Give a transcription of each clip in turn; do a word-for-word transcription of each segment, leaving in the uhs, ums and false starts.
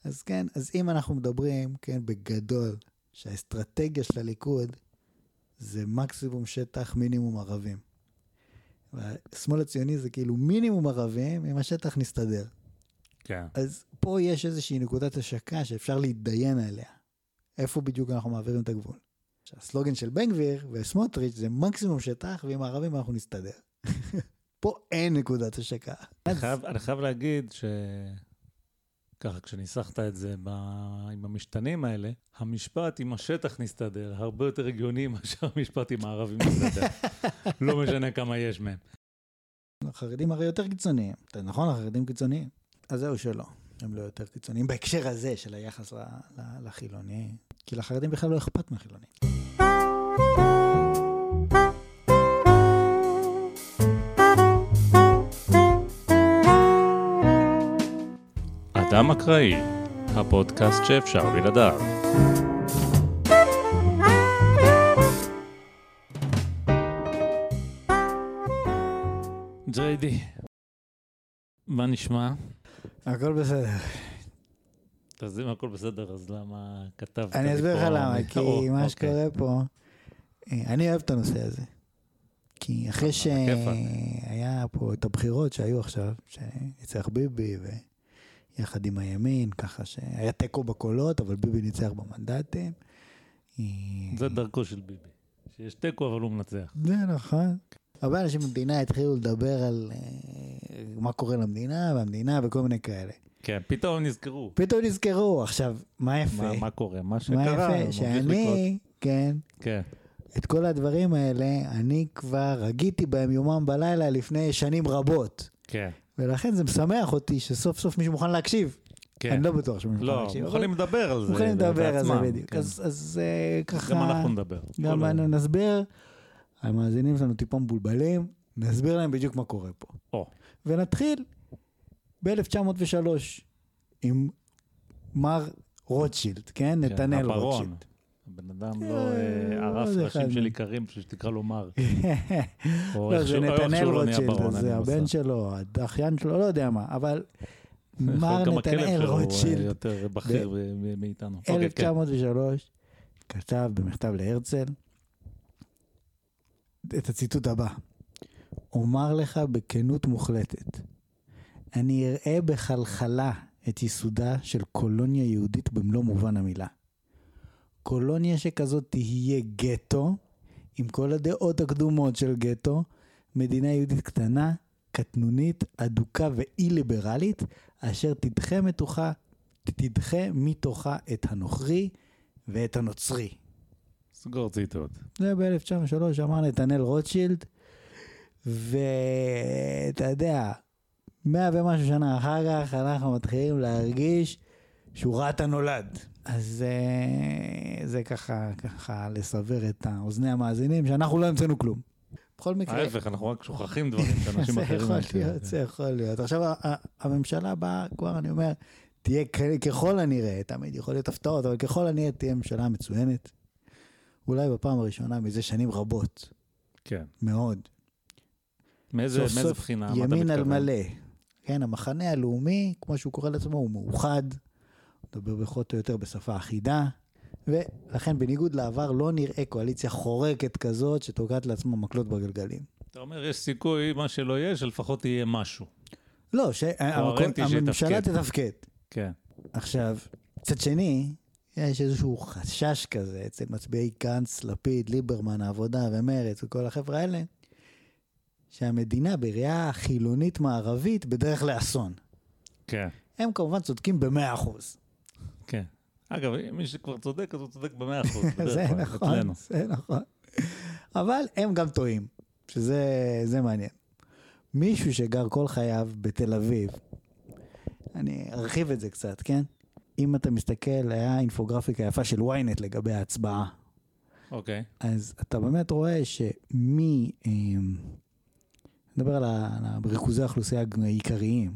אז כן, אז אם אנחנו מדברים, כן, בגדול, שהאסטרטגיה של הליכוד זה מקסימום שטח, מינימום ערבים. והשמאל הציוני זה כאילו מינימום ערבים, עם השטח נסתדר. כן. אז פה יש איזושהי נקודת השקה שאפשר להתדיין עליה. איפה בדיוק אנחנו מעבירים את הגבול? הסלוגן של בן גביר וסמוטריץ' זה מקסימום שטח, ועם הערבים אנחנו נסתדר. פה אין נקודת השקה. אני חייב, אני חייב להגיד ש... ככה, כשניסחת את זה ב... עם המשתנים האלה, המשפט עם השטח נסתדר, הרבה יותר הגיוני מאשר המשפט עם הערבים נסתדר. לא משנה כמה יש מהם. החרדים הרי יותר קיצוניים. נכון, החרדים קיצוניים. אז זהו שלא. הם לא יותר קיצוניים בהקשר הזה של היחס ל... ל... לחילוני. כי לחרדים בכלל לא אכפת מהחילונים. אדם אקראי, הפודקאסט שאפשר בלעדיו. ג'ריידי, מה נשמע? הכל בסדר. אז אם הכל בסדר, אז למה כתבת? אני אסביר לך למה, כי מה שקורה פה, אני אוהב את הנושא הזה. כי אחרי שהיה פה את הבחירות שהיו עכשיו, שניצח ביבי ויחד עם הימין, ככה שהיה טקו בקולות, אבל ביבי ניצח במנדטים. זה דרכו של ביבי, שיש טקו אבל הוא מנצח. זה נכון. הרבה אנשים במדינה התחילו לדבר על מה קורה למדינה, והמדינה וכל מיני כאלה. כן, פתאום נזכרו. פתאום נזכרו. עכשיו, מה יפה? מה, מה קורה? מה שקרה. מה יפה? שאני, כן, כן. את כל הדברים האלה, אני כבר רגיתי בהם יומם בלילה לפני שנים רבות. כן. ולכן זה משמח אותי שסוף סוף מישהו מוכן להקשיב. כן. אני לא בטוח שמישהו מוכן להקשיב. לא, מוכנים לדבר על זה. מוכנים לדבר על זה בדיוק. כן. אז, אז ככה... גם אנחנו נדבר. גם אנחנו נסביר. המאזינים שלנו טיפה מבולבלים. נסביר להם בדיוק מה קורה פה. או. ונתחיל ב-אלף תשע מאות ושלוש עם מר רוטשילד, כן? נתנאל רוטשילד. הבן אדם לא ערף ראשים של עיקרים, בשביל שתקרא לו מר. לא, זה נתנאל רוטשילד, זה הבן שלו, הדחיין שלו, לא יודע מה, אבל מר נתנאל רוטשילד, יותר בכיר מאיתנו. אלף תשע מאות ושלוש, כתב במכתב להרצל, את הציטוט הבא, אומר לך בכנות מוחלטת, אני אראה בחלחלה את יסודה של קולוניה יהודית במלוא מובן המילה. קולוניה שכזאת תהיה גטו, עם כל הדעות הקדומות של גטו, מדינה יהודית קטנה, קטנונית, אדוקה ואי-ליברלית, אשר תדחה מתוכה, תדחה מתוכה את הנוכרי ואת הנוצרי. סגור ציטוט. זה ב-אלף תשע מאות ושלוש אמר נתנאל רוטשילד, ואתה יודע, מאה ומשהו שנה אחר כך אנחנו מתחילים להרגיש שהוא ראה את הנולד. אז זה ככה, ככה לסבר את האוזני המאזינים, שאנחנו לא המצאנו כלום. בכל מקרה... ההפך, אנחנו רק שוכחים דברים שאנשים אחרים... זה יכול להיות, זה יכול להיות. עכשיו, הממשלה באה, כבר אני אומר, תהיה ככל הנראה, תמיד יכול להיות הפתעות, אבל ככל הנראה תהיה ממשלה מצוינת. אולי בפעם הראשונה מזה שנים רבות. כן. מאוד. מאיזה בחינה? ימין על מלא. כן, המחנה הלאומי, כמו שהוא קורא לעצמו, הוא מאוחד. מדבר פחות או יותר בשפה אחידה, ולכן בניגוד לעבר לא נראה קואליציה חורקת כזאת שתוקעת לעצמה מקלות בגלגלים. אתה אומר, יש סיכוי, מה שלא יש, לפחות יהיה משהו. לא, שהממשלה תתפקד. כן. עכשיו, צד שני, יש איזשהו חשש כזה, אצל מצביעי גנץ, לפיד, ליברמן, העבודה ומרץ וכל החבר'ה האלה, שהמדינה בראייה חילונית מערבית בדרך לאסון. כן. הם כמובן צודקים במאה אחוז. כן. אגב, מי שכבר צודק, אז הוא צודק במאה אחוז. זה נכון, זה נכון. אבל הם גם טועים, שזה מעניין. מישהו שגר כל חייו בתל אביב, אני ארחיב את זה קצת, כן? אם אתה מסתכל, היה אינפוגרפיקה יפה של וויינט לגבי ההצבעה. אוקיי. אז אתה באמת רואה שמי, נדבר על ריכוזי האוכלוסייה העיקריים,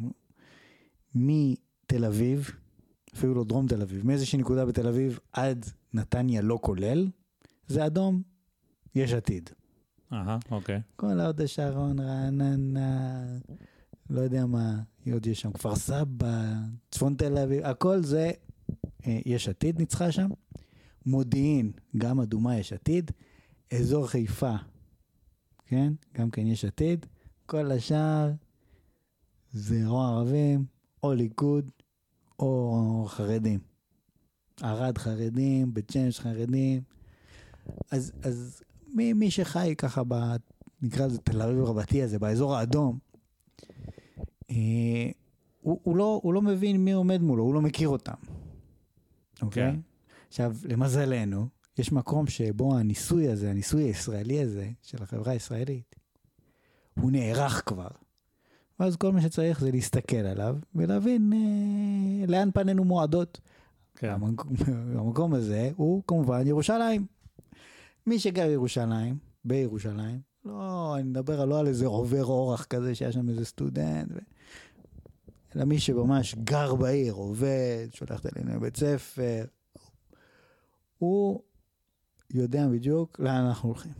מתל אביב, אפילו לא דרום תל אביב, מאיזושהי נקודה בתל אביב עד נתניה לא כולל, זה אדום, יש עתיד. אהה, אוקיי. כל עוד השרון, רעננה, לא יודע מה, עוד יש שם כפר סבא, צפון תל אביב, הכל זה יש עתיד ניצחה שם. מודיעין, גם אדומה יש עתיד. אזור חיפה, כן? גם כן יש עתיד. כל השאר זה או ערבים, או ליכוד, או חרדים. ערד חרדים, בית שמש חרדים. אז, אז מי, מי שחי ככה ב... נקרא לזה תל אביב רבתי הזה, באזור האדום, אה, הוא, הוא, לא, הוא לא מבין מי עומד מולו, הוא לא מכיר אותם. אוקיי? כן. עכשיו, למזלנו, יש מקום שבו הניסוי הזה, הניסוי הישראלי הזה, של החברה הישראלית, הוא נערך כבר. ואז כל מה שצריך זה להסתכל עליו, ולהבין אה, לאן פנינו מועדות. כן. המקום, המקום הזה הוא כמובן ירושלים. מי שגר ירושלים, בירושלים, לא, אני מדבר לא על איזה עובר אורח כזה, שיש שם איזה סטודנט, ו... אלא מי שממש גר בעיר, עובד, שולח את הילדים לבית ספר, הוא יודע בדיוק לאן אנחנו הולכים.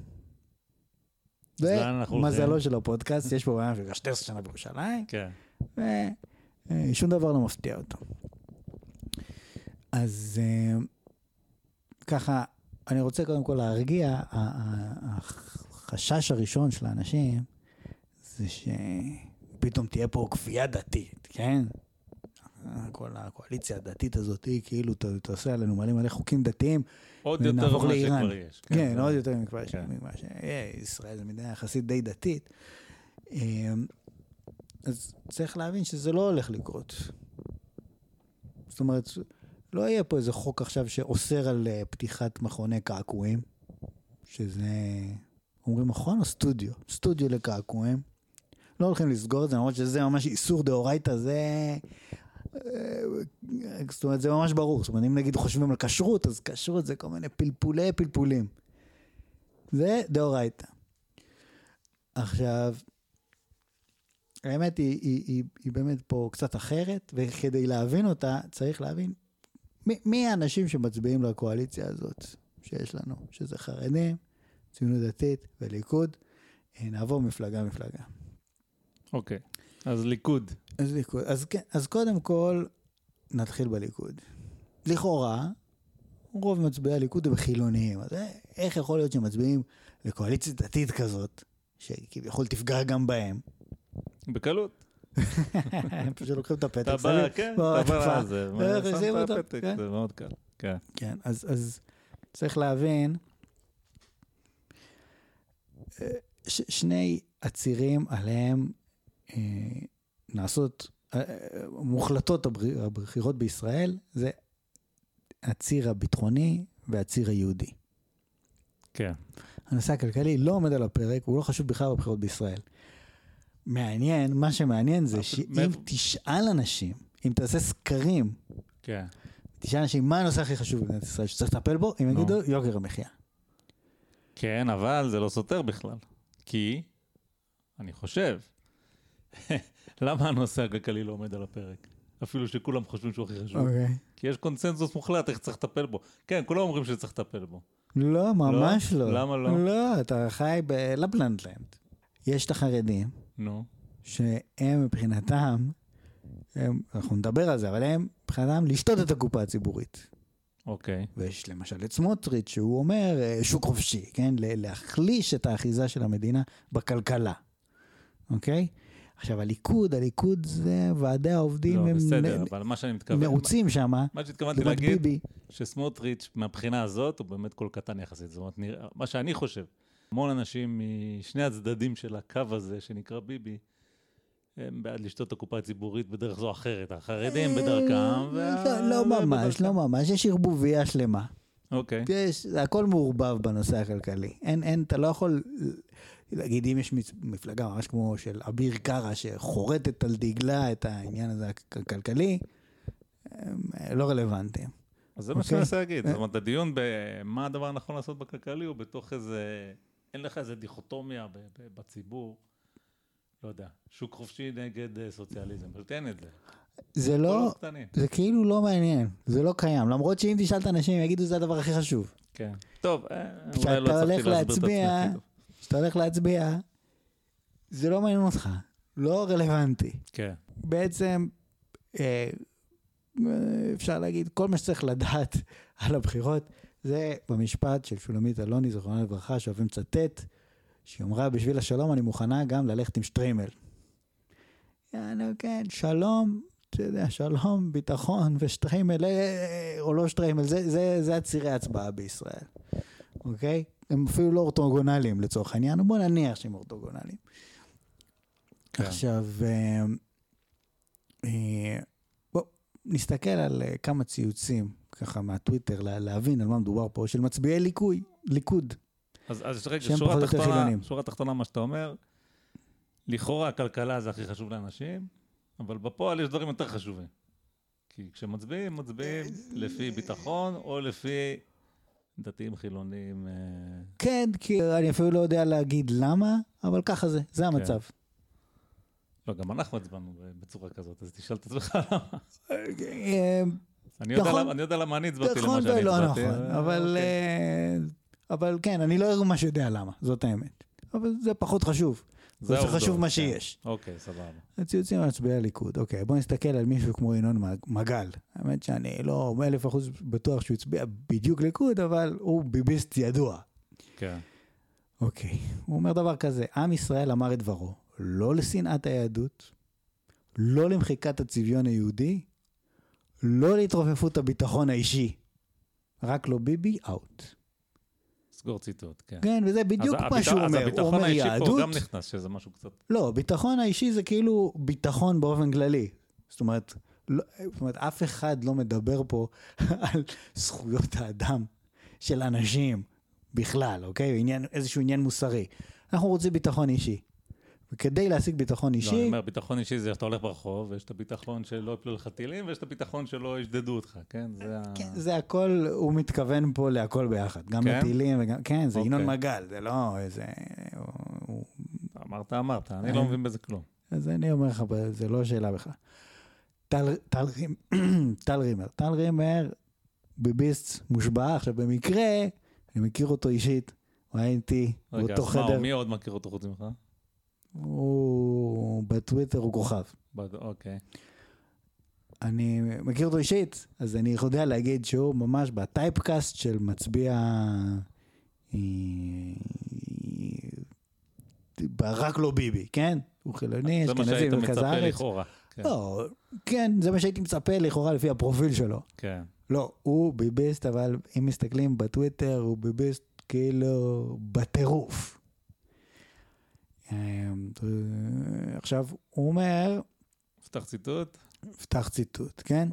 זה מזלו של הפודקאסט, יש פה בעיה של שתי עשרה שנה בירושלים, כן. ושום דבר לא מפתיע אותו. אז ככה, אני רוצה קודם כל להרגיע, החשש הראשון של האנשים, זה שפתאום תהיה פה כפייה דתית, כן? כל הקואליציה הדתית הזאת, היא כאילו תעשה עלינו מלא מלא חוקים דתיים, עוד יותר ממה שכבר יש. כן, עוד יותר ממה שיש. ישראל זה מדינה יחסית די דתית. אז צריך להבין שזה לא הולך לקרות. זאת אומרת, לא יהיה פה איזה חוק עכשיו שאוסר על פתיחת מכוני קעקועים, שזה, אומרים מכון או סטודיו? סטודיו לקעקועים. לא הולכים לסגור את זה, למרות שזה ממש איסור דאורייתא, זה... זאת אומרת, זה ממש ברור. זאת אומרת, אם נגיד חושבים על כשרות, אז כשרות זה כל מיני פלפולי פלפולים. זה דאורייתא. עכשיו, האמת היא, היא, היא, היא באמת פה קצת אחרת, וכדי להבין אותה, צריך להבין מי, מי האנשים שמצביעים לקואליציה הזאת שיש לנו, שזה חרדים, ציונות דתית וליכוד. נעבור מפלגה מפלגה. אוקיי, אז ליכוד. אז ליכוד. אז כן, אז קודם כל נתחיל בליכוד. לכאורה, רוב מצביעי הליכוד הם חילוניים. אז איך יכול להיות שמצביעים לקואליציה דתית כזאת, שכביכול תפגע גם בהם? בקלות. הם פשוט לוקחים את הפתק. אתה בא, כן, אתה בא על זה. שם את הפתק, זה מאוד קל. כן. כן, אז צריך להבין, שני הצירים עליהם נעשות, מוחלטות הבחירות בישראל, זה הציר הביטחוני והציר היהודי. כן. הנושא הכלכלי לא עומד על הפרק, הוא לא חשוב בכלל בבחירות בישראל. מעניין, מה שמעניין זה שאם תשאל אנשים, אם תעשה סקרים, כן. תשאל אנשים, מה הנושא הכי חשוב במדינת ישראל שצריך לטפל בו, הם יגידו יוקר המחיה. כן, אבל זה לא סותר בכלל. כי, אני חושב, למה הנושא הכלכלי לא עומד על הפרק? אפילו שכולם חושבים שהוא הכי חשוב. Okay. כי יש קונצנזוס מוחלט איך צריך לטפל בו. כן, כולם אומרים שצריך לטפל בו. לא, ממש לא. למה לא? לא, אתה חי בלפלנדלנד. יש את החרדים, נו. שהם מבחינתם, הם, אנחנו נדבר על זה, אבל הם מבחינתם לשתות את הקופה הציבורית. אוקיי. ויש למשל את סמוטריץ' שהוא אומר שוק חופשי, כן? להחליש את האחיזה של המדינה בכלכלה. אוקיי? עכשיו, הליכוד, הליכוד זה ועדי העובדים, לא, הם בסדר, נ... אבל מה שאני מתכוון... נעוצים שם, מה שהתכוונתי להגיד, ביבי. שסמוטריץ' מהבחינה הזאת, הוא באמת כל קטן יחסית. זאת אומרת, נראה, מה שאני חושב, המון אנשים משני הצדדים של הקו הזה, שנקרא ביבי, הם בעד לשתות את הקופה הציבורית בדרך זו אחרת. החרדים בדרכם, וה... לא ממש, לא ממש, יש ערבוביה שלמה. אוקיי. יש, הכל מעורבב בנושא הכלכלי. אין, אין, אתה לא יכול... להגיד, אם יש מפלגה ממש כמו של אביר קארה, שחורטת על דגלה את העניין הזה הכלכלי, הם לא רלוונטיים. אז זה מה שאני רוצה להגיד. זאת אומרת, הדיון במה הדבר הנכון לעשות בכלכלי, הוא בתוך איזה, אין לך איזה דיכוטומיה בציבור, לא יודע, שוק חופשי נגד סוציאליזם, פשוט אין את זה. זה לא, זה כאילו לא מעניין, זה לא קיים, למרות שאם תשאל את אנשים, הם יגידו, זה הדבר הכי חשוב. כן. טוב, אולי לא צריכתי להסביר את עצמי. כשאתה הולך להצביע, זה לא מעניין אותך, לא רלוונטי. כן. בעצם, אה, אפשר להגיד, כל מה שצריך לדעת על הבחירות, זה במשפט של שולמית אלוני, זכרונה לברכה, שאוהבים לצטט, שהיא אמרה, בשביל השלום אני מוכנה גם ללכת עם שטריימל. יענו, כן, שלום, אתה יודע, שלום, ביטחון ושטריימל, או לא שטריימל, זה, זה, זה הצירי ההצבעה בישראל. אוקיי? הם אפילו לא אורתוגונליים לצורך העניין, בוא נניח שהם אורתוגונליים. כן. עכשיו, בוא נסתכל על כמה ציוצים, ככה מהטוויטר, להבין על מה מדובר פה, של מצביעי ליקוי, ליכוד. אז, אז רגע, שורה תחתונה, שורה תחתונה מה שאתה אומר, לכאורה הכלכלה זה הכי חשוב לאנשים, אבל בפועל יש דברים יותר חשובים. כי כשמצביעים, מצביעים לפי ביטחון, או לפי דתיים חילונים. כן, כי אני אפילו לא יודע להגיד למה, אבל ככה זה, זה המצב. לא, גם אנחנו הצבענו בצורה כזאת, אז תשאל את עצמך למה. אני יודע למה אני הצבעתי למה שאני הצבעתי. אבל... אבל כן, אני לא ממש יודע למה, זאת האמת. אבל זה פחות חשוב. זה חשוב מה שיש. אוקיי, סבבה. הציוצים מצביעי הליכוד. אוקיי, בוא נסתכל על מישהו כמו ינון מגל. האמת שאני לא אלף אחוז בטוח שהוא הצביע בדיוק ליכוד, אבל הוא ביביסט ידוע. כן. אוקיי, הוא אומר דבר כזה, עם ישראל אמר את דברו, לא לשנאת היהדות, לא למחיקת הצביון היהודי, לא להתרופפות הביטחון האישי. רק לא ביבי, אאוט. סגור ציטוט, כן. כן, וזה בדיוק מה שהוא אומר. אז הביטחון האישי פה גם נכנס, שזה משהו קצת... לא, ביטחון האישי זה כאילו ביטחון באופן כללי. זאת אומרת, לא, זאת אומרת, אף אחד לא מדבר פה על זכויות האדם של אנשים בכלל, אוקיי? עניין, איזשהו עניין מוסרי. אנחנו רוצים ביטחון אישי. וכדי להשיג ביטחון אישי... לא, אני אומר, ביטחון אישי זה שאתה הולך ברחוב, ויש את הביטחון שלא יפלו לך טילים, ויש את הביטחון שלא ישדדו אותך, כן? זה, כן, ה... זה הכל, הוא מתכוון פה להכל ביחד. גם כן? לטילים וגם... כן, זה ינון אוקיי. מגל, זה לא איזה... הוא... אמרת, אמרת, אני לא מבין בזה כלום. אז אני אומר לך, זה לא שאלה בכלל. טל, טל, טל רימר. טל רימר, ביביסט מושבע, עכשיו במקרה, אני מכיר אותו אישית, הוא היה איתי באותו חדר. רגע, אז מי עוד מכיר אותו חוץ ממך? הוא בטוויטר הוא כוכב. אוקיי. אני מכיר אותו אישית, אז אני יודע להגיד שהוא ממש בטייפקאסט של מצביע רק לא ביבי, כן? הוא חילוני, זה מה שהיית מצפה לכאורה. לא, כן, זה מה שהייתי מצפה לכאורה לפי הפרופיל שלו. כן. לא, הוא ביביסט, אבל אם מסתכלים בטוויטר, הוא ביביסט כאילו בטירוף. עכשיו, הוא אומר... פתח ציטוט. פתח ציטוט, כן?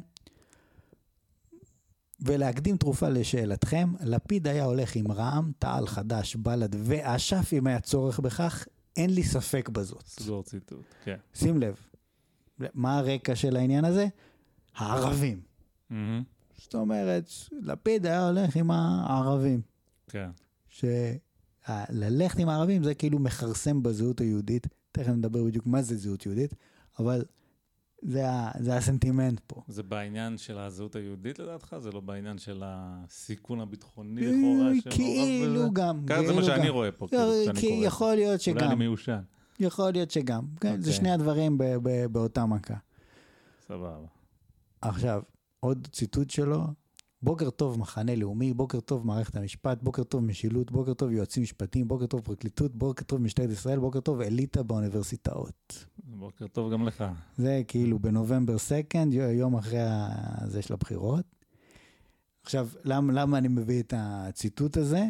ולהקדים תרופה לשאלתכם, לפיד היה הולך עם רע"מ, תע"ל חד"ש, בל"ד ואש"ף, אם היה צורך בכך, אין לי ספק בזאת. סגור ציטוט, כן. שים לב, מה הרקע של העניין הזה? הערבים. זאת אומרת, לפיד היה הולך עם הערבים. כן. ש... ללכת עם הערבים זה כאילו מחרסם בזהות היהודית, תכף נדבר בדיוק מה זה זהות יהודית, אבל זה, זה הסנטימנט פה. זה בעניין של הזהות היהודית לדעתך? זה לא בעניין של הסיכון הביטחוני לכאורה? כאילו גם. כן, זה מה שאני רואה פה. כי יכול להיות שגם. אולי אני מיושן. יכול להיות שגם. זה שני הדברים באותה מכה. סבבה. עכשיו, עוד ציטוט שלו, בוקר טוב מחנה לאומי, בוקר טוב מערכת המשפט, בוקר טוב משילות, בוקר טוב יועצים משפטיים, בוקר טוב פרקליטות, בוקר טוב משטרת ישראל, בוקר טוב אליטה באוניברסיטאות. בוקר טוב גם לך. זה כאילו בנובמבר סקנד, יום אחרי זה של הבחירות. עכשיו, למה, למה אני מביא את הציטוט הזה?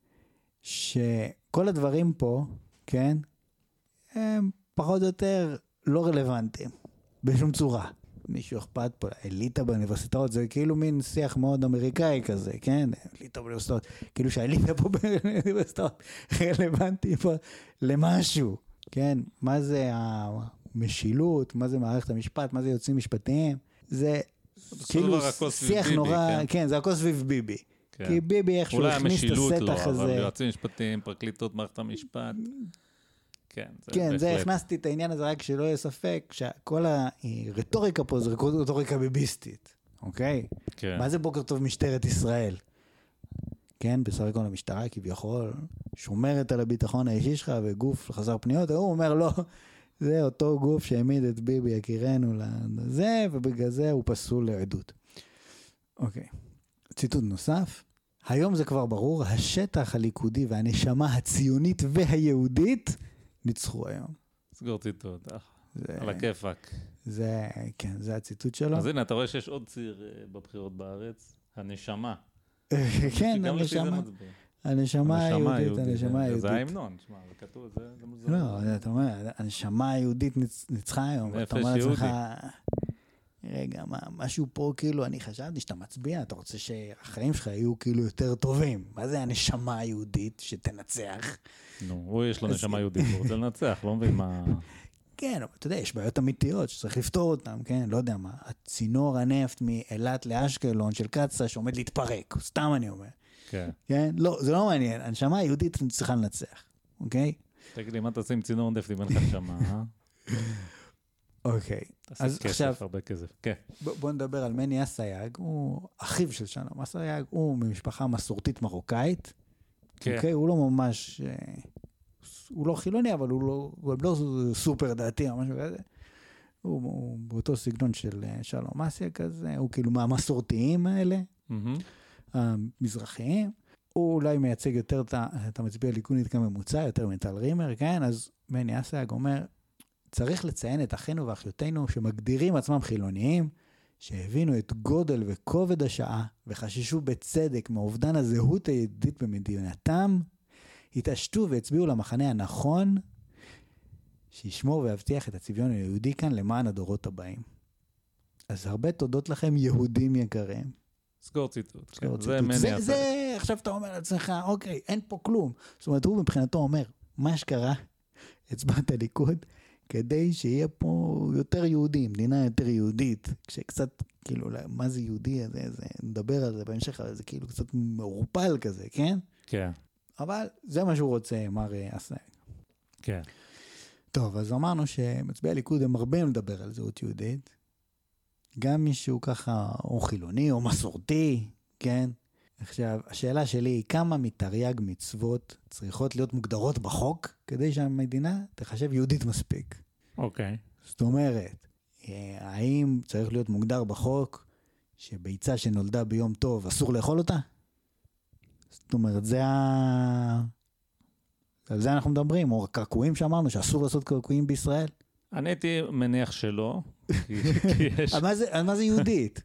שכל הדברים פה, כן, הם פחות או יותר לא רלוונטיים, בשום צורה. מישהו אכפת פה, אליטה באוניברסיטאות, זה כאילו מין שיח מאוד אמריקאי כזה, כן? אליטה באוניברסיטאות, כאילו שהאליטה פה באוניברסיטאות רלוונטי פה למשהו, כן? מה זה המשילות, מה זה מערכת המשפט, מה זה יוצאים משפטיים, זה כאילו שיח נורא, כן, זה הכל סביב ביבי. כי ביבי איכשהו הכניס את הסטח הזה. אבל יועצים משפטיים, פרקליטות, מערכת המשפט. כן, זה, כן, זה הכנסתי את העניין הזה רק שלא יהיה ספק, שכל הרטוריקה פה זה רטוריקה ביביסטית, אוקיי? כן. מה זה בוקר טוב משטרת ישראל? כן, בסך הכל המשטרה כביכול שומרת על הביטחון האישי שלך וגוף חסר פניות, הוא אומר לא, זה אותו גוף שהעמיד את ביבי יקירנו לזה, ובגלל זה הוא פסול לעדות. אוקיי. ציטוט נוסף. היום זה כבר ברור, השטח הליכודי והנשמה הציונית והיהודית ניצחו היום. סגור ציטוט, על הכיפק. זה, כן, זה הציטוט שלו. אז הנה, אתה רואה שיש עוד ציר בבחירות בארץ, הנשמה. כן, הנשמה. הנשמה היהודית, הנשמה היהודית. זה ההמנון, שמע, זה כתוב, זה... לא, אתה אומר, הנשמה היהודית ניצחה היום. אתה אומר לעצמך, רגע, משהו פה, כאילו, אני חשבתי שאתה מצביע, אתה רוצה שהחיים שלך יהיו כאילו יותר טובים. מה זה הנשמה היהודית שתנצח? נו, הוא יש לו נשמה יהודית, הוא רוצה לנצח, לא מבין מה... כן, אבל אתה יודע, יש בעיות אמיתיות שצריך לפתור אותן, כן? לא יודע מה, הצינור הנפט מאילת לאשקלון של קצה שעומד להתפרק, סתם אני אומר. כן. כן? לא, זה לא מעניין, הנשמה היהודית צריכה לנצח, אוקיי? תגיד לי, מה תעשה עם צינור נפט אם אין לך נשמה, אה? אוקיי. אז עכשיו... הרבה כסף, כן. בוא נדבר על מני אסייג, הוא אחיו של שלום אסייג, הוא ממשפחה מסורתית מרוקאית, אוקיי? הוא לא ממש... הוא לא חילוני, אבל הוא לא, הוא לא סופר דעתי או משהו כזה. הוא, הוא באותו סגנון של שלום אסייג כזה, הוא כאילו מהמסורתיים האלה, mm-hmm. המזרחיים. הוא אולי מייצג יותר את המצביע ליכודניק כממוצע, יותר מטל רימר, כן? אז מני אסייג אומר, צריך לציין את אחינו ואחיותינו שמגדירים עצמם חילוניים, שהבינו את גודל וכובד השעה, וחששו בצדק מאובדן הזהות היהודית במדינתם, התעשתו והצביעו למחנה הנכון, שישמור ויבטיח את הצביון היהודי כאן למען הדורות הבאים. אז הרבה תודות לכם, יהודים יקרים. סגור ציטוט. סגור ציטוט. זה, זה, זה, עכשיו אתה אומר לעצמך, אוקיי, אין פה כלום. זאת אומרת, הוא מבחינתו אומר, מה שקרה, הצבעת הליכוד, כדי שיהיה פה יותר יהודי, מדינה יותר יהודית, כשקצת, כאילו, מה זה יהודי הזה, זה, נדבר על זה בהמשך, זה כאילו קצת מעורפל כזה, כן? כן. אבל זה מה שהוא רוצה, מר אסייג. כן. טוב, אז אמרנו שמצביעי הליכוד הם הרבה לדבר על זהות יהודית, גם מישהו ככה, או חילוני, או מסורתי, כן? עכשיו, השאלה שלי היא, כמה מתרי"ג מצוות צריכות להיות מוגדרות בחוק, כדי שהמדינה תחשב יהודית מספיק? אוקיי. זאת אומרת, האם צריך להיות מוגדר בחוק, שביצה שנולדה ביום טוב, אסור לאכול אותה? זאת אומרת, זה ה... על זה אנחנו מדברים, או קרקועים שאמרנו, שאסור לעשות קרקועים בישראל? אני הייתי מניח שלא. אז מה זה יהודית?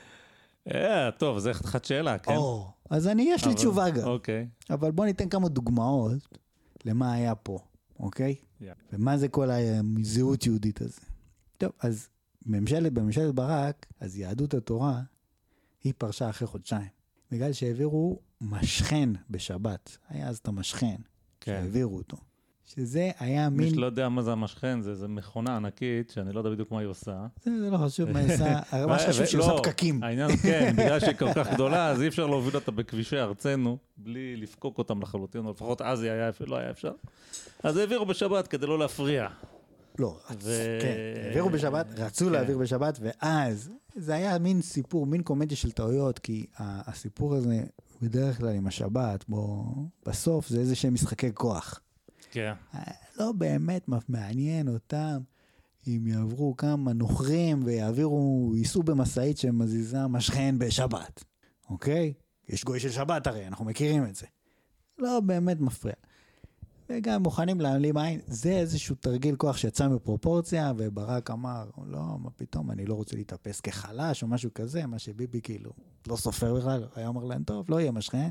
טוב, זה חתיכת שאלה, כן? אז אני, יש לי תשובה גם. אוקיי. אבל בוא ניתן כמה דוגמאות למה היה פה, אוקיי? ומה זה כל הזהות יהודית הזה. טוב, אז בממשלת ברק, אז יהדות התורה, היא פרשה אחרי חודשיים. בגלל שהעבירו משכן בשבת. היה אז את המשכן. שהעבירו אותו. שזה היה מין... מי שלא יודע מה זה המשכן, זה, זה מכונה ענקית, שאני לא יודע בדיוק מה היא עושה. זה, זה לא חשוב מה היא עושה, מה שחשוב שהיא עושה פקקים. העניין, כן, בגלל שהיא כל כך גדולה, אז אי אפשר להוביל אותה בכבישי ארצנו, בלי לפקוק אותם לחלוטין, או לפחות אז היא היה, לא היה אפשר. אז העבירו בשבת כדי לא להפריע. לא, כן, העבירו בשבת, רצו להעביר בשבת, ואז זה היה מין סיפור, מין קומדיה של טעויות, כי הסיפור הזה בדרך כלל עם השבת, בסוף זה איזה שהם משחקי כוח. כן. לא באמת מעניין אותם אם יעברו כמה נוחרים ויעבירו, ייסעו במסעית שמזיזה משכן בשבת. אוקיי? יש גוי של שבת הרי, אנחנו מכירים את זה. לא באמת מפריע. וגם מוכנים להעלים עין, זה איזשהו תרגיל כוח שיצא מפרופורציה, וברק אמר, לא, מה פתאום, אני לא רוצה להתאפס כחלש או משהו כזה, מה שביבי כאילו לא סופר בכלל, היה אומר להם, טוב, לא יהיה משכן.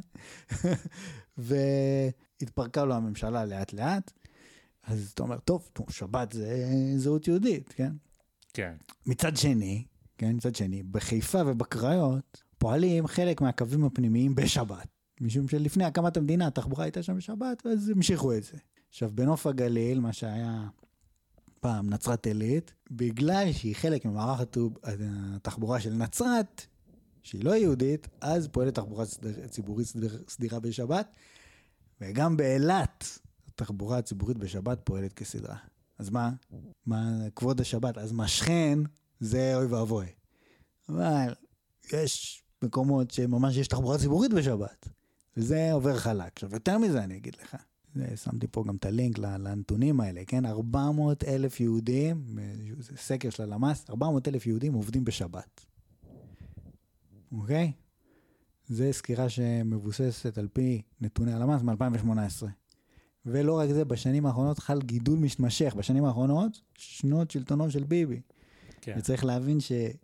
והתפרקה לו הממשלה לאט לאט, אז אתה אומר, טוב, שבת זה זהות יהודית, כן? כן. מצד שני, כן, מצד שני, בחיפה ובקריות, פועלים חלק מהקווים הפנימיים בשבת. משום שלפני הקמת המדינה, התחבורה הייתה שם בשבת, אז המשיכו את זה. עכשיו, בנוף הגליל, מה שהיה פעם נצרת עילית, בגלל שהיא חלק ממערך התחבורה של נצרת, שהיא לא יהודית, אז פועלת תחבורה ציבורית סדירה בשבת, וגם באילת, התחבורה הציבורית בשבת פועלת כסדרה. אז מה? מה כבוד השבת? אז משכן זה אוי ואבוי. אבל יש מקומות שממש יש תחבורה ציבורית בשבת. וזה עובר חלק. עכשיו, יותר מזה אני אגיד לך. שמתי פה גם את הלינק לנתונים האלה, כן? ארבע מאות אלף יהודים, זה סקר של הלמ"ס, ארבע מאות אלף יהודים עובדים בשבת. אוקיי? זה סקירה שמבוססת על פי נתוני הלמ"ס מ-אלפיים שמונה עשרה. ולא רק זה, בשנים האחרונות חל גידול מתמשך. בשנים האחרונות, שנות שלטונו של ביבי. כן. וצריך להבין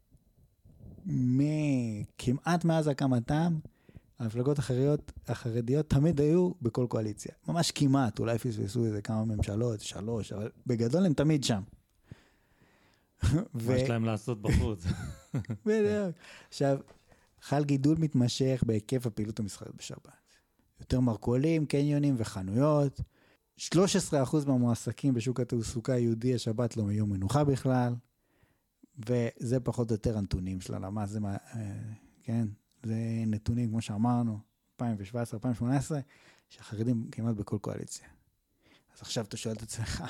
שכמעט מאז הקמתם, המפלגות החרדיות, החרדיות תמיד היו בכל קואליציה. ממש כמעט, אולי פספסו איזה כמה ממשלות, שלוש, אבל בגדול הם תמיד שם. מה יש להם לעשות בחוץ? בדיוק. עכשיו, חל גידול מתמשך בהיקף הפעילות המסחרית בשבת. יותר מרכולים, קניונים וחנויות. שלושה עשר אחוז מהמועסקים בשוק התעסוקה היהודי השבת לא יום מנוחה בכלל. וזה פחות או יותר הנתונים של הלמ"ס, זה מה, כן, זה נתונים כמו שאמרנו, אלפיים שבע עשרה אלפיים שמונה עשרה, שהחרדים כמעט בכל קואליציה. אז עכשיו אתה שואל את עצמך,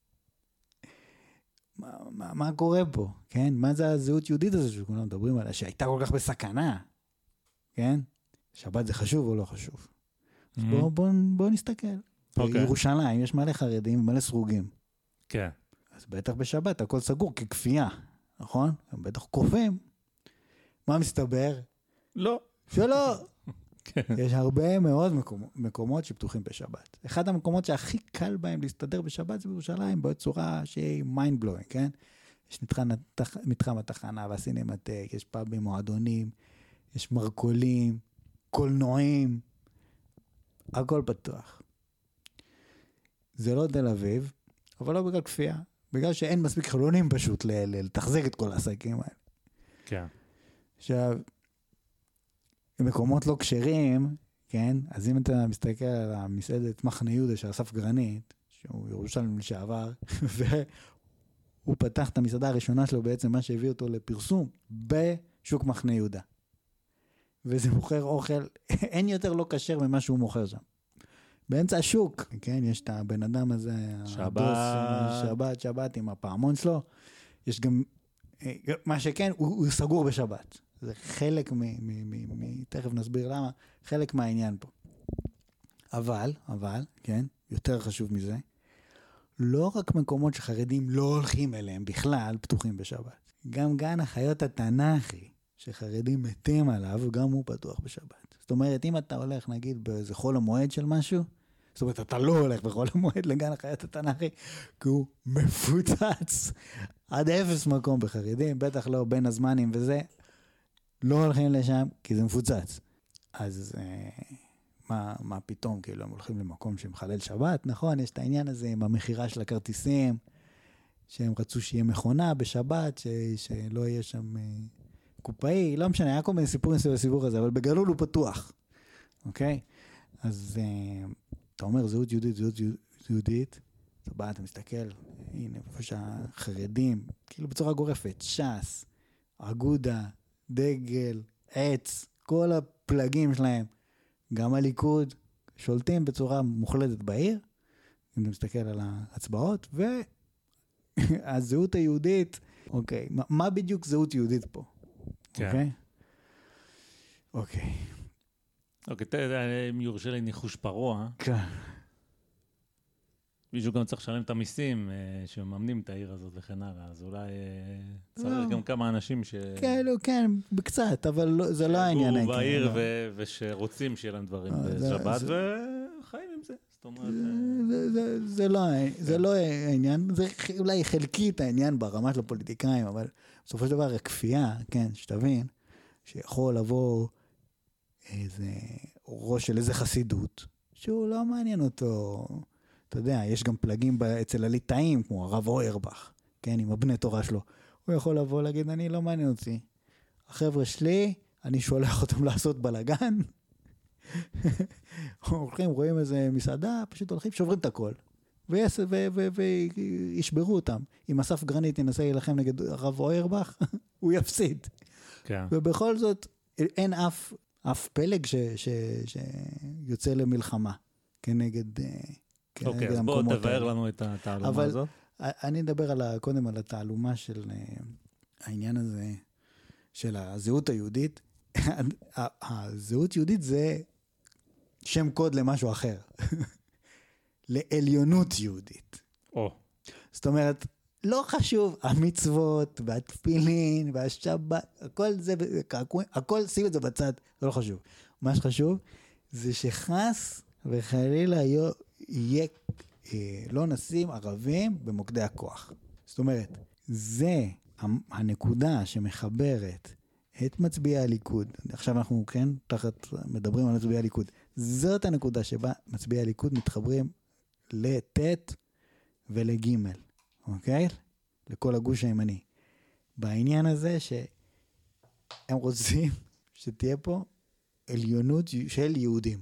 מה, מה, מה קורה פה, כן? מה זה הזהות יהודית הזו שכולם מדברים עליה, שהייתה כל כך בסכנה, כן? שבת זה חשוב או לא חשוב? אז בואו בוא, בוא נסתכל. אוקיי. בירושלים יש מלא חרדים ומלא סרוגים. כן. אז בטח בשבת הכל סגור ככפייה, נכון? הם בטח קופים. מה מסתבר? לא. שלא. כן. יש הרבה מאוד מקומות, מקומות שפתוחים בשבת. אחד המקומות שהכי קל בהם להסתדר בשבת זה בירושלים, בצורה שהיא mind blowing, כן? יש מתחם, מתחם התחנה והסינמטק, יש פאבים, מועדונים, יש מרקולים, קולנועים, הכל פתוח. זה לא תל אביב, אבל לא בגלל כפייה, בגלל שאין מספיק חלונים פשוט לתחזק את כל העסקים האלה. כן. עכשיו, מקומות לא כשרים, כן? אז אם אתה מסתכל על המסעדת מחנה יהודה של אסף גרנית, שהוא ירושלים לשעבר, והוא פתח את המסעדה הראשונה שלו בעצם, מה שהביא אותו לפרסום, בשוק מחנה יהודה. וזה מוכר אוכל, אין יותר לא כשר ממה שהוא מוכר שם. באמצע השוק, כן? יש את הבן אדם הזה, שבת. הדוס, שבת, שבת עם הפעמון שלו. יש גם, מה שכן, הוא, הוא סגור בשבת. זה חלק מ, מ, מ, מ, תכף נסביר למה, חלק מהעניין פה. אבל, אבל, כן, יותר חשוב מזה, לא רק מקומות שחרדים לא הולכים אליהם בכלל, פתוחים בשבת. גם גן החיות התנ"כי, שחרדים מתים עליו, גם הוא פתוח בשבת. זאת אומרת, אם אתה הולך, נגיד, באיזה חול המועד של משהו, זאת אומרת, אתה לא הולך בחול המועד לגן החיות התנ"כי, כי הוא מפוצץ עד אפס מקום בחרדים, בטח לא בין הזמנים וזה, לא הולכים לשם, כי זה מפוצץ. אז אה, מה, מה פתאום, כאילו, הם הולכים למקום שמחלל שבת, נכון? יש את העניין הזה עם המחירה של הכרטיסים, שהם רצו שיהיה מכונה בשבת, ש, שלא יהיה שם אה, קופאי, לא משנה, היה כל מיני סיפורים סביב הסיפור הזה, אבל בגלול הוא פתוח, אוקיי? אז אה, אתה אומר, זהות יהודית, זהות יהודית, אתה בא, אתה מסתכל, הנה, איפה שהחרדים, כאילו בצורה גורפת, ש"ס, אגודה, דגל, עץ, כל הפלגים שלהם, גם הליכוד, שולטים בצורה מוחלטת בעיר, אם אתה מסתכל על ההצבעות, והזהות היהודית, אוקיי, מה, מה בדיוק זהות יהודית פה? כן. אוקיי? אוקיי. אוקיי, אתה יודע, אם יורשה לי ניחוש פרוע, כן. מישהו גם צריך לשלם את המיסים שמממנים את העיר הזאת וכן הלאה, אז אולי צריך גם כמה אנשים ש... כן, כן, בקצת, אבל זה לא העניין. הוא בעיר ושרוצים שיהיה להם דברים בשבת, וחיים עם זה. זאת אומרת... זה לא העניין, זה אולי חלקית העניין ברמה של הפוליטיקאים, אבל בסופו של דבר הכפייה, כן, שתבין, שיכול לבוא איזה ראש של איזה חסידות, שהוא לא מעניין אותו... אתה יודע, יש גם פלגים אצל הליטאים, כמו הרב אוירבך, כן, עם הבני תורה שלו. הוא יכול לבוא להגיד, אני לא מעניין אותי. החבר'ה שלי, אני שולח אותם לעשות בלגן. הולכים, רואים איזה מסעדה, פשוט הולכים, שוברים את הכל. וישברו אותם. אם אסף גרנית ינסה להילחם נגד הרב אוירבך, הוא יפסיד. כן. ובכל זאת, אין אף, אף פלג ש, ש, שיוצא למלחמה, כנגד... אוקיי, אז בוא תבהר לנו את התעלומה הזאת. אני אדבר על, קודם על התעלומה של העניין הזה, של הזהות היהודית. הזהות יהודית זה שם קוד למשהו אחר. לעליונות יהודית. או. זאת אומרת, לא חשוב, המצוות, והתפילין, והשבת, הכל זה, הכל שים את זה בצד, זה לא חשוב. מה שחשוב, זה שחס וחלילה יהיה, לא נשים ערבים במוקדי הכוח. זאת אומרת, זה הנקודה שמחברת את מצביעי הליכוד. עכשיו אנחנו, כן, תחת מדברים על מצביעי הליכוד. זאת הנקודה שבה מצביעי הליכוד מתחברים לט' ולג', אוקיי? לכל הגוש הימני. בעניין הזה שהם רוצים שתהיה פה עליונות של יהודים.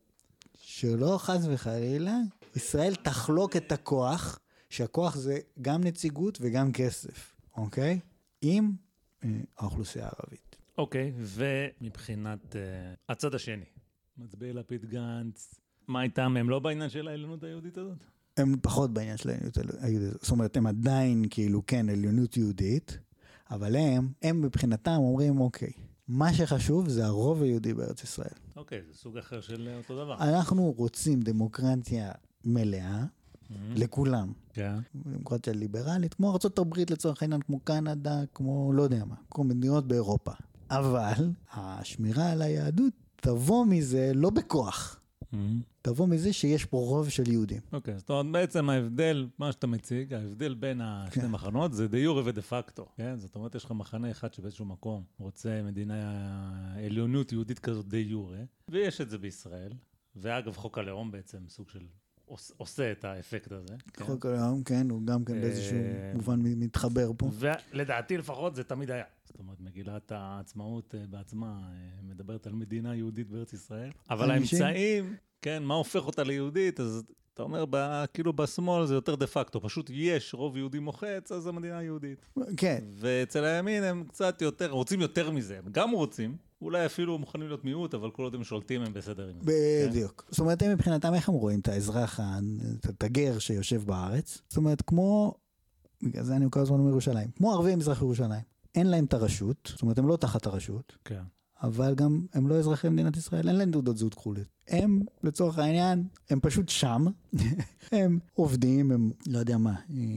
שלא חס וחלילה, ישראל תחלוק את הכוח, שהכוח זה גם נציגות וגם כסף, אוקיי? עם אה, האוכלוסייה הערבית. אוקיי, ומבחינת uh, הצד השני, מצביעי לפיד גנץ, מה איתם? הם לא בעניין של העליונות היהודית הזאת? הם פחות בעניין של העליונות היהודית. זאת אומרת, הם עדיין כאילו כן עליונות יהודית, אבל הם, הם מבחינתם אומרים, אוקיי, מה שחשוב זה הרוב היהודי בארץ ישראל. אוקיי, זה סוג אחר של אותו דבר. אנחנו רוצים דמוקרטיה מלאה, לכולם. כן. דמוקרטיה ליברלית, כמו ארצות הברית לצורך העניין, כמו קנדה, כמו לא יודע מה, כמו מדינות באירופה. אבל השמירה על היהדות תבוא מזה לא בכוח. תבוא מזה שיש פה רוב של יהודים. אוקיי, זאת אומרת, בעצם ההבדל, מה שאתה מציג, ההבדל בין השני מחנות זה דה יורה ודה פקטו. כן? זאת אומרת, יש לך מחנה אחד שבאיזשהו מקום רוצה מדינה עליונות יהודית כזאת דה יורה, ויש את זה בישראל. ואגב, חוק הלאום בעצם סוג של עושה את האפקט הזה. חוק הלאום, כן, הוא גם כן באיזשהו מובן מתחבר פה. ולדעתי לפחות זה תמיד היה. זאת אומרת, מגילת העצמאות בעצמה מדברת על מדינה יהודית בארץ ישראל. אבל האמצעים, כן, מה הופך אותה ליהודית? אז אתה אומר, כאילו בשמאל זה יותר דה פקטו. פשוט יש רוב יהודי מוחץ, אז זו מדינה יהודית. כן. ואצל הימין הם קצת יותר, רוצים יותר מזה. הם גם רוצים. אולי אפילו מוכנים להיות מיעוט, אבל כל עוד הם שולטים הם בסדר עם זה. בדיוק. זאת אומרת, הם מבחינתם איך הם רואים את האזרח, את הגר שיושב בארץ? זאת אומרת, כמו, בגלל זה אני כל הזמן אומר ירושלים, כמו ערבי מזרח ירושלים. אין להם את הרשות, זאת אומרת, הם לא תחת הרשות, כן. אבל גם הם לא אזרחי מדינת ישראל, אין להם תעודות זהות כחולית. הם, לצורך העניין, הם פשוט שם, הם עובדים, הם, לא יודע מה,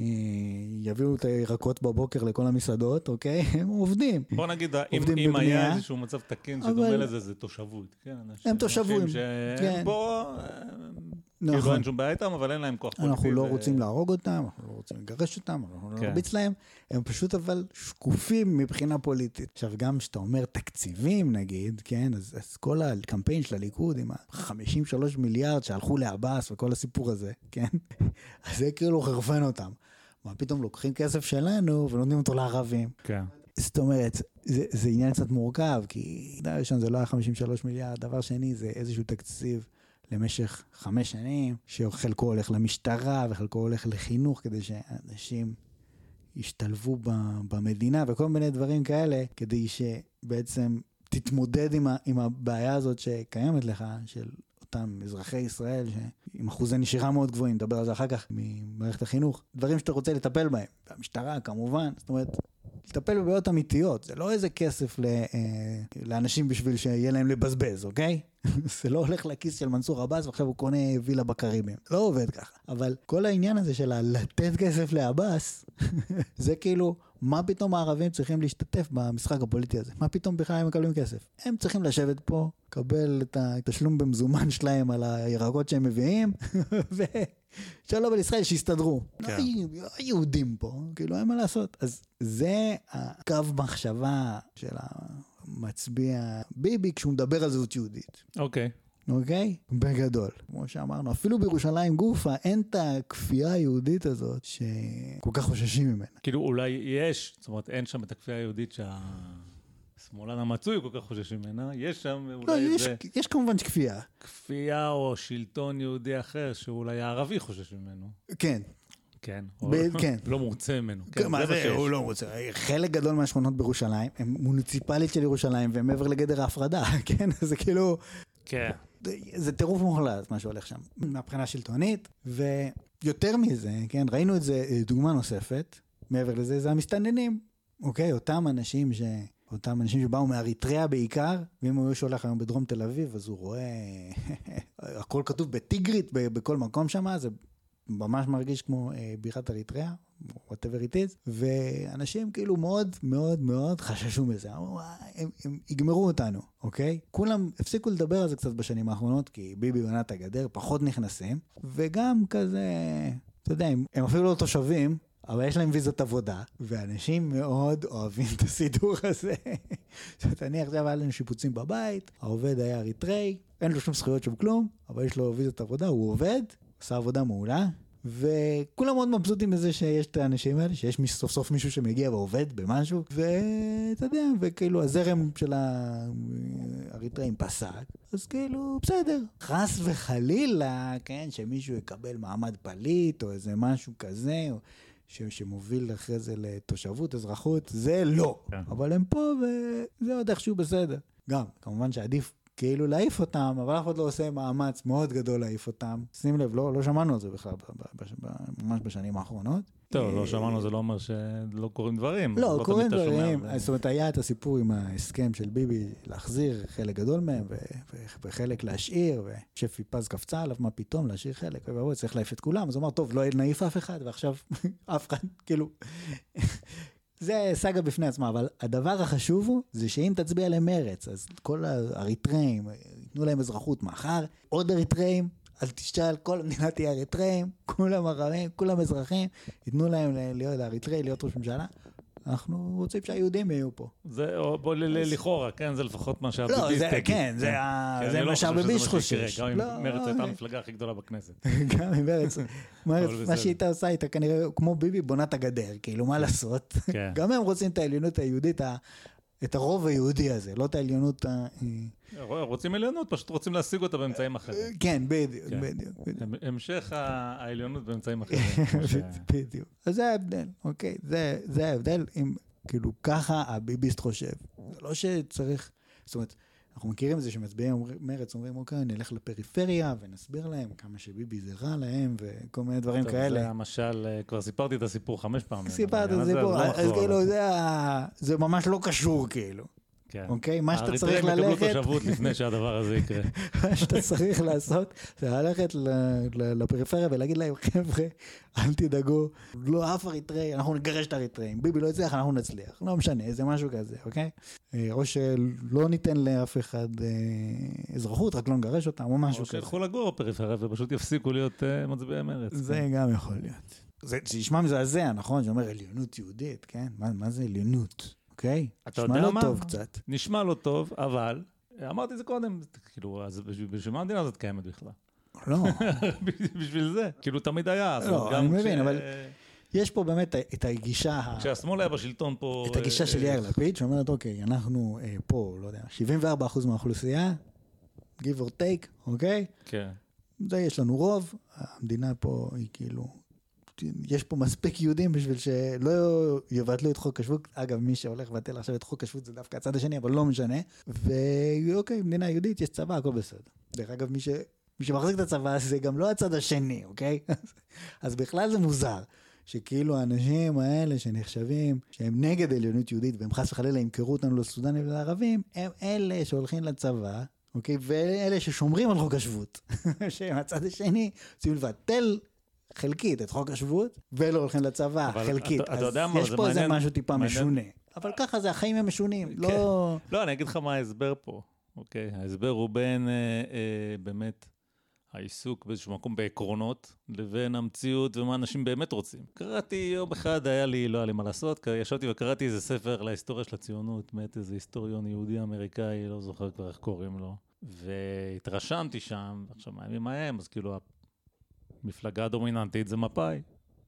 יביאו את הירקות בבוקר לכל המסעדות, אוקיי? הם עובדים. בוא נגיד, אם היה איזשהו מצב תקין שדומה לזה, זה תושבות, כן? הם תושבים, כן. פה, כאילו אין שום בעיה איתם, אבל אין להם כוח פוליטי. אנחנו לא רוצים להרוג אותם, אנחנו לא רוצים לגרש אותם, אנחנו לא נרביץ להם, הם פשוט אבל שקופים מבחינה פוליטית. עכשיו, גם שאתה אומר תקציבים, נגיד, כן? אז כל הקמפיין של הליכוד עם ה-חמישים ושלושה מיליארד שהלכו לעבאס וכל הסיפור הזה, כן? אז זה כאילו חרפן אותם. מה פתאום לוקחים כסף שלנו ונותנים אותו לערבים. כן. זאת אומרת, זה, זה עניין קצת מורכב, כי דבר ראשון זה לא היה חמישים ושלושה מיליארד, דבר שני זה איזשהו תקציב למשך חמש שנים, שחלקו הולך למשטרה וחלקו הולך לחינוך, כדי שאנשים ישתלבו במדינה וכל מיני דברים כאלה, כדי שבעצם תתמודד עם, ה, עם הבעיה הזאת שקיימת לך, של אותם אזרחי ישראל, עם אחוזי נשירה מאוד גבוהים, נדבר על זה אחר כך ממערכת החינוך, דברים שאתה רוצה לטפל בהם, והמשטרה כמובן, זאת אומרת, לטפל בבעיות אמיתיות, זה לא איזה כסף לאנשים בשביל שיהיה להם לבזבז, אוקיי? זה לא הולך לכיס של מנסור עבאס, ועכשיו הוא קונה וילה בקריביים, לא עובד ככה. אבל כל העניין הזה של לתת כסף לעבאס, זה כאילו, מה פתאום הערבים צריכים להשתתף במשחק הפוליטי הזה? מה פתאום בכלל הם מקבלים כסף? הם צריכים לשבת פה, לקבל את התשלום במזומן שלהם על הירקות שהם מביאים, ושלום על ישראל שיסתדרו. לא יהודים פה, כאילו אין מה לעשות. אז זה הקו מחשבה של המצביע ביבי, כשהוא מדבר על זהות יהודית. אוקיי. אוקיי? בגדול. כמו שאמרנו, אפילו בירושלים גופה, אין את הכפייה היהודית הזאת שכל כך חוששים ממנה. כאילו אולי יש, זאת אומרת, אין שם את הכפייה היהודית שה... שמאלן המצוי כל כך חושש ממנה, יש שם אולי לא, יש, זה... יש כמובן כפייה. כפייה או שלטון יהודי אחר, שאולי הערבי חושש ממנו. כן. כן. ב- או... כן. לא מורצה ממנו. כן, מה זה, הוא לא מורצה. חלק גדול מהשכונות בירושלים, הם מוניציפלית של ירושלים, והם מעבר לגדר ההפרדה, כן? זה כאילו... כן. זה טירוף מוחלט, מה שהולך שם. מהבחינה שלטונית, ויותר מזה, כן? ראינו את זה, דוגמה נוספת, מעבר לזה, זה המסתננים. אוקיי? אותם אנשים ש... אותם אנשים שבאו מאריתריאה בעיקר, ואם הוא שולח היום בדרום תל אביב, אז הוא רואה, הכל כתוב בטיגרית, בכל מקום שם, זה ממש מרגיש כמו בירת אריתריאה, whatever it is, ואנשים כאילו מאוד מאוד מאוד חששו מזה, הם, הם יגמרו אותנו, אוקיי? כולם הפסיקו לדבר על זה קצת בשנים האחרונות, כי ביבי בנה את הגדר, פחות נכנסים, וגם כזה, אתה יודע, הם, הם אפילו לא תושבים, אבל יש להם ויזת עבודה, ואנשים מאוד אוהבים את הסידור הזה. זאת אומרת, אני עכשיו היה לנו שיפוצים בבית, העובד היה אריתראי, אין לו שום זכויות שום כלום, אבל יש לו ויזת עבודה, הוא עובד, עושה עבודה מעולה, וכולם מאוד מבסוטים בזה שיש את האנשים האלה, שיש סוף סוף מישהו שמגיע ועובד במשהו, ואתה יודע, וכאילו הזרם של האריתראים פסק, אז כאילו בסדר. חס וחלילה, כן, שמישהו יקבל מעמד פליט, או איזה משהו כזה, או ש- שמוביל אחרי זה לתושבות, אזרחות, זה לא. כן. אבל הם פה, וזה עוד איכשהו בסדר. גם, כמובן שעדיף כאילו להעיף אותם, אבל אף אחד לא עושה מאמץ מאוד גדול להעיף אותם. שים לב, לא, לא שמענו על זה בכלל, ב- ב- ב- ממש בשנים האחרונות. טוב, לא שמענו, זה לא אומר שלא קוראים דברים. לא, קוראים דברים. זאת אומרת, היה את הסיפור עם ההסכם של ביבי להחזיר חלק גדול מהם, וחלק להשאיר, ושפי פז קפצה עליו, מה פתאום להשאיר חלק, ובואו, צריך להעיף את כולם. אז הוא אמר, טוב, לא נעיף אף אחד, ועכשיו אף אחד, כאילו... זה סגה בפני עצמה, אבל הדבר החשוב הוא, זה שאם תצביע למרץ, אז כל האריתראים, ייתנו להם אזרחות מחר, עוד אריתראים, אל תשאל, כל המדינה תהיה אריתראים, כולם ערבים, כולם אזרחים, ייתנו להם להיות אריתראי, להיות ראש ממשלה, אנחנו רוצים שהיהודים יהיו פה. זה, בוא לכאורה, כן, זה לפחות מה שהביביסט תגיד. לא, כן, זה מה שהביביסט חושש. גם אם מרץ הייתה המפלגה הכי גדולה בכנסת. גם אם מרץ, מה שהייתה עושה, הייתה כנראה כמו ביבי בונה את הגדר, כאילו מה לעשות. גם הם רוצים את העליונות היהודית, את הרוב היהודי הזה, לא את העליונות ה... רוצים עליונות, פשוט רוצים להשיג אותה באמצעים אחרים. כן, בדיוק, בדיוק. המשך העליונות באמצעים אחרים. בדיוק. אז זה ההבדל, אוקיי? זה ההבדל, אם כאילו ככה הביביסט חושב. זה לא שצריך, זאת אומרת, אנחנו מכירים את זה שמצביעים מרץ, אומרים, אוקיי, נלך לפריפריה ונסביר להם כמה שביבי זה רע להם וכל מיני דברים כאלה. זה למשל, כבר סיפרתי את הסיפור חמש פעמים. סיפרת את הסיפור, אז כאילו זה ממש לא קשור כאילו. אוקיי? מה שאתה צריך ללכת... האריתראים יקבלו תושבות לפני שהדבר הזה יקרה. מה שאתה צריך לעשות, זה ללכת לפריפריה ולהגיד להם, חבר'ה, אל תדאגו, לא אף אריתראי, אנחנו נגרש את האריתראים. ביבי לא יצליח, אנחנו נצליח. לא משנה, זה משהו כזה, אוקיי? או שלא ניתן לאף אחד אזרחות, רק לא נגרש אותם, או משהו כזה. או שילכו לגור בפריפריה ופשוט יפסיקו להיות מצביעי מרץ. זה גם יכול להיות. זה ישמע מזעזע, נכון? שאומר עליונות יהודית, כן? מה זה עליונות? אוקיי? נשמע לא טוב קצת. נשמע לא טוב, אבל אמרתי את זה קודם, כאילו, אז בשביל מה המדינה הזאת קיימת בכלל? לא. בשביל זה, כאילו תמיד היה. לא, אני מבין, אבל יש פה באמת את הגישה... כשהשמאל היה בשלטון פה... את הגישה של יאיר לפיד, שאומרת, אוקיי, אנחנו פה, לא יודע, שבעים וארבעה אחוז מהאוכלוסייה, give or take, אוקיי? כן. זה יש לנו רוב, המדינה פה היא כאילו... יש פה מספיק יהודים בשביל שלא יבטלו את חוק השבות. אגב, מי שהולך לבטל עכשיו את חוק השבות זה דווקא הצד השני, אבל לא משנה. ואוקיי, מדינה יהודית, יש צבא, הכל בסדר. דרך אגב, מי, ש... מי שמחזיק את הצבא זה גם לא הצד השני, אוקיי? אז בכלל זה מוזר, שכאילו האנשים האלה שנחשבים, שהם נגד עליונות יהודית, והם חס וחלילה ימכרו אותנו לסודנים ולערבים, הם אלה שהולכים לצבא, אוקיי? ואלה ששומרים על חוק השבות. שהם הצד השני, רוצים לבטל חלקית את חוק השבות, ולא הולכים לצבא, חלקית. אתה יודע מה, יש פה איזה משהו טיפה משונה. אבל ככה זה, החיים הם משונים. לא... לא, אני אגיד לך מה ההסבר פה. אוקיי, ההסבר הוא בין באמת העיסוק באיזשהו מקום בעקרונות, לבין המציאות ומה אנשים באמת רוצים. קראתי יום אחד, היה לי, לא היה לי מה לעשות, ישבתי וקראתי איזה ספר להיסטוריה של הציונות, מת איזה היסטוריון יהודי אמריקאי, לא זוכר כבר איך קוראים לו, והתרשמתי שם, עכשיו מהימים ההם, אז כאילו המפלגה הדומיננטית זה מפאי,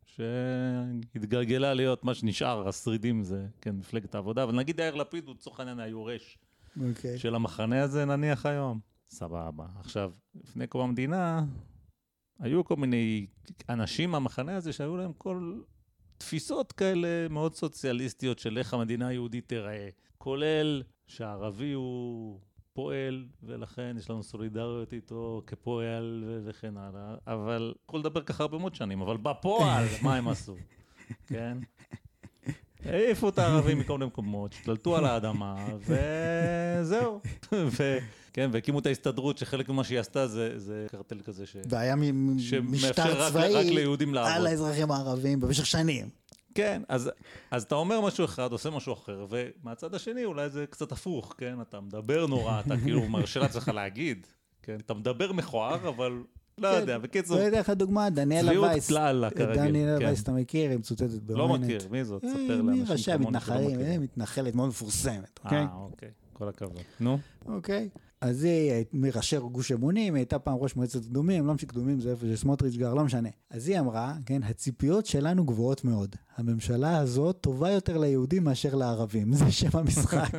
שהתגלגלה להיות מה שנשאר, השרידים זה, כן, מפלגת העבודה, אבל נגיד יאיר לפיד הוא צורך העניין היורש okay. של המחנה הזה נניח היום. סבבה. עכשיו, לפני קום המדינה, היו כל מיני אנשים מהמחנה הזה שהיו להם כל תפיסות כאלה מאוד סוציאליסטיות של איך המדינה היהודית תראה, כולל שהערבי הוא פועל, ולכן יש לנו סולידריות איתו כפועל וכן הלאה, אבל יכול לדבר ככה הרבה מאוד שנים, אבל בפועל, מה הם עשו? כן? העיפו את הערבים מכל מיני מקומות, השתלטו על האדמה, וזהו. כן, והקימו את ההסתדרות, שחלק ממה שהיא עשתה זה קרטל כזה, והיה משטר צבאי על האזרחים הערבים במשך שנים. כן, אז, אז אתה אומר משהו אחד, עושה משהו אחר, ומהצד השני אולי זה קצת הפוך, כן? אתה מדבר נורא, אתה כאילו מרשה לעצמך להגיד, כן? אתה מדבר מכוער, אבל לא יודע, בקיצור. לא יודע איך הדוגמה, דניאלה וייס. צליעות כלל, כרגיל. דניאלה וייס, אתה מכיר, היא מצוטטת ברונט. לא מכיר, מי זאת? ספר לאנשים מי ראשי המתנחלים, היא מתנחלת מאוד מפורסמת, אוקיי? אה, אוקיי, כל הכבוד. נו? אוקיי. אז היא מראשי גוש אמונים, היא הייתה פעם ראש מועצת קדומים, לא משנה קדומים, זה איפה שסמוטריץ' גר, לא משנה. אז היא אמרה, כן, הציפיות שלנו גבוהות מאוד. הממשלה הזאת טובה יותר ליהודים מאשר לערבים. זה שם המשחק.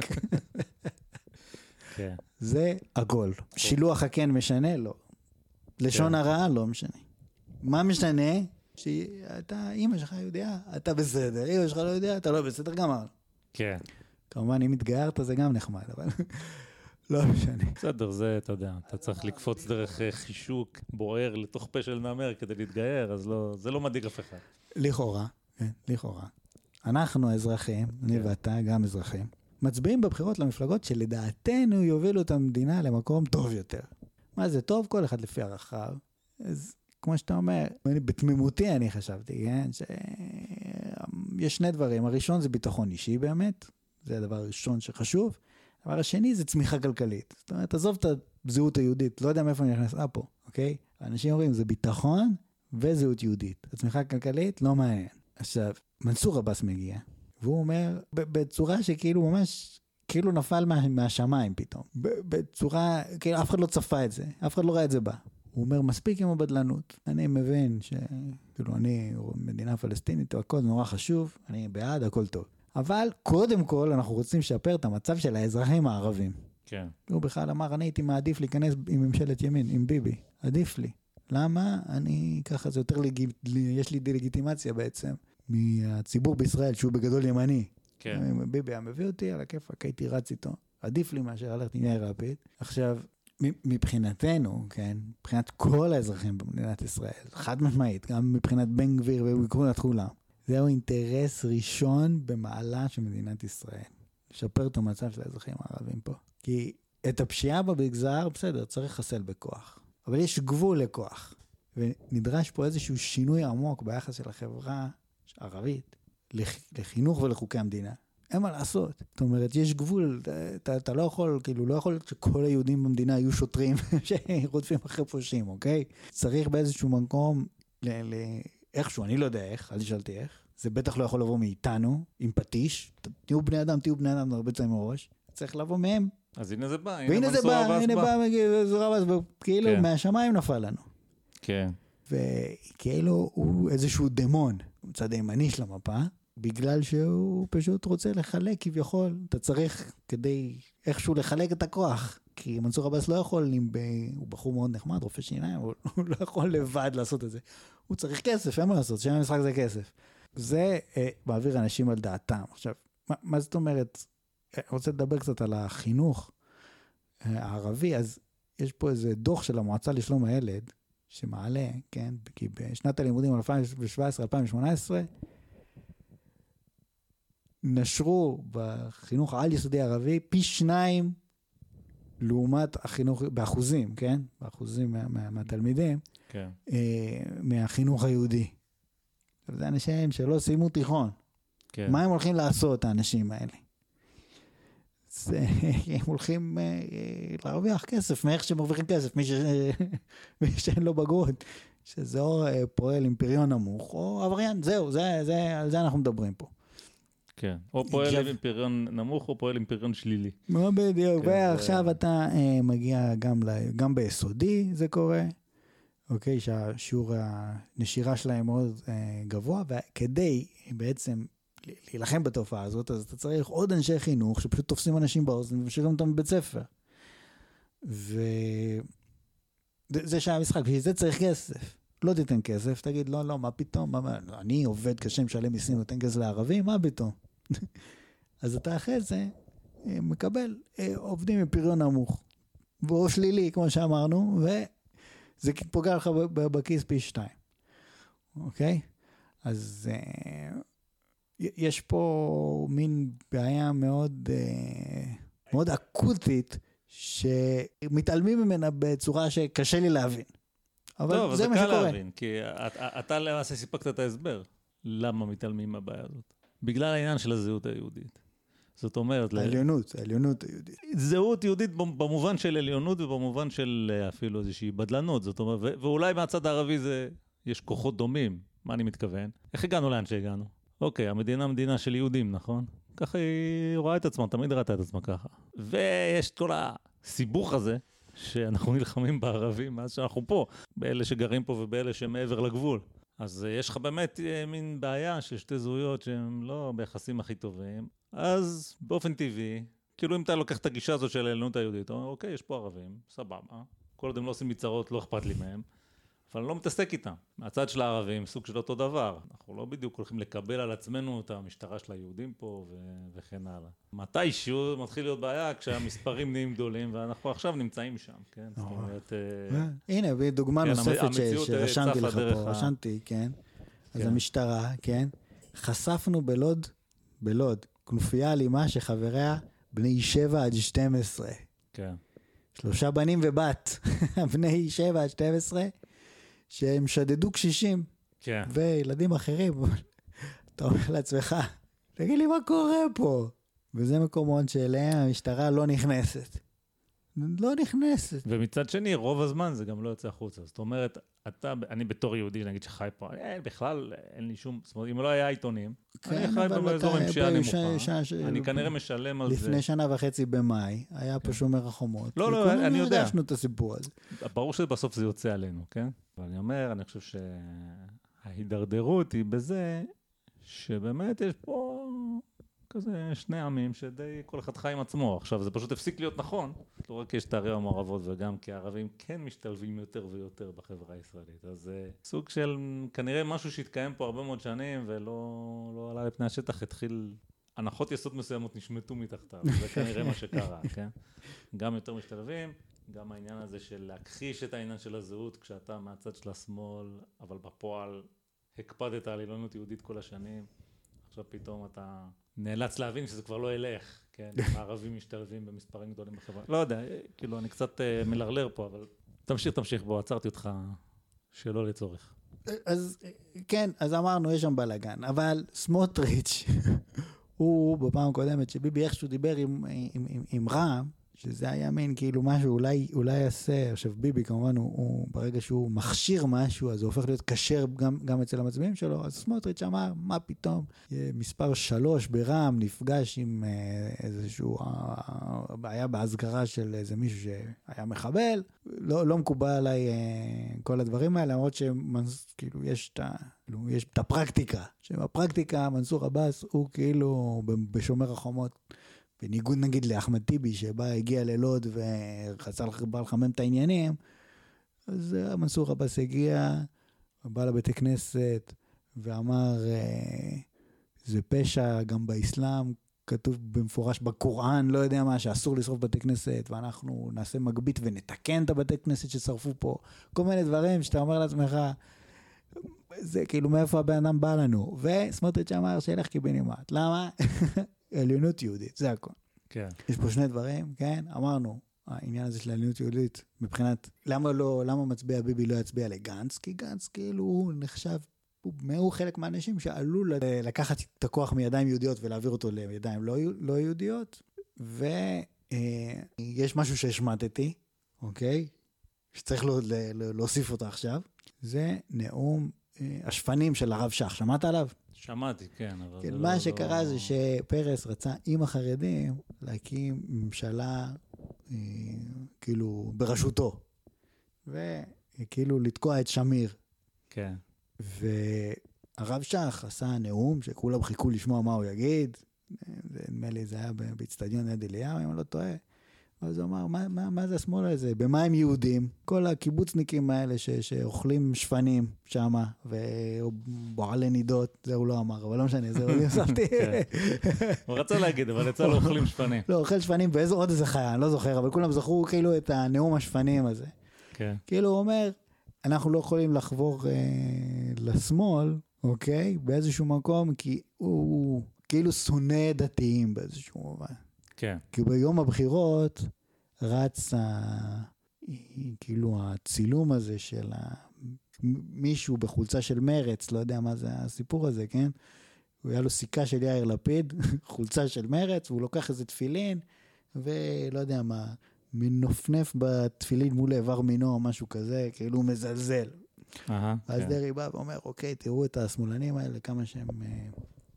כן. זה הכל. שילוח הכן משנה? לא. לשון הרעה? לא משנה. מה משנה? שאתה, אמא שלך יודעה, אתה בסדר. אמא שלך לא יודע, אתה לא בסדר, גם אמר. כן. כמובן, אם התגיירת זה גם נחמד, אבל... לא משנה. בסדר, זה, אתה יודע, אתה צריך לקפוץ דרך חישוק בוער לתוך פה של נאמר כדי להתגייר, אז לא, זה לא מדאיג אף אחד. לכאורה, כן, לכאורה. אנחנו האזרחים, אני ואתה גם אזרחים, מצביעים בבחירות למפלגות שלדעתנו יובילו את המדינה למקום טוב יותר. מה זה טוב? כל אחד לפי ערכיו. אז כמו שאתה אומר, בתמימותי אני חשבתי, כן, שיש שני דברים. הראשון זה ביטחון אישי באמת, זה הדבר הראשון שחשוב. הדבר השני זה צמיחה כלכלית. זאת אומרת, עזוב את הזהות היהודית, לא יודע מאיפה אני נכנסה פה, אוקיי? האנשים אומרים, זה ביטחון וזהות יהודית. הצמיחה הכלכלית לא מעניין. עכשיו, מנסור עבאס מגיע, והוא אומר, בצורה שכאילו ממש, כאילו נפל מה, מהשמיים פתאום. בצורה, כאילו אף אחד לא צפה את זה, אף אחד לא ראה את זה בה. הוא אומר, מספיק עם הבדלנות. אני מבין שכאילו אני מדינה פלסטינית, הכל נורא חשוב, אני בעד, הכל טוב. אבל קודם כל אנחנו רוצים לשפר את המצב של האזרחים הערבים. כן. הוא בכלל אמר, אני הייתי מעדיף להיכנס עם ממשלת ימין, עם ביבי. עדיף לי. למה? אני ככה, זה יותר לגיט... יש לי דה-לגיטימציה בעצם מהציבור בישראל, שהוא בגדול ימני. כן. ביבי היה מביא אותי על הכיפק, הייתי רץ איתו. עדיף לי מאשר הלכת עם יאיר לפיד. עכשיו, מבחינתנו, כן, מבחינת כל האזרחים במדינת ישראל, חד משמעית, גם מבחינת בן גביר ובקרונת כולם, זהו אינטרס ראשון במעלה של מדינת ישראל. לשפר את המצב של האזרחים הערבים פה. כי את הפשיעה במגזר, בסדר, צריך לחסל בכוח. אבל יש גבול לכוח. ונדרש פה איזשהו שינוי עמוק ביחס של החברה הערבית, לחינוך ולחוקי המדינה. אין מה לעשות. זאת אומרת, יש גבול, אתה, אתה לא יכול, כאילו, לא יכול שכל היהודים במדינה יהיו שוטרים שרודפים אחרי פושעים, אוקיי? צריך באיזשהו מקום ל... ל איכשהו, אני לא יודע איך, אל תשאלתי איך. זה בטח לא יכול לבוא מאיתנו, עם פטיש. תהיו בני אדם, תהיו בני אדם, הרבה צעים מראש. צריך לבוא מהם. אז הנה זה בא, הנה זה בא, הנה בא, מנסור עבאס, כאילו מהשמיים נפל לנו. כן. וכאילו הוא איזשהו דמון, מצד הימני של המפה, בגלל שהוא פשוט רוצה לחלק כביכול. אתה צריך כדי איכשהו לחלק את הכוח. כי מנסור עבאס לא יכול, הוא בחור מאוד נחמד, רופא שיניים, הוא לא יכול לבד לעשות את זה. הוא צריך כסף, אין מה לעשות, שם המשחק זה כסף. זה אה, מעביר אנשים על דעתם. עכשיו, מה, מה זאת אומרת? אני רוצה לדבר קצת על החינוך אה, הערבי, אז יש פה איזה דוח של המועצה לשלום הילד, שמעלה, כן, כי בשנת הלימודים אלפיים שבע עשרה אלפיים שמונה עשרה, נשרו בחינוך העל יסודי הערבי פי שניים, לעומת החינוך, באחוזים, כן? באחוזים מה, מה, מהתלמידים, כן. אה, מהחינוך היהודי. זה אנשים שלא סיימו תיכון. כן. מה הם הולכים לעשות, האנשים האלה? זה, הם הולכים אה, להרוויח כסף, מאיך שהם מרוויחים כסף, מי, ש, מי שאין לו בגרות, שזה או אה, פועל עם פריון נמוך, או עבריין, זהו, זה, זה, על זה אנחנו מדברים פה. כן, או פועל עם פריון נמוך, או פועל עם פריון שלילי. מה בדיוק, ועכשיו אתה מגיע גם ביסודי, זה קורה, אוקיי, שהשיעור הנשירה שלהם מאוד גבוה, וכדי בעצם להילחם בתופעה הזאת, אז אתה צריך עוד אנשי חינוך, שפשוט תופסים אנשים באוזן, ומשאירים אותם בבית ספר. וזה שהיה משחק, בשביל זה צריך כסף. לא תיתן כסף, תגיד, לא, לא, מה פתאום? מה, אני עובד קשה, משלם מיסים, נותן כסף לערבים, מה פתאום? אז אתה אחרי זה מקבל עובדים עם פריון נמוך, והוא שלילי, כמו שאמרנו, וזה פוגע לך בכיס פי שתיים. אוקיי? אז יש פה מין בעיה מאוד, מאוד אקוטית, שמתעלמים ממנה בצורה שקשה לי להבין. אבל טוב, זה מה שקורה. קל להבין, כי אתה, אתה למעשה סיפקת את ההסבר. למה מתעלמים מהבעיה הזאת? בגלל העניין של הזהות היהודית. זאת אומרת... העליונות, העליונות היהודית. זהות יהודית במובן של עליונות ובמובן של אפילו איזושהי בדלנות. זאת אומרת, ו- ואולי מהצד הערבי זה, יש כוחות דומים. מה אני מתכוון? איך הגענו לאן שהגענו? אוקיי, המדינה מדינה של יהודים, נכון? ככה היא רואה את עצמה, תמיד ראתה את עצמה ככה. ויש כל הסיבוך הזה, שאנחנו נלחמים בערבים מאז שאנחנו פה, באלה שגרים פה ובאלה שמעבר לגבול. אז יש לך באמת מין בעיה של שתי זהויות שהן לא ביחסים הכי טובים. אז באופן טבעי, כאילו אם אתה לוקח את הגישה הזאת של העליונות היהודית, אתה אומר, אוקיי, יש פה ערבים, סבבה, כל עוד הם לא עושים מצרות, לא אכפת לי מהם, אבל אני לא מתעסק איתם. מהצד של הערבים, סוג של אותו דבר. אנחנו לא בדיוק הולכים לקבל על עצמנו את המשטרה של היהודים פה ו- וכן הלאה. מתישהו מתחיל להיות בעיה כשהמספרים נהיים גדולים, ואנחנו עכשיו נמצאים שם, כן? זאת אומרת... הנה, דוגמה נוספת שרשמתי לך פה, רשמתי, כן? אז המשטרה, כן? חשפנו בלוד, בלוד, כנופיה אלימה שחבריה בני שבע עד שתים עשרה. כן. שלושה בנים ובת, בני שבע עד שתים עשרה, שהם שדדו קשישים, כן. וילדים אחרים. אתה אומר לעצמך, תגיד לי מה קורה פה? וזה מקומות שאליהם המשטרה לא נכנסת. לא נכנסת. ומצד שני, רוב הזמן זה גם לא יוצא החוצה. זאת אומרת, אתה, אני בתור יהודי, נגיד שחי פה, אין, בכלל אין לי שום, זאת אומרת, אם לא היה עיתונים, כן, אני חי באזור עם פשיעה נמוכה, ש... ש... אני כנראה משלם על לפני זה. לפני שנה וחצי במאי, היה פה שומר החומות. לא, לא, אני יודע. הרגשנו את הסיפור הזה. ברור שבסוף זה יוצא עלינו, כן? אבל אני אומר, אני חושב שההידרדרות היא בזה, שבאמת יש פה כזה שני עמים שדי כל אחד חי עם עצמו. עכשיו, זה פשוט הפסיק להיות נכון. לא רק יש את הערים המעורבות, וגם כי הערבים כן משתלבים יותר ויותר בחברה הישראלית. אז זה סוג של כנראה משהו שהתקיים פה הרבה מאוד שנים, ולא לא עלה לפני השטח, התחיל... הנחות יסוד מסוימות נשמטו מתחתיו. זה כנראה מה שקרה, כן? גם יותר משתלבים, גם העניין הזה של להכחיש את העניין של הזהות, כשאתה מהצד של השמאל, אבל בפועל הקפדת על עליונות יהודית כל השנים. עכשיו פתאום אתה נאלץ להבין שזה כבר לא ילך, כן? הערבים משתלבים במספרים גדולים בחברה. לא יודע, כאילו, אני קצת מלרלר פה, אבל תמשיך, תמשיך בו, עצרתי אותך שלא לצורך. אז כן, אז אמרנו, יש שם בלגן, אבל סמוטריץ' הוא בפעם הקודמת שביבי איכשהו דיבר עם, עם, עם, עם רע"מ, שזה היה מין כאילו משהו אולי, אולי יעשה, עכשיו ביבי כמובן הוא, הוא ברגע שהוא מכשיר משהו, אז הוא הופך להיות קשר גם, גם אצל המצביעים שלו, אז סמוטריץ' אמר, מה פתאום, מספר שלוש ברע"מ נפגש עם איזשהו, היה בהסגרה של איזה מישהו שהיה מחבל, לא, לא מקובל עליי כל הדברים האלה, למרות שכאילו יש את ה... יש את הפרקטיקה, שבפרקטיקה מנסור עבאס הוא כאילו בשומר החומות, בניגוד נגיד לאחמד טיבי שבא, הגיע ללוד וחצה בא לחמם את העניינים, אז מנסור עבאס הגיע, בא לבית הכנסת ואמר, זה פשע גם באסלאם, כתוב במפורש בקוראן, לא יודע מה, שאסור לשרוף בתי כנסת, ואנחנו נעשה מגבית ונתקן את הבתי כנסת ששרפו פה, כל מיני דברים שאתה אומר לעצמך, זה כאילו מאיפה הבן אדם בא לנו, וסמוטריץ' אמר שילך קיבינימט, למה? עליונות יהודית, זה הכל. כן. יש פה שני דברים, כן? אמרנו, העניין הזה של עליונות יהודית, מבחינת, למה לא, למה מצביע ביבי לא יצביע לגנץ? כי גנץ כאילו הוא נחשב, הוא, הוא חלק מהאנשים שעלו לקחת את הכוח מידיים יהודיות ולהעביר אותו לידיים לא, לא יהודיות, ויש משהו שהשמטתי, אוקיי? שצריך לו, להוסיף אותו עכשיו, זה נאום השפנים של הרב שך, שמעת עליו? שמעתי, כן. אבל כן, זה מה לא, שקרה לא... זה שפרס רצה עם החרדים להקים ממשלה אה, כאילו בראשותו, וכאילו לתקוע את שמיר. כן. והרב שך עשה נאום שכולם חיכו לשמוע מה הוא יגיד, נדמה לי זה היה באצטדיון יד אליהו, אם אני לא טועה, אז הוא אמר, מה, מה, מה זה השמאל הזה? במה הם יהודים? כל הקיבוצניקים האלה ש, שאוכלים שפנים שם, ובועלי נידות, זה הוא לא אמר, אבל לא משנה, זה אני הוספתי. הוא רצה להגיד, אבל יצא לו אוכלים שפנים. לא, אוכל שפנים, ואיזה עוד איזה חיה, אני לא זוכר, אבל כולם זכרו כאילו את הנאום השפנים הזה. כן. כאילו הוא אומר, אנחנו לא יכולים לחבור אה, לשמאל, אוקיי? באיזשהו מקום, כי הוא כאילו שונא דתיים באיזשהו מובן. כן. כי ביום הבחירות רץ ה... כאילו הצילום הזה של ה... מישהו בחולצה של מרץ, לא יודע מה זה הסיפור הזה, כן? הוא היה לו סיכה של יאיר לפיד, חולצה של מרץ, והוא לוקח איזה תפילין, ולא יודע מה, מנופנף בתפילין מול איבר מינו או משהו כזה, כאילו הוא מזלזל. אהה, אז כן. דרי בא ואומר, אוקיי, תראו את השמאלנים האלה, כמה שהם אה,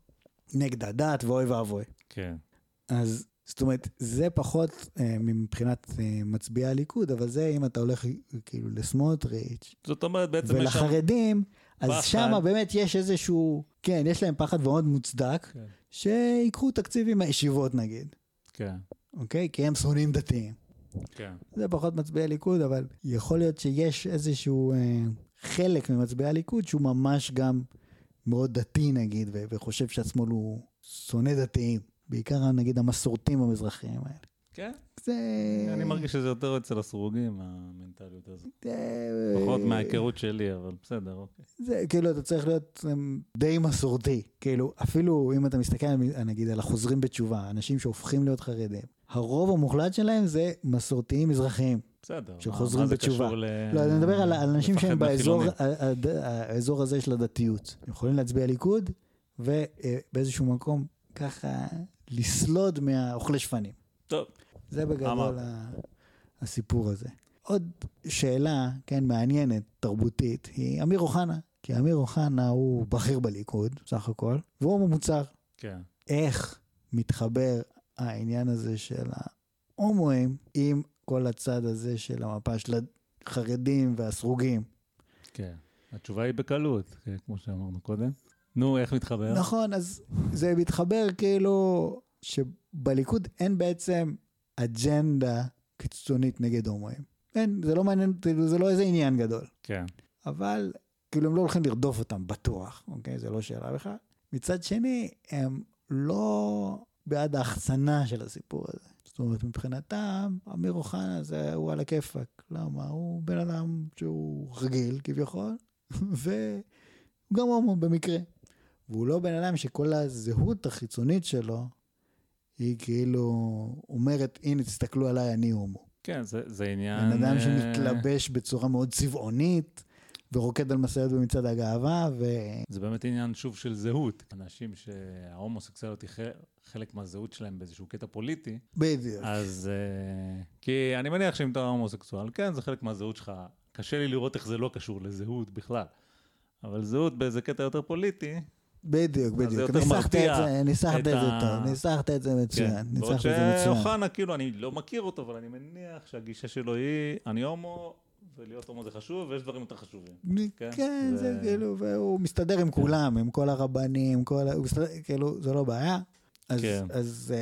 נגד הדת ואוי ואבוי. כן. אז זאת אומרת, זה פחות אה, מבחינת אה, מצביעי הליכוד, אבל זה אם אתה הולך כאילו לסמוטריץ' זאת אומרת, בעצם יש שם... ולחרדים, אז פחד. שם באמת יש איזשהו, כן, יש להם פחד מאוד מוצדק, כן. שיקחו תקציבים מהישיבות נגיד, כן. אוקיי? כי הם שונאים דתיים. כן. זה פחות מצביעי הליכוד, אבל יכול להיות שיש איזשהו אה, חלק ממצביעי הליכוד, שהוא ממש גם מאוד דתי נגיד, ו- וחושב שהשמאל הוא שונא דתיים. בעיקר נגיד המסורתים המזרחיים האלה. כן? זה... אני מרגיש שזה יותר אצל הסרוגים, המנטליות הזאת. זה... פחות מההיכרות שלי, אבל בסדר, אוקיי. זה כאילו, אתה צריך להיות די מסורתי. כאילו, אפילו אם אתה מסתכל, נגיד, על החוזרים בתשובה, אנשים שהופכים להיות חרדים, הרוב המוחלט שלהם זה מסורתיים מזרחיים. בסדר. שחוזרים בתשובה. ל... לא, אני מדבר על, על אנשים שהם באזור, מהחילונים. האזור הזה של הדתיות. הם יכולים להצביע ליכוד, ובאיזשהו מקום ככה לסלוד מהאוכלי שפנים. טוב. זה בגדול אמרת. ה- הסיפור הזה. עוד שאלה, כן, מעניינת, תרבותית, היא אמיר אוחנה. כי אמיר אוחנה הוא בכיר בליכוד, סך הכל, והוא ממוצר. כן. איך מתחבר העניין הזה של ההומואים עם כל הצד הזה של המפה של החרדים והסרוגים? כן. התשובה היא בקלות, כן, כמו שאמרנו קודם. נו, איך מתחבר? נכון, אז זה מתחבר כאילו שבליכוד אין בעצם אג'נדה קיצונית נגד הומואים. אין, זה לא מעניין, זה לא איזה עניין גדול. כן. אבל כאילו הם לא הולכים לרדוף אותם בטוח, אוקיי? זה לא שאלה בכלל. מצד שני, הם לא בעד ההחצנה של הסיפור הזה. זאת אומרת, מבחינתם, אמיר אוחנה זה הוא על הכיפק. למה? הוא בן אדם שהוא רגיל כביכול, והוא גם הומו במקרה. והוא לא בן אדם שכל הזהות החיצונית שלו, היא כאילו אומרת, הנה תסתכלו עליי, אני הומו. כן, זה, זה עניין... בן אדם שמתלבש בצורה מאוד צבעונית, ורוקד על מסעיות במצעד הגאווה, ו... זה באמת עניין שוב של זהות. אנשים שההומוסקסואליות היא חלק מהזהות שלהם באיזשהו קטע פוליטי. בדיוק. אז... כי אני מניח שאם אתה הומוסקסואל, כן, זה חלק מהזהות שלך. קשה לי לראות איך זה לא קשור לזהות בכלל. אבל זהות באיזה קטע יותר פוליטי... בדיוק, בדיוק. ניסחת את זה, ניסחת את זה טוב, ניסחת את זה מצוין. בעוד שאוחנה, כאילו, אני לא מכיר אותו, אבל אני מניח שהגישה שלו היא, אני הומו, ולהיות הומו זה חשוב, ויש דברים יותר חשובים. כן, זה כאילו, והוא מסתדר עם כולם, עם כל הרבנים, כאילו, זה לא בעיה. אז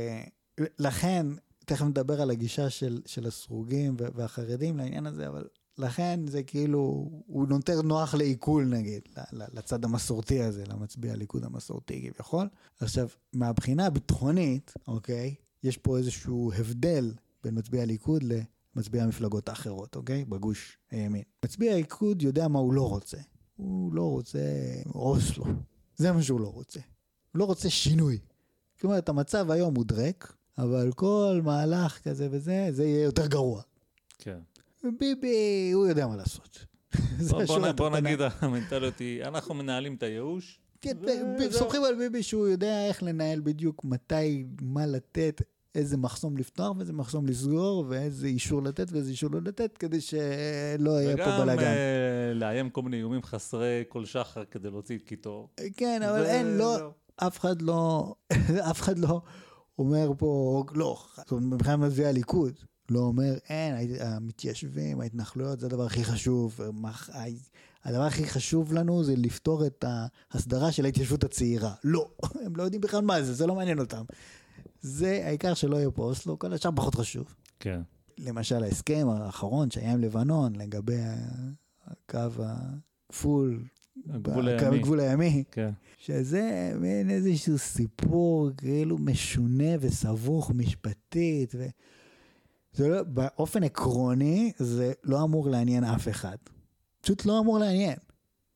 לכן, תכף נדבר על הגישה של הסרוגים והחרדים לעניין הזה, אבל... לכן זה כאילו, הוא נותר נוח לעיכול נגיד, לצד המסורתי הזה, למצביע הליכוד המסורתי כביכול. עכשיו, מהבחינה הביטחונית, אוקיי, יש פה איזשהו הבדל בין מצביע הליכוד למצביע המפלגות האחרות, אוקיי? בגוש הימין. מצביע הליכוד יודע מה הוא לא רוצה. הוא לא רוצה אוסלו. זה מה שהוא לא רוצה. הוא לא רוצה שינוי. זאת אומרת, המצב היום הוא דרק, אבל כל מהלך כזה וזה, זה יהיה יותר גרוע. כן. ביבי, הוא יודע מה לעשות. בוא נגיד, המנטליות היא, אנחנו מנהלים את הייאוש. סומכים על ביבי שהוא יודע איך לנהל בדיוק מתי, מה לתת, איזה מחסום לפתוח ואיזה מחסום לסגור, ואיזה אישור לתת ואיזה אישור לא לתת, כדי שלא יהיה פה בלגן. וגם לאיים כל מיני איומים חסרי כל שחר כדי להוציא את קיטור. כן, אבל אין, לא, אף אחד לא, אף אחד לא אומר פה, לא, זאת אומרת, מבחינת מצביעי הליכוד. לא אומר, אין, המתיישבים, ההתנחלויות, זה הדבר הכי חשוב. הדבר הכי חשוב לנו זה לפתור את ההסדרה של ההתיישבות הצעירה. לא, הם לא יודעים בכלל מה זה, זה לא מעניין אותם. זה העיקר שלא יהיה פה אוסלו, כל השאר פחות חשוב. כן. למשל, ההסכם האחרון שהיה עם לבנון, לגבי הקו הגבול, הגבול הימי, כן. שזה מין איזשהו סיפור כאילו משונה וסבוך משפטית ו... זה לא, באופן עקרוני, זה לא אמור לעניין אף אחד. פשוט לא אמור לעניין.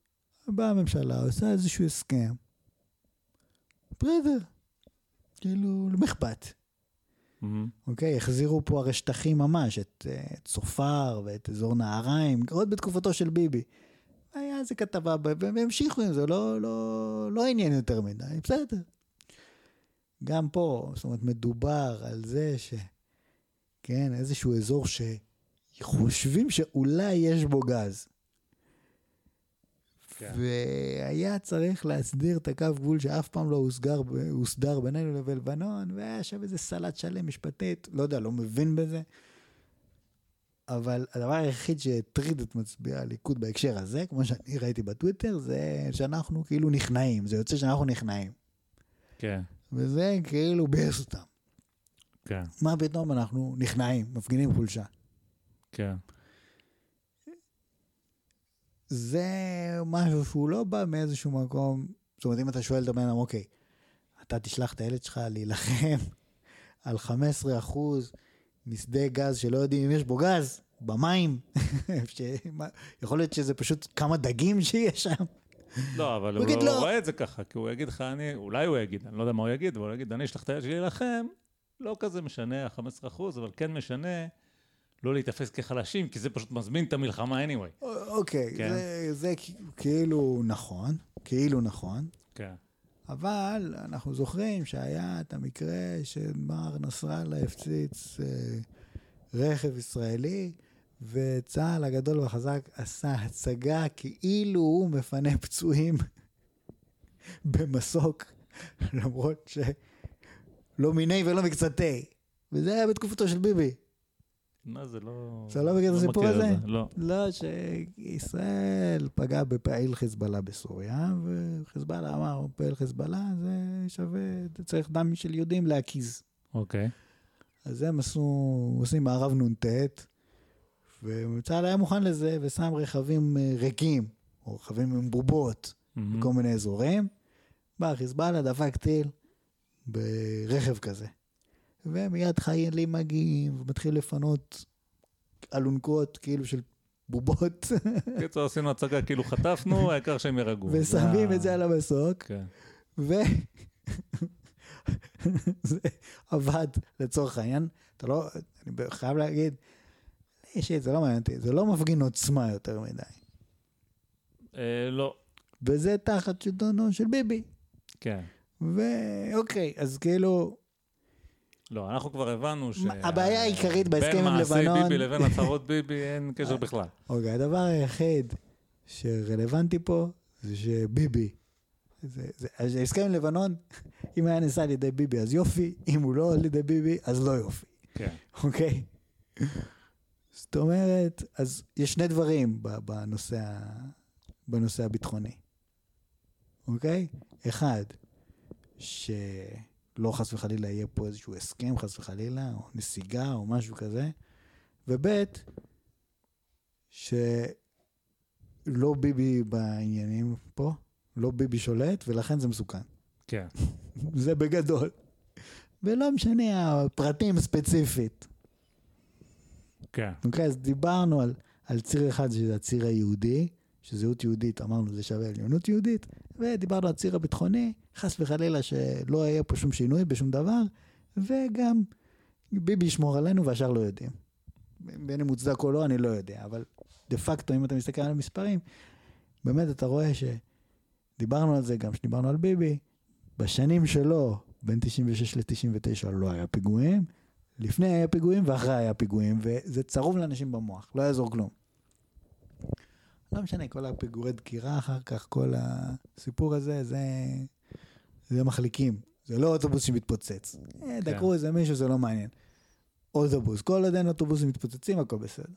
באה הממשלה, עושה איזשהו הסכם. בסדר. כאילו, לא אכפת. אוקיי, החזירו פה הרי שטחים ממש, את צופר ואת אזור נהריים, עוד בתקופתו של ביבי. היה איזה כתבה, והם המשיכו עם זה, לא, לא, לא עניין יותר מדי, בסדר. גם פה, זאת אומרת, מדובר על זה ש... כן, איזשהו אזור שחושבים שאולי יש בו גז. כן. והיה צריך להסדיר את הקו גבול שאף פעם לא הוסגר, הוסדר בינינו לבין לבנון, והיה שם איזה סלט שלם משפטית, לא יודע, לא מבין בזה. אבל הדבר היחיד שהטריד את מצביעי הליכוד בהקשר הזה, כמו שאני ראיתי בטוויטר, זה שאנחנו כאילו נכנעים, זה יוצא שאנחנו נכנעים. כן. וזה כאילו ביאס אותם. כן. מה פתאום אנחנו נכנעים, מפגינים חולשה. כן. זה משהו שהוא לא בא מאיזשהו מקום, זאת אומרת, אם אתה שואל את הבן אדם, אוקיי, אתה תשלח את הילד שלך להילחם על חמישה עשר אחוז משדה גז שלא יודעים אם יש בו גז, במים, יכול להיות שזה פשוט כמה דגים שיש שם. לא, אבל הוא לא רואה את זה ככה, כי הוא יגיד לך, אולי הוא יגיד, אני לא יודע מה הוא יגיד, אבל הוא יגיד, אני אשלח את הילד שלי להילחם, לא כזה משנה, ה-חמישה עשר אחוז, אבל כן משנה לא להתאפס כחלשים, כי זה פשוט מזמין את המלחמה anyway. אוקיי, זה כאילו נכון, כאילו נכון. כן. אבל אנחנו זוכרים שהיה את המקרה שמר נסראללה הפציץ רכב ישראלי, וצה"ל הגדול והחזק עשה הצגה כאילו הוא מפנה פצועים במסוק, למרות שלא מיני ולא מקצתי. וזה היה בתקופתו של ביבי. מה זה לא... אתה לא מכיר את הסיפור הזה? לא. לא, שישראל פגע בפעיל חיזבאללה בסוריה, וחיזבאללה אמר, פעיל חיזבאללה זה שווה, צריך דם של יהודים להקיז. אוקיי. אז הם עשו, עושים מערב נונטט, וצה"ל היה מוכן לזה, ושם רכבים ריקים, או רכבים עם בובות, בכל מיני אזורים. בא חיזבאללה, דפק טיל ברכב כזה. ומיד חיילים מגיעים, ומתחיל לפנות אלונקות כאילו של בובות. קיצור, עשינו הצגה כאילו חטפנו, העיקר שהם ירגעו. ושמים את זה על המסוק. כן. ו... זה עבד לצורך העניין. אתה לא, אני חייב להגיד, זה לא מעניין אותי, זה לא מפגין עוצמה יותר מדי. לא. וזה תחת שלטונו של ביבי. כן. ואוקיי, אז כאילו... לא, אנחנו כבר הבנו ש... הבעיה העיקרית בהסכם עם לבנון... בין מעשי ביבי לבין הצהרות ביבי אין קשר בכלל. אוקיי, הדבר היחיד שרלוונטי פה זה שביבי, ההסכם עם לבנון, אם היה נעשה על ידי ביבי אז יופי, אם הוא לא על ידי ביבי אז לא יופי. כן. אוקיי? זאת אומרת, אז יש שני דברים בנושא, בנושא הביטחוני. אוקיי? אחד, שלא חס וחלילה יהיה פה איזשהו הסכם, חס וחלילה, או נסיגה, או משהו כזה. ובית, שלא ביבי בעניינים פה, לא ביבי שולט, ולכן זה מסוכן. כן. זה בגדול. ולא משנה הפרטים ספציפית. כן. אוקיי, אז דיברנו על, על ציר אחד, שזה הציר היהודי, שזהות יהודית, אמרנו, זה שווה עליונות יהודית, ודיברנו על ציר הביטחוני, חס וחלילה שלא יהיה פה שום שינוי בשום דבר, וגם ביבי ישמור עלינו והשאר לא יודעים. בין אם מוצדק או לא, אני לא יודע, אבל דה פקטו, אם אתה מסתכל על המספרים, באמת אתה רואה שדיברנו על זה גם, שדיברנו על ביבי, בשנים שלו, בין תשעים ושש ל-תשעים ותשע לא היה פיגועים, לפני היה פיגועים ואחרי היה פיגועים, וזה צרוב לאנשים במוח, לא יעזור כלום. לא משנה, כל הפיגורי דקירה אחר כך, כל הסיפור הזה, זה, זה מחליקים. זה לא אוטובוס שמתפוצץ. כן. דקרו איזה מישהו, זה לא מעניין. אוטובוס, כל עדיין אוטובוסים מתפוצצים, הכל בסדר.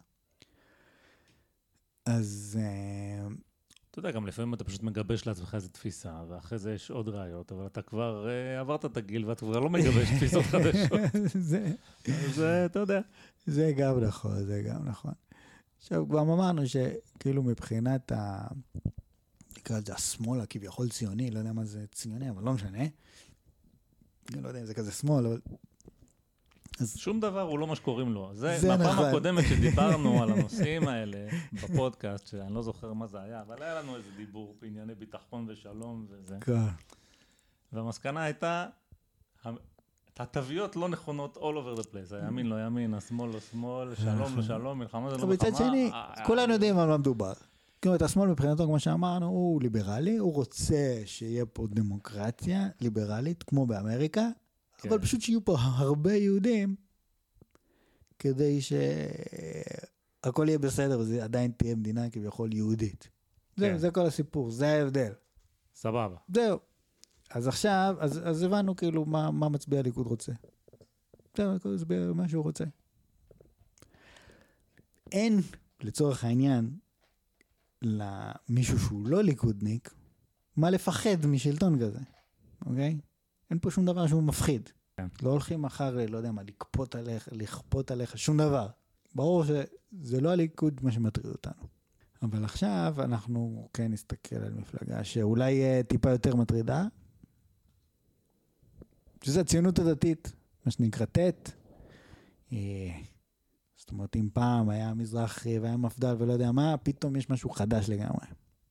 אז... אתה יודע, גם לפעמים אתה פשוט מגבש לעצמך איזו תפיסה, ואחרי זה יש עוד ראיות, אבל אתה כבר uh, עברת את הגיל, ואתה כבר לא מגבש תפיסות חדשות. זה... זה, אתה יודע. זה גם נכון, זה גם נכון. עכשיו, כבר אמרנו שכאילו מבחינת ה... נקרא את זה השמאל, הכביכול ציוני, לא יודע מה זה ציוני, אבל לא משנה. אני לא יודע אם זה כזה שמאל, אבל אז... שום דבר הוא לא מה שקוראים לו. זה, זה מהפעם נכון. הקודמת שדיברנו על הנושאים האלה בפודקאסט, שאני לא זוכר מה זה היה, אבל היה לנו איזה דיבור בענייני ביטחון ושלום וזה. כן. והמסקנה הייתה, התוויות לא נכונות all over the place, הימין לא ימין, השמאל לא שמאל, שלום לא שלום, מלחמה זה לא מלחמה. מצד שני, כולנו יודעים על מה מדובר. כלומר, השמאל מבחינתו, כמו שאמרנו, הוא ליברלי, הוא רוצה שיהיה פה דמוקרטיה ליברלית, כמו באמריקה, אבל פשוט שיהיו פה הרבה יהודים, כדי שהכל יהיה בסדר, וזה עדיין תהיה מדינה כביכול יהודית. זהו, זה כל הסיפור, זה ההבדל. סבבה. זהו. אז עכשיו, אז, אז הבנו כאילו מה, מה מצביע הליכוד רוצה. זהו, הכל הסביר מה שהוא רוצה. אין, לצורך העניין, למישהו שהוא לא ליכודניק, מה לפחד משלטון כזה, אוקיי? אין פה שום דבר שהוא מפחיד. כן. לא הולכים מחר, לא יודע מה, לכפות עליך, לכפות עליך, שום דבר. ברור שזה לא הליכוד מה שמטריד אותנו. אבל עכשיו אנחנו כן נסתכל על מפלגה שאולי טיפה יותר מטרידה, שזה הציונות הדתית, מה שנקרא תת. זאת אומרת, אם פעם היה מזרחי והיה מפדל ולא יודע מה, פתאום יש משהו חדש לגמרי.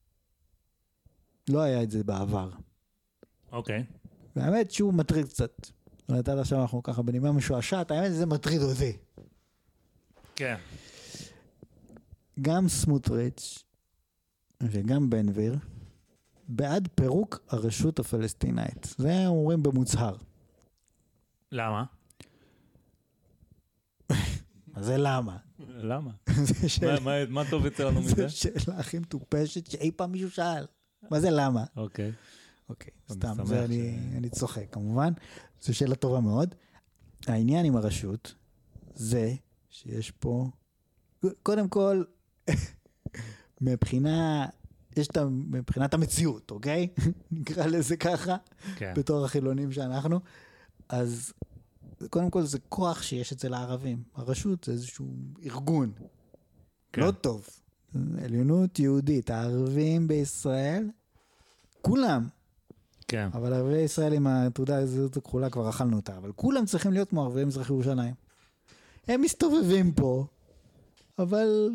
לא היה את זה בעבר. אוקיי. והאמת שהוא מטריד קצת. זאת אומרת, עד עכשיו אנחנו ככה בנימה משועשעת, האמת זה מטריד אותי. כן. גם סמוטריץ' וגם בן גביר, בעד פירוק הרשות הפלסטינאית. זה אומרים במוצהר. למה? אז זה למה? למה? מה טוב אצלנו מזה? זו שאלה הכי מטופשת שאי פעם מישהו שאל. מה זה למה? אוקיי. אוקיי, סתם, זה אני צוחק כמובן. זו שאלה טובה מאוד. העניין עם הרשות זה שיש פה, קודם כל, מבחינה, יש את מבחינת המציאות, אוקיי? נקרא לזה ככה, בתור החילונים שאנחנו. אז קודם כל זה כוח שיש אצל הערבים. הרשות זה איזשהו ארגון. לא טוב. עליונות יהודית. הערבים בישראל, כולם. כן. אבל ערבי ישראל עם התעודה הזאת הכחולה כבר אכלנו אותה. אבל כולם צריכים להיות כמו ערבי מזרח ירושלים. הם מסתובבים פה, אבל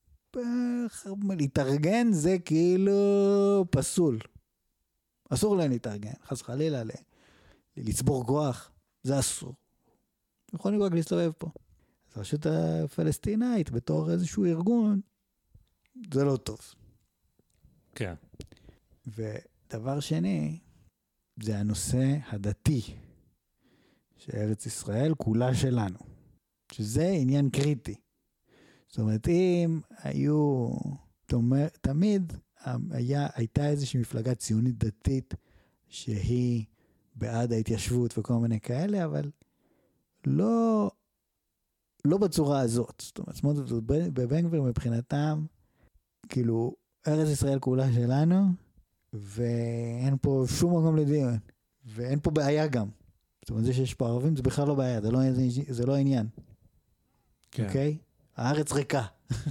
להתארגן זה כאילו פסול. אסור להם להתארגן. חס חלילה לצבור כוח. זה אסור. יכולים רק להסתובב פה. אז הרשות הפלסטינאית בתור איזשהו ארגון, זה לא טוב. כן. ודבר שני, זה הנושא הדתי, שארץ ישראל כולה שלנו. שזה עניין קריטי. זאת אומרת, אם היו, תמיד היה, הייתה איזושהי מפלגה ציונית דתית, שהיא בעד ההתיישבות וכל מיני כאלה, אבל לא, לא בצורה הזאת. זאת אומרת, בבן גביר מבחינתם, כאילו, ארץ ישראל כולה שלנו, ואין פה שום מקום לדיון, ואין פה בעיה גם. זאת אומרת, זה שיש פה ערבים, זה בכלל לא בעיה, זה לא, זה לא עניין. כן. אוקיי? הארץ ריקה.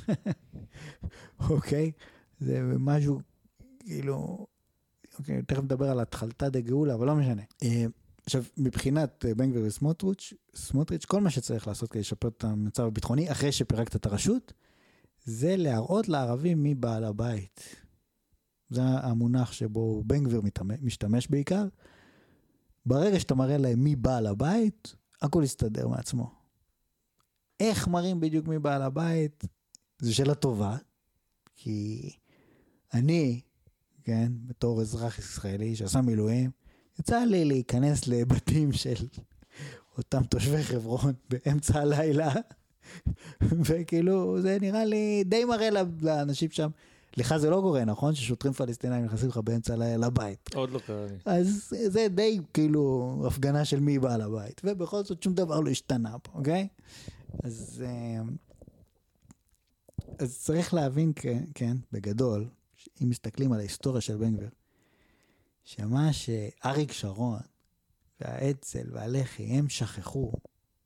אוקיי? זה משהו, כאילו, אוקיי, תכף נדבר על התחלתה דגאולה, אבל לא משנה. עכשיו, מבחינת בן גביר וסמוטריץ', סמוטריץ', כל מה שצריך לעשות כדי לשפר את המצב הביטחוני, אחרי שפירקת את הרשות, זה להראות לערבים מי בעל הבית. זה המונח שבו בן גביר משתמש בעיקר. ברגע שאתה מראה להם מי בעל הבית, הכל יסתדר מעצמו. איך מראים בדיוק מי בעל הבית? זו שאלה טובה, כי אני, כן, בתור אזרח ישראלי שעשה מילואים, יצא לי להיכנס לבתים של אותם תושבי חברון באמצע הלילה, וכאילו זה נראה לי די מראה לאנשים שם, לך זה לא קורה, נכון? ששוטרים פלסטינאים נכנסים לך באמצע הלילה לבית. עוד לא קרה לי. אז זה די כאילו הפגנה של מי בעל הבית, ובכל זאת שום דבר לא השתנה פה, אוקיי? אז, אז צריך להבין, כן, כן, בגדול, אם מסתכלים על ההיסטוריה של בן גביר, שמה שאריק שרון והאצ"ל והלח"י הם שכחו,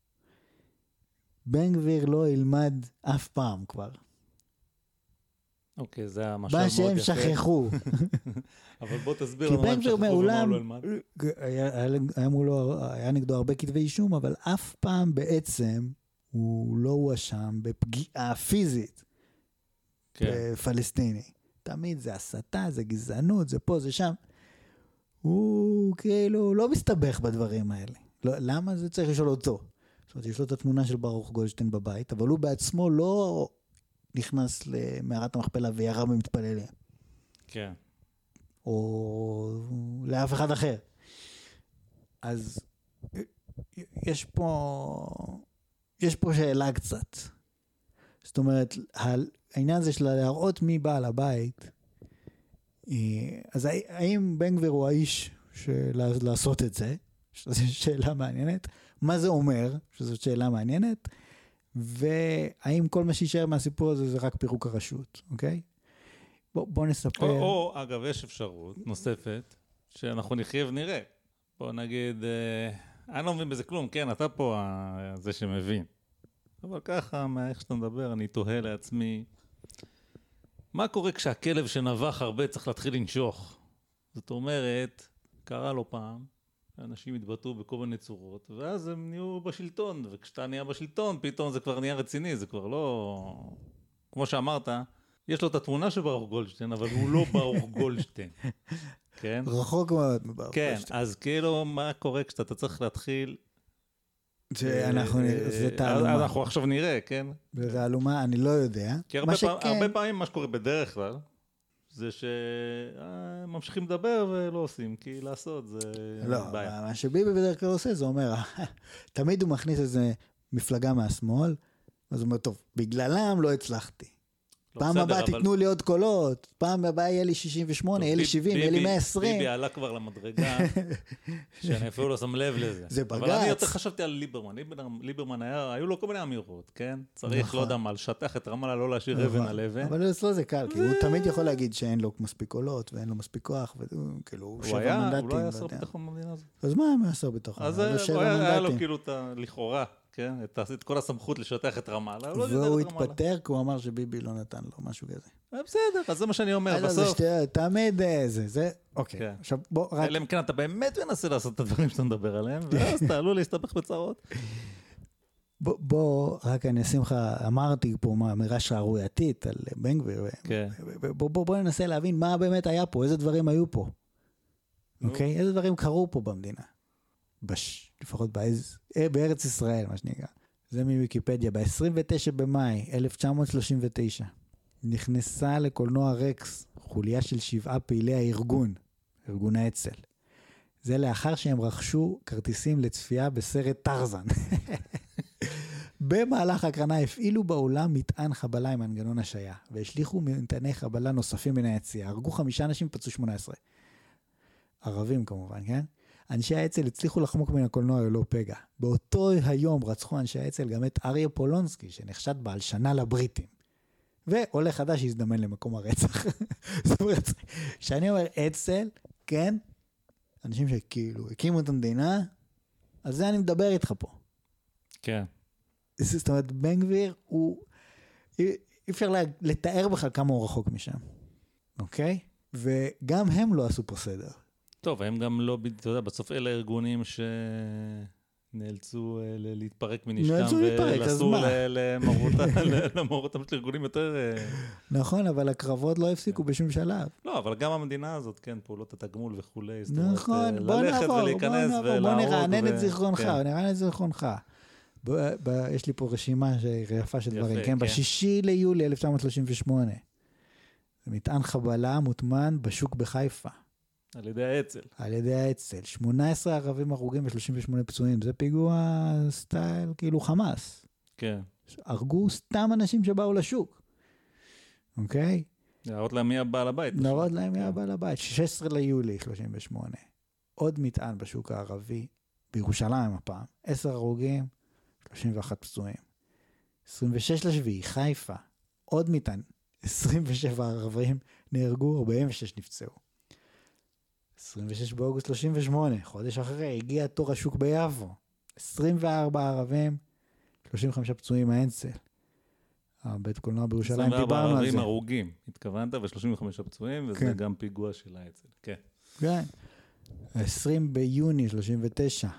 בן גביר לא ילמד אף פעם כבר. אוקיי, זה המשל מה מאוד שהם יפה. שכחו. אבל בוא תסביר כי לנו מה בן הם גביר שכחו ומה מעולם, הוא לא ילמד. היה, היה, היה, מולו, היה נגדו הרבה כתבי אישום, אבל אף פעם בעצם הוא לא הואשם בפגיעה פיזית כן. בפלסטיני. תמיד זה הסתה, זה גזענות, זה פה, זה שם. הוא כאילו לא מסתבך בדברים האלה. לא, למה זה צריך לשאול אותו? זאת אומרת, יש לו את התמונה של ברוך גולדשטיין בבית, אבל הוא בעצמו לא נכנס למערת המכפלה וירה במתפללים. כן. או לאף אחד אחר. אז יש פה, יש פה שאלה קצת. זאת אומרת, העניין הזה של להראות מי בעל הבית, אז האם בן גביר הוא האיש של לעשות את זה? שזו שאלה מעניינת. מה זה אומר? שזו שאלה מעניינת. והאם כל מה שישאר מהסיפור הזה זה רק פירוק הרשות, אוקיי? בוא, בוא נספר. או, או, אגב, יש אפשרות נוספת, שאנחנו נחיה ונראה. בוא נגיד, אה, אני לא מבין בזה כלום, כן, אתה פה אה, זה שמבין. אבל ככה, מאיך שאתה מדבר, אני תוהה לעצמי, מה קורה כשהכלב שנבח הרבה צריך להתחיל לנשוך? זאת אומרת, קרה לו פעם, אנשים התבטאו בכל מיני צורות, ואז הם נהיו בשלטון, וכשאתה נהיה בשלטון, פתאום זה כבר נהיה רציני, זה כבר לא... כמו שאמרת, יש לו את התמונה של ברוך גולדשטיין, אבל הוא לא ברוך גולדשטיין. כן? רחוק מאוד מברוך כן, גולדשטיין. אז כאילו, מה קורה כשאתה צריך להתחיל... שאנחנו, זה תעלומה. אנחנו עכשיו נראה, כן? זה תעלומה, אני לא יודע. כי הרבה פעמים מה שקורה בדרך כלל, זה שממשיכים לדבר ולא עושים, כי לעשות זה בעיה. לא, מה שביבי בדרך כלל עושה, זה אומר, תמיד הוא מכניס איזה מפלגה מהשמאל, אז הוא אומר, טוב, בגללם לא הצלחתי. פעם הבאה תיתנו לי עוד קולות, פעם הבאה יהיה לי שישים ושמונה, יהיה לי שבעים, יהיה לי מאה ועשרים. ביבי עלה כבר למדרגה, שאני אפילו לא שם לב לזה. זה בגץ. אבל אני יותר חשבתי על ליברמן. ליברמן היו לו כל מיני אמירות, כן? צריך, לא יודע מה, לשטח את רמאללה, לא להשאיר אבן על אבן. אבל אצלו זה קל, כי הוא תמיד יכול להגיד שאין לו מספיק קולות, ואין לו מספיק כוח, וכאילו, הוא שבע מנדטים. הוא לא היה שר ביטחון במדינה הזאת. אז מה הם יעשו ביטחון? אז היה לו כאילו לכאורה. כן, את כל הסמכות לשטח את רמאללה. והוא התפטר, כי הוא אמר שביבי לא נתן לו משהו כזה. בסדר, אז זה מה שאני אומר, בסוף. תמיד זה, זה, אוקיי. עכשיו בוא רק... אלא אם כן, אתה באמת מנסה לעשות את הדברים שאתה מדבר עליהם, ואז אתה עלול להסתבך בצרות. בוא, רק אני אשים לך, אמרתי פה אמירה שערורייתית על בן גביר. בוא ננסה להבין מה באמת היה פה, איזה דברים היו פה. אוקיי? איזה דברים קרו פה במדינה. בש, לפחות באיז, אה, בארץ ישראל, מה שנקרא. זה מוויקיפדיה. ב-עשרים ותשעה במאי אלף תשע מאות שלושים ותשע נכנסה לקולנוע רקס חוליה של שבעה פעילי הארגון, ארגון האצ"ל. זה לאחר שהם רכשו כרטיסים לצפייה בסרט טרזן. במהלך הקרנה הפעילו באולם מטען חבלה עם מנגנון השעיה, והשליחו מטעני חבלה נוספים מן היציאה. הרגו חמישה אנשים, פצעו שמונה עשרה. ערבים כמובן, כן? אנשי האצ"ל הצליחו לחמוק מן הקולנוע ללא פגע. באותו היום רצחו אנשי האצ"ל גם את אריה פולונסקי, שנחשד בעל שנה לבריטים. ועולה חדש הזדמן למקום הרצח. זאת אומרת, שאני אומר אצ"ל, כן, אנשים שכאילו הקימו את המדינה, על זה אני מדבר איתך פה. כן. זאת אומרת, בן גביר הוא, אי אפשר לתאר בכלל כמה הוא רחוק משם. אוקיי? וגם הם לא עשו פה סדר. טוב, הם גם לא, אתה יודע, בסוף אלה ארגונים שנאלצו להתפרק מנשתם ולסור למרותם של ארגונים יותר... נכון, אבל הקרבות לא הפסיקו בשום שלב. לא, אבל גם המדינה הזאת, כן, פעולות התגמול וכולי, נכון, בוא נעבור, בוא נרענן את זיכרונך, נרענן את זיכרונך. יש לי פה רשימה יפה של דברים, כן, בשישי ליולי אלף תשע מאות שלושים ושמונה, מטען חבלה מוטמן בשוק בחיפה. על ידי האצ"ל. על ידי האצ"ל. שמונה עשרה ערבים הרוגים ו-שלושים ושמונה פצועים. זה פיגוע סטייל כאילו חמאס. כן. הרגו סתם אנשים שבאו לשוק. אוקיי? להראות להם מי הבעל הבית. להראות להם מי הבעל הבית. שישה עשר ליולי שלושים ושמונה. עוד מטען בשוק הערבי, בירושלים הפעם. עשר הרוגים, שלושים ואחת פצועים. עשרים ושש לשביעי, חיפה. עוד מטען. עשרים ושבעה ערבים נהרגו, ארבעים ושש נפצעו. עשרים ושש באוגוסט שלושים ושמונה, חודש אחרי, הגיע תור השוק ביפו. עשרים וארבעה ערבים, שלושים וחמישה פצועים האצ"ל. הבית קולנוע בירושלים, דיברנו על זה. עשרים וארבעה ערבים הרוגים, התכוונת, ו-שלושים וחמישה פצועים, וזה כן. גם פיגוע של האצ"ל. כן. כן. עשרים ביוני שלושים ותשע.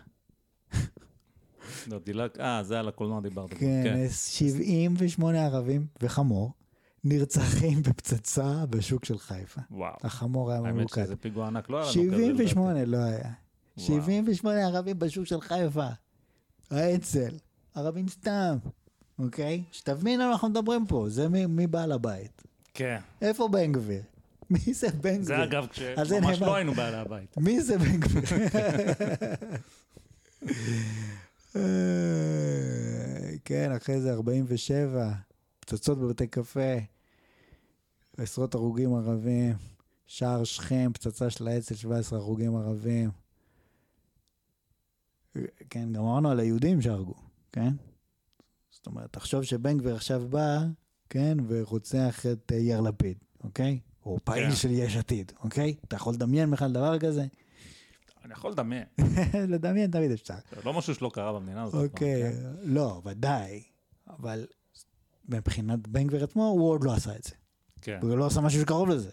לא, דילק, אה, זה על הקולנוע דיברת. כן, שבעים ושמונה ערבים וחמור נרצחים בפצצה בשוק של חיפה. וואו. החמור היה ממוקד. האמת שזה פיגוע ענק, לא היה לנו כזה. שבעים ושמונה לא היה. שבעים ושמונה ערבים בשוק של חיפה. האצ"ל. ערבים סתם. אוקיי? שתבין על מה אנחנו מדברים פה. זה מי, מי בעל הבית. כן. איפה בן גביר? מי זה בן גביר? זה אגב, כשממש לא היינו בעל הבית. מי זה בן גביר? כן, אחרי זה ארבעים ושבע, פצצות בבתי קפה, עשרות הרוגים ערבים, שער שכם, פצצה של האצ"ל, שבעה עשר הרוגים ערבים. כן, גם אמרנו על היהודים שהרגו, כן? זאת אומרת, תחשוב שבן גביר עכשיו בא, כן, ורוצח את יאיר לפיד, אוקיי? או פעיל של יש עתיד, אוקיי? אתה יכול לדמיין בכלל דבר כזה? אני יכול לדמיין. לדמיין תמיד אפשר. זה לא משהו שלא קרה במדינה הזאת. אוקיי, לא, ודאי, אבל מבחינת בן גביר עצמו, הוא עוד לא עשה את זה. כן. הוא לא עשה משהו שקרוב לזה.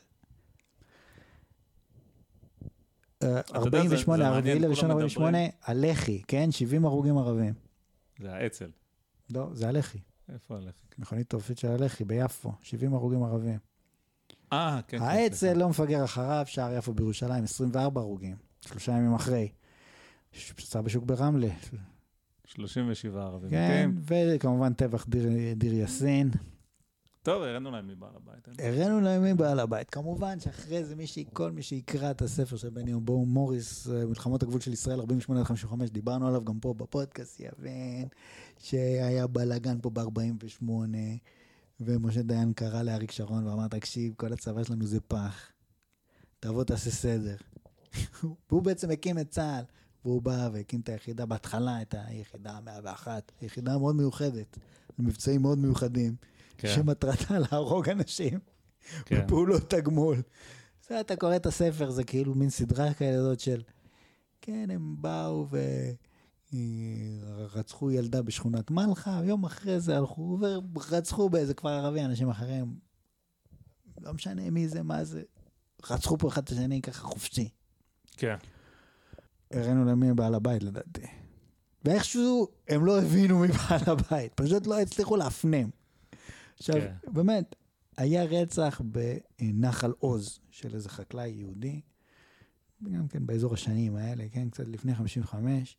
ארבעים ושמונה, ארבעים לראשון ארבעים ושמונה, הלח"י, כן? שבעים הרוגים ערבים. זה האצ"ל. לא, זה הלח"י. איפה הלח"י? מכונית תופית של הלח"י ביפו, שבעים הרוגים ערבים. אה, כן. האצ"ל לא מפגר אחריו, שער יפו בירושלים, עשרים וארבעה הרוגים, שלושה ימים אחרי. פצצה בשוק ברמלה. שלושים ושבעה ערבים. כן, וכמובן טבח דיר, דיר יאסין. טוב, הראינו להם מבעל הבית. הראינו להם מבעל הבית. כמובן שאחרי זה מי שכל מי שיקרא את הספר של בני בואו מוריס, מלחמות הגבול של ישראל ארבעים ושמונה עד חמישים וחמש, דיברנו עליו גם פה בפודקאסט, יבין שהיה בלגן פה ב-ארבעים ושמונה, ומשה דיין קרא לאריק שרון ואמר, תקשיב, כל הצבא שלנו זה פח. תבוא תעשה סדר. והוא בעצם הקים את צה"ל. והוא בא והקים את היחידה בהתחלה, את היחידה מאה ואחת, יחידה מאוד מיוחדת, למבצעים מאוד מיוחדים, כן. שמטרתה להרוג אנשים, כן. בפעולות תגמול. זה אתה קורא את הספר, זה כאילו מין סדרה כאלה של, כן, הם באו ורצחו ילדה בשכונת מלחה, יום אחרי זה הלכו ורצחו באיזה כפר ערבי, אנשים אחרים, לא משנה מי זה, מה זה, רצחו פה אחד את השני ככה חופשי. כן. הראינו למי בעל הבית לדעתי. ואיכשהו הם לא הבינו מבעל הבית, פשוט לא הצליחו להפנים. עכשיו, okay. באמת, היה רצח בנחל עוז של איזה חקלאי יהודי, גם כן באזור השנים האלה, כן, קצת לפני חמישים וחמש,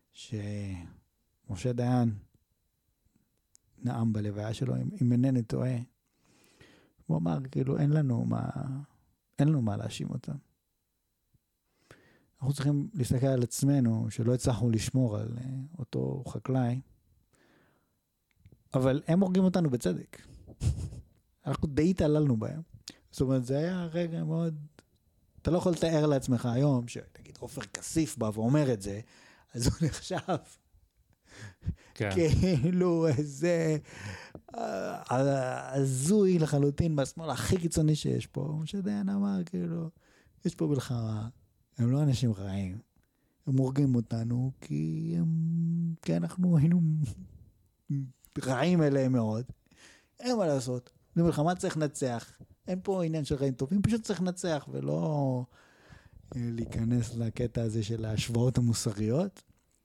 שמשה דיין נאם בלוויה שלו, אם אינני טועה, הוא אמר, כאילו, אין לנו מה, אין לנו מה להאשים אותם. אנחנו צריכים להסתכל על עצמנו, שלא הצלחנו לשמור על אותו חקלאי, אבל הם הורגים אותנו בצדק. אנחנו די התעללנו בהם. זאת אומרת, זה היה רגע מאוד, אתה לא יכול לתאר לעצמך היום, שתגיד, עופר כסיף בא ואומר את זה, אז הוא נחשב, כן. כאילו איזה הזוי לחלוטין, מהשמאל הכי קיצוני שיש פה, שדיין אמר, כאילו, יש פה מלחמה, הם לא אנשים רעים, הם הורגים אותנו, כי, הם, כי אנחנו היינו רעים אליהם מאוד, אין מה לעשות, במלחמה צריך לנצח, אין פה עניין של רעים טובים, פשוט צריך לנצח, ולא להיכנס לקטע הזה של ההשוואות המוסריות.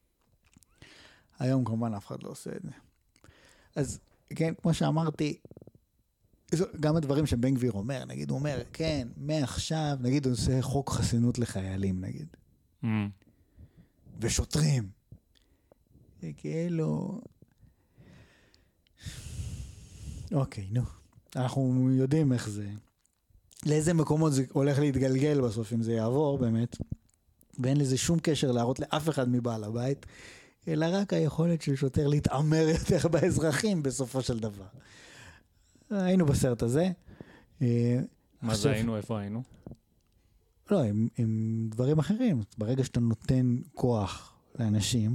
היום כמובן אף אחד לא עושה את זה. אז כן, כמו שאמרתי, גם הדברים שבן גביר אומר, נגיד הוא אומר, כן, מעכשיו, נגיד הוא עושה חוק חסינות לחיילים, נגיד. Mm. ושוטרים. וכאילו... אוקיי, נו. אנחנו יודעים איך זה, לאיזה מקומות זה הולך להתגלגל בסוף, אם זה יעבור באמת, ואין לזה שום קשר להראות לאף אחד מבעל הבית, אלא רק היכולת של שוטר להתעמר יותר באזרחים בסופו של דבר. היינו בסרט הזה. מה זה היינו? איפה היינו? לא, עם, עם דברים אחרים. ברגע שאתה נותן כוח לאנשים,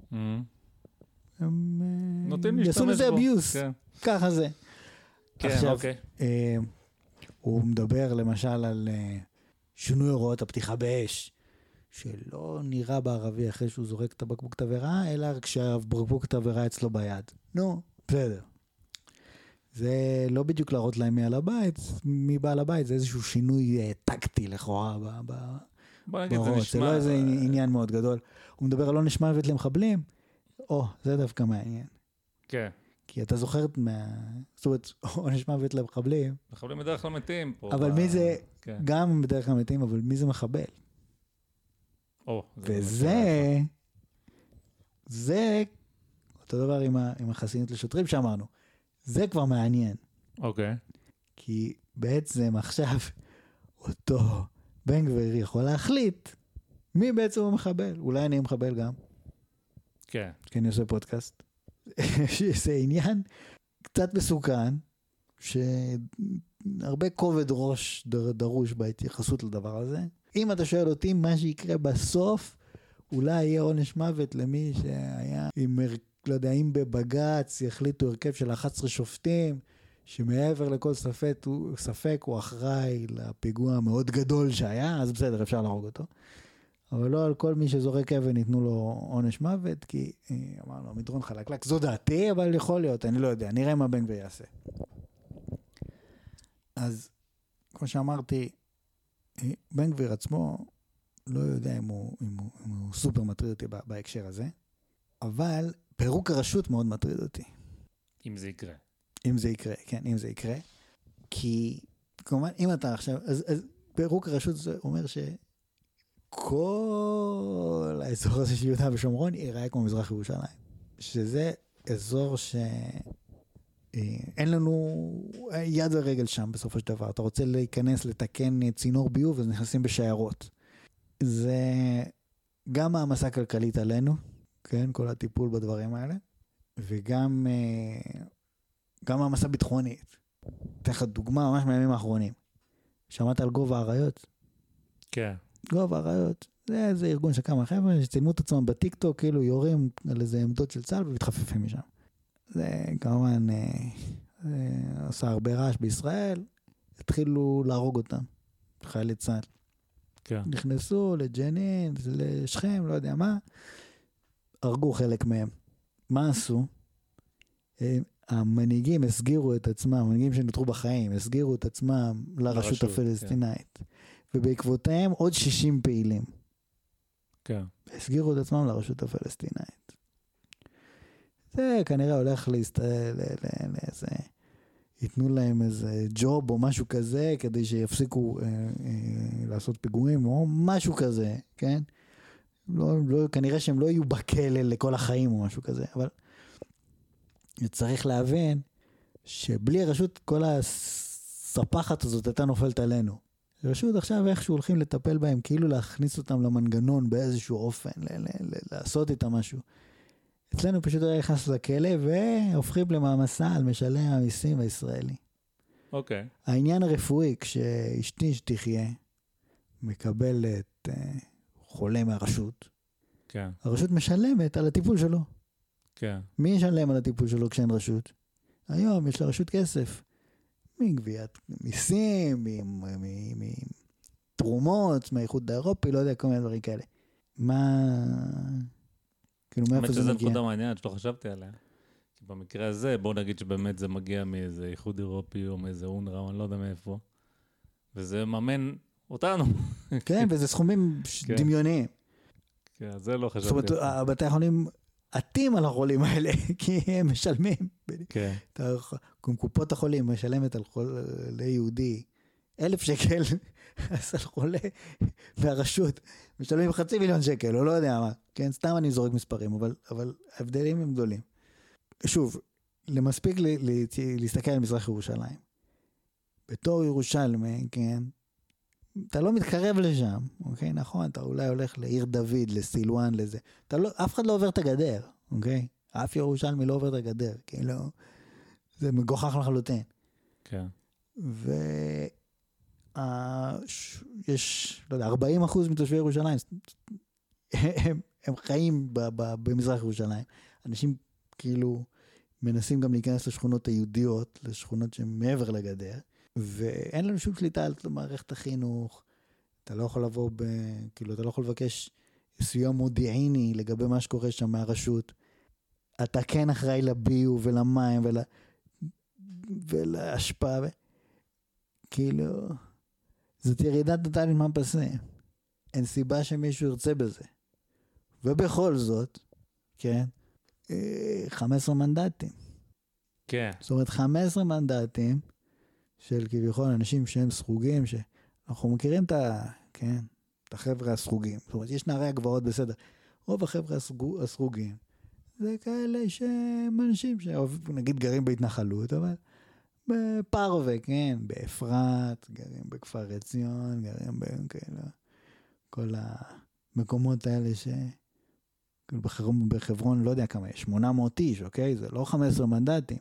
הם יעשו לזה אביוס. ככה זה. כן, עכשיו, אוקיי. אה, הוא מדבר למשל על אה, שינוי הוראות הפתיחה באש, שלא נראה בערבי אחרי שהוא זורק את הבקבוק תבערה, אלא כשהבקבוק תבערה אצלו ביד. נו, בסדר. זה לא בדיוק להראות להם מי על הבית, מי בעל הבית, זה איזשהו שינוי אה, טקטי לכאורה ב... ב... בוא נגיד, זה בראש. נשמע... זה לא איזה עניין מאוד גדול. הוא מדבר על עונש מוות למחבלים, או, זה דווקא מעניין. כן. כי אתה זוכר מה... זאת אומרת, עונש מוות למחבלים. מחבלים בדרך כלל מתים פה. אבל ב... מי זה, כן. גם בדרך כלל מתים, אבל מי זה מחבל? או, וזה, זה, אותו דבר עם, ה, עם החסינות לשוטרים שאמרנו. זה כבר מעניין. אוקיי. כי בעצם עכשיו אותו בן גביר יכול להחליט מי בעצם הוא מחבל. אולי אני מחבל גם. כן. כי אני עושה פודקאסט. שזה עניין קצת מסוכן, שהרבה כובד ראש דרוש בהתייחסות לדבר הזה. אם אתה שואל אותי מה שיקרה בסוף, אולי יהיה עונש מוות למי שהיה, אם, לא יודע, אם בבג"ץ יחליטו הרכב של אחת עשרה שופטים, שמעבר לכל ספק, הוא, ספק הוא אחראי לפיגוע המאוד גדול שהיה, אז בסדר, אפשר להרוג אותו. אבל לא על כל מי שזורק אבן ניתנו לו עונש מוות, כי אמרנו, מדרון חלקלק, זו דעתי, אבל יכול להיות, אני לא יודע, נראה מה בן גביר יעשה. אז, כמו שאמרתי, בן גביר עצמו לא יודע אם הוא, אם הוא, אם הוא סופר מטריד אותי בהקשר הזה, אבל פירוק הרשות מאוד מטריד אותי. אם זה יקרה. אם זה יקרה, כן, אם זה יקרה. כי, כלומר, אם אתה עכשיו, אז, אז פירוק הרשות זה אומר ש... כל האזור הזה של יהודה ושומרון ייראה כמו מזרח ירושלים. שזה אזור שאין לנו יד ורגל שם בסופו של דבר. אתה רוצה להיכנס, לתקן צינור ביוב, אז נכנסים בשיירות. זה גם המסע כלכלית עלינו, כן, כל הטיפול בדברים האלה, וגם גם המסע ביטחונית. אתן לך דוגמה ממש מהימים האחרונים. שמעת על גובה האריות? כן. גובה האריות, זה איזה ארגון של כמה חבר'ה שצילמו את עצמם בטיקטוק, כאילו יורים על איזה עמדות של צה"ל ומתחפפים משם. זה כמובן אה, אה, עושה הרבה רעש בישראל, התחילו להרוג אותם, חיילי צה"ל. כן. נכנסו לג'נין, לשכם, לא יודע מה, הרגו חלק מהם. מה עשו? אה, המנהיגים הסגירו את עצמם, המנהיגים שנותרו בחיים, הסגירו את עצמם לרשות, לרשות הפלסטינאית. כן. ובעקבותיהם עוד שישים פעילים. כן. הסגירו את עצמם לרשות הפלסטינאית. זה כנראה הולך להסתכל לאיזה, ייתנו להם איזה ג'וב או משהו כזה, כדי שיפסיקו אה, אה, לעשות פיגועים, או משהו כזה, כן? לא, לא, כנראה שהם לא יהיו בכלא לכל החיים או משהו כזה, אבל צריך להבין שבלי הרשות כל הספחת הזאת הייתה נופלת עלינו. רשות עכשיו איכשהו הולכים לטפל בהם, כאילו להכניס אותם למנגנון באיזשהו אופן, ל- ל- ל- לעשות איתם משהו. אצלנו פשוט היה נכנס לכלא, והופכים למעמסה על משלם המיסים הישראלי. אוקיי. Okay. העניין הרפואי, כשאשתי שתחיה, מקבלת uh, חולה מהרשות, כן. Okay. הרשות משלמת על הטיפול שלו. כן. Okay. מי ישלם על הטיפול שלו כשאין רשות? היום יש לרשות כסף. מגביית מיסים, מתרומות, מהאיחוד האירופי, לא יודע, כל מיני דברים כאלה. מה... כאילו, מאיפה זה מגיע? באמת שזה נקודה מעניינת שלא חשבתי עליה. כי במקרה הזה, בוא נגיד שבאמת זה מגיע מאיזה איחוד אירופי, או מאיזה אונר"א, אני לא יודע מאיפה. וזה מממן אותנו. כן, וזה סכומים דמיוניים. כן, זה לא חשבתי. זאת אומרת, הבתי החולים עטים על החולים האלה, כי הם משלמים. כן. קופות החולים משלמת על חולה יהודי אלף שקל, אז על חולה מהרשות משלמים חצי מיליון שקל, או לא יודע מה. כן, סתם אני זורק מספרים, אבל, אבל ההבדלים הם גדולים. שוב, למספיק להסתכל על מזרח ירושלים. בתור ירושלמי, כן, אתה לא מתקרב לשם, אוקיי? נכון, אתה אולי הולך לעיר דוד, לסילואן, לזה. אתה לא, אף אחד לא עובר את הגדר, אוקיי? אף ירושלמי לא עובר את הגדר, כאילו, זה מגוחך לחלוטין. כן. ויש, לא יודע, ארבעים אחוז מתושבי ירושלים, הם, הם חיים ב, ב, במזרח ירושלים. אנשים כאילו מנסים גם להיכנס לשכונות היהודיות, לשכונות שהן מעבר לגדר, ואין לנו שום שליטה על מערכת החינוך. אתה לא יכול לבוא ב... כאילו, אתה לא יכול לבקש סיוע מודיעיני לגבי מה שקורה שם מהרשות. אתה כן אחראי לביוב ולמים ול... ולהשפעה. כאילו, זאת ירידת טוטלית מהפסה. אין סיבה שמישהו ירצה בזה. ובכל זאת, כן, חמישה עשר מנדטים. כן. זאת אומרת, חמישה עשר מנדטים של כביכול אנשים שהם סרוגים, שאנחנו מכירים את ה... כן, את החבר'ה הסרוגים. זאת אומרת, יש נערי הגבעות בסדר. רוב החבר'ה הסרוגים, זה כאלה שהם אנשים שנגיד גרים בהתנחלות, אבל בפרווה, כן, באפרת, גרים בכפר עציון, גרים בכאלה, כל המקומות האלה ש... בחברון, בחברון לא יודע כמה יש, שמונה מאות איש, אוקיי? זה לא חמישה עשר מנדטים.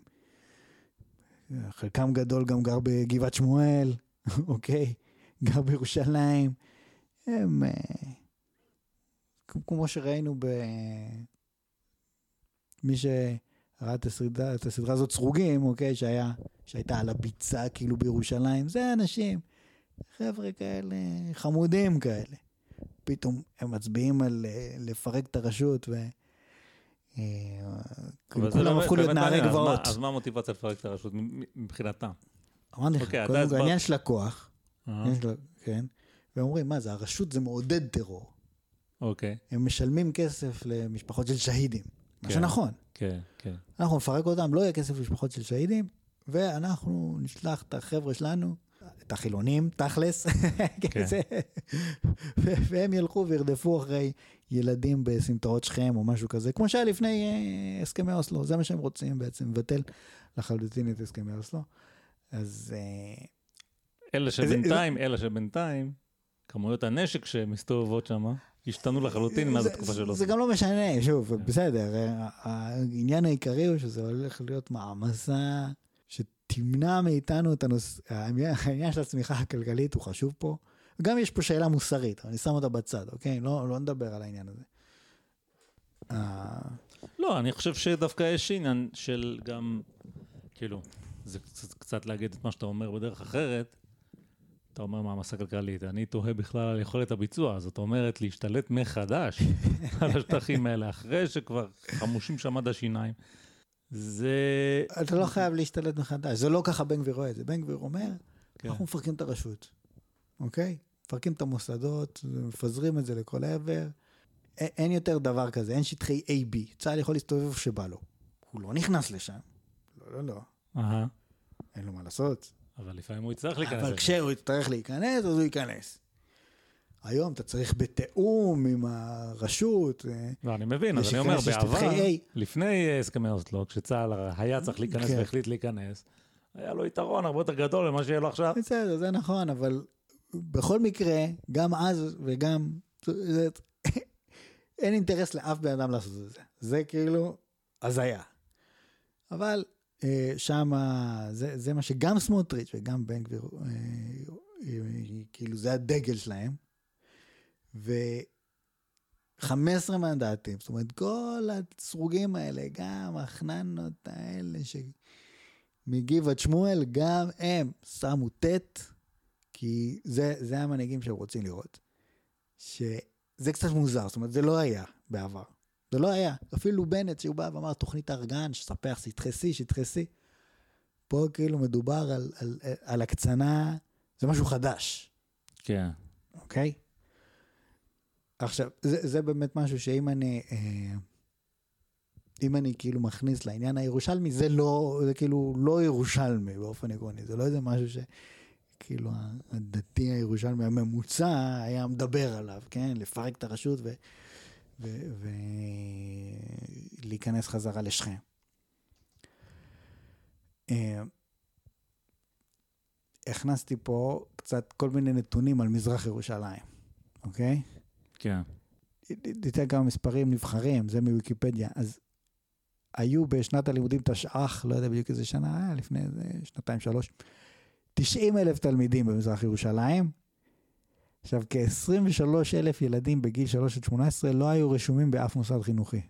חלקם גדול גם גר בגבעת שמואל, אוקיי? גר בירושלים. הם, כמו שראינו ב... מי שראה את הסדרה, את הסדרה הזאת סרוגים, אוקיי? שהיה, שהייתה על הביצה כאילו בירושלים. זה אנשים, חבר'ה כאלה, חמודים כאלה. פתאום הם מצביעים על לפרק את הרשות, ו... כולם הפכו להיות נערי גבעות. אז מה המוטיבציה לפרק את הרשות מבחינתם? אמרתי לך, קודם כל, העניין של הכוח, כן, והם אומרים, מה זה, הרשות זה מעודד טרור. אוקיי. הם משלמים כסף למשפחות של שהידים, מה שנכון. כן, כן. אנחנו נפרק אותם, לא יהיה כסף למשפחות של שהידים, ואנחנו נשלח את החבר'ה שלנו, את החילונים, תכלס, והם ילכו וירדפו אחרי ילדים בסמטאות שכם או משהו כזה, כמו שהיה לפני הסכמי אוסלו, זה מה שהם רוצים בעצם, לבטל לחלוטין את הסכמי אוסלו. אז... אלה שבינתיים, אלה שבינתיים, כמויות הנשק שמסתובבות שם, השתנו לחלוטין מאז התקופה של אוסלו. זה גם לא משנה, שוב, בסדר, העניין העיקרי הוא שזה הולך להיות מעמסה תמנע מאיתנו את הנושא, העניין של הצמיחה הכלכלית הוא חשוב פה, וגם יש פה שאלה מוסרית, אני שם אותה בצד, אוקיי? לא, לא נדבר על העניין הזה. לא, אני חושב שדווקא יש עניין של גם, כאילו, זה קצת, קצת להגיד את מה שאתה אומר בדרך אחרת, אתה אומר מעמסה כלכלית, אני תוהה בכלל על יכולת הביצוע, זאת אומרת להשתלט מחדש על השטחים האלה, אחרי שכבר חמושים שם עד השיניים, זה... אתה לא חייב להשתלט מחדש, זה לא ככה בן גביר רואה את זה, בן גביר אומר, אנחנו מפרקים את הרשות, אוקיי? מפרקים את המוסדות, מפזרים את זה לכל העבר, אין יותר דבר כזה, אין שטחי A B, צה"ל יכול להסתובב שבא לו, הוא לא נכנס לשם, לא, לא, לא, אין לו מה לעשות. אבל לפעמים הוא יצטרך להיכנס. אבל כשהוא יצטרך להיכנס, אז הוא ייכנס. היום אתה צריך בתאום עם הרשות. לא, אני מבין, אז אני אומר, בעבר, לפני הסכמי אוסלו, כשצה"ל היה צריך להיכנס והחליט להיכנס, היה לו יתרון הרבה יותר גדול ממה שיהיה לו עכשיו. בסדר, זה נכון, אבל בכל מקרה, גם אז וגם, אין אינטרס לאף בן אדם לעשות את זה. זה כאילו הזיה. אבל שם, זה, זה מה שגם סמוטריץ' וגם בן גביר, כאילו זה הדגל שלהם, ו-חמישה עשר מנדטים, זאת אומרת, כל הסרוגים האלה, גם החננות האלה שמגבעת שמואל, גם הם שמו תת, כי זה, זה המנהיגים שהם רוצים לראות. שזה קצת מוזר, זאת אומרת, זה לא היה בעבר. זה לא היה. אפילו בנט שהוא בא ואמר, תוכנית ארגן, שספח שטחי C, שטחי C. פה כאילו מדובר על, על, על הקצנה, זה משהו חדש. כן. אוקיי? עכשיו, זה, זה באמת משהו שאם אני, אה, אם אני כאילו מכניס לעניין הירושלמי, זה לא, זה כאילו לא ירושלמי באופן עקרוני. זה לא איזה משהו ש... כאילו הדתי הירושלמי הממוצע היה מדבר עליו, כן? לפרק את הרשות ו... ולהיכנס ו- חזרה לשכם. הכנסתי פה קצת כל מיני נתונים על מזרח ירושלים, אוקיי? כן. ניתן כמה מספרים נבחרים, זה מוויקיפדיה. אז היו בשנת הלימודים תשע"ח, לא יודע בדיוק איזה שנה, היה לפני שנתיים שלוש, תשעים אלף תלמידים במזרח ירושלים, עכשיו, כ-עשרים ושלושה אלף ילדים בגיל שלוש עד שמונה עשרה לא היו רשומים באף מוסד חינוכי.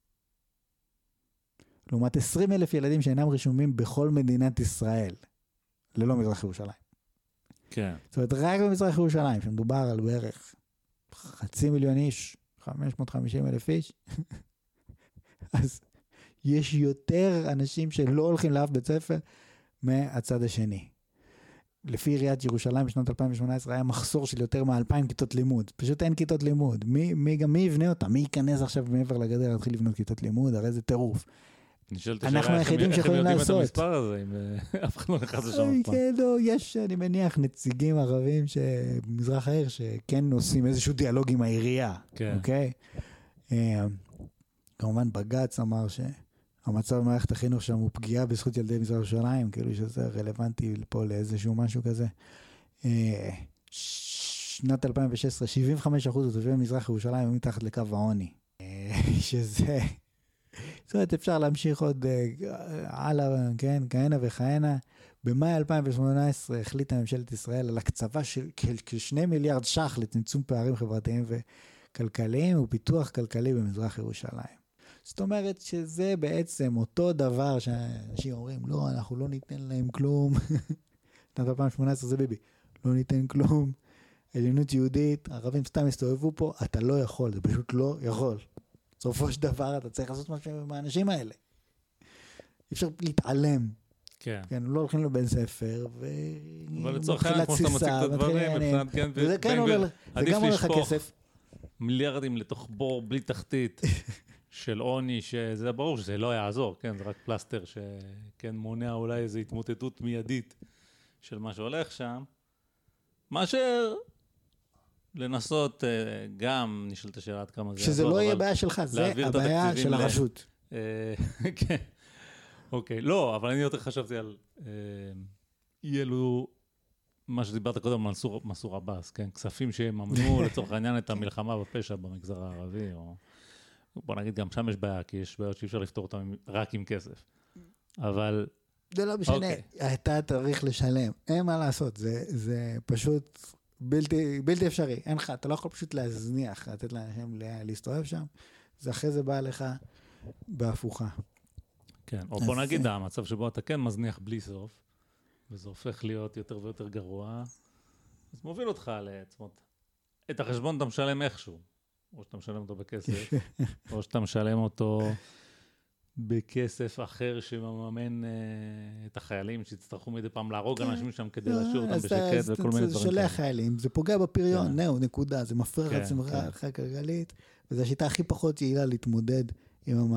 לעומת עשרים אלף ילדים שאינם רשומים בכל מדינת ישראל, ללא מזרח ירושלים. כן. זאת אומרת, רק במזרח ירושלים, שמדובר על בערך חצי מיליון איש, חמש מאות וחמישים אלף איש, אז יש יותר אנשים שלא הולכים לאף בית ספר, מהצד השני. לפי עיריית ירושלים בשנת אלפיים ושמונה עשרה היה מחסור של יותר מאלפיים כיתות לימוד. פשוט אין כיתות לימוד. מי, מי, גם מי יבנה אותם? מי ייכנס עכשיו מעבר לגדר להתחיל לבנות כיתות לימוד? הרי זה טירוף. אנחנו היחידים שיכולים לעשות. איך הם יודעים את המספר הזה, אם אף אחד לא נכנס לשם אף פעם? כן, לא, יש, אני מניח, נציגים ערבים במזרח העיר שכן עושים איזשהו דיאלוג עם העירייה. כן. אוקיי? כמובן בג"ץ אמר שהמצב במערכת החינוך שם הוא פגיעה בזכות ילדי מזרח ירושלים, כאילו שזה רלוונטי פה לאיזשהו משהו כזה. שנת אלפיים ושש עשרה, שבעים וחמישה אחוז תושבי מזרח ירושלים הם מתחת לקו העוני. שזה... זאת אומרת, אפשר להמשיך עוד הלאה, כן, כהנה וכהנה. במאי אלפיים ושמונה עשרה החליטה ממשלת ישראל על הקצבה של כשני מיליארד ש"ח לצמצום פערים חברתיים וכלכליים ופיתוח כלכלי במזרח ירושלים. זאת אומרת שזה בעצם אותו דבר שאנשים אומרים, לא, אנחנו לא ניתן להם כלום. שנת אלפיים ושמונה עשרה זה ביבי, לא ניתן כלום. עליונות יהודית, ערבים סתם הסתובבו פה, אתה לא יכול, זה פשוט לא יכול. בסופו של דבר אתה צריך לעשות משהו עם האנשים האלה. אי אפשר להתעלם. כן. כן, לא הולכים לבן ספר, ו... אבל לצורך העניין, כמו שאתה מציג את הדברים, מבחינת כן, זה גם הולך הכסף. מיליארדים לתוך בור בלי תחתית של עוני, שזה ברור שזה לא יעזור, כן, זה רק פלסטר שכן מונע אולי איזו התמוטטות מיידית של מה שהולך שם. מאשר... לנסות גם, נשאלת השאלה עד כמה זה... שזה לא יהיה בעיה שלך, זה הבעיה של הרשות. כן, אוקיי. לא, אבל אני יותר חשבתי על אי אלו, מה שדיברת קודם, מנסור עבאס, כן? כספים שיממנו לצורך העניין את המלחמה בפשע במגזר הערבי, או בוא נגיד גם שם יש בעיה, כי יש בעיות שאי אפשר לפתור אותם רק עם כסף. אבל... זה לא משנה, אתה צריך לשלם, אין מה לעשות, זה פשוט... בלתי, בלתי אפשרי, אין לך, אתה לא יכול פשוט להזניח, לתת לאנשים להסתובב שם, זה אחרי זה בא לך בהפוכה. כן, או בוא נגיד, המצב שבו אתה כן מזניח בלי סוף, וזה הופך להיות יותר ויותר גרוע, אז מוביל אותך לעצמות. את החשבון אתה משלם איכשהו, או שאתה משלם אותו בכסף, או שאתה משלם אותו בכסף אחר שמממן את החיילים שהצטרכו מדי פעם להרוג אנשים שם כדי להשאיר אותם בשקט וכל מיני דברים. זה שולח חיילים, זה פוגע בפריון, נאו, נקודה, זה מפריע לך צמחה כלכלית, וזו השיטה הכי פחות יעילה להתמודד עם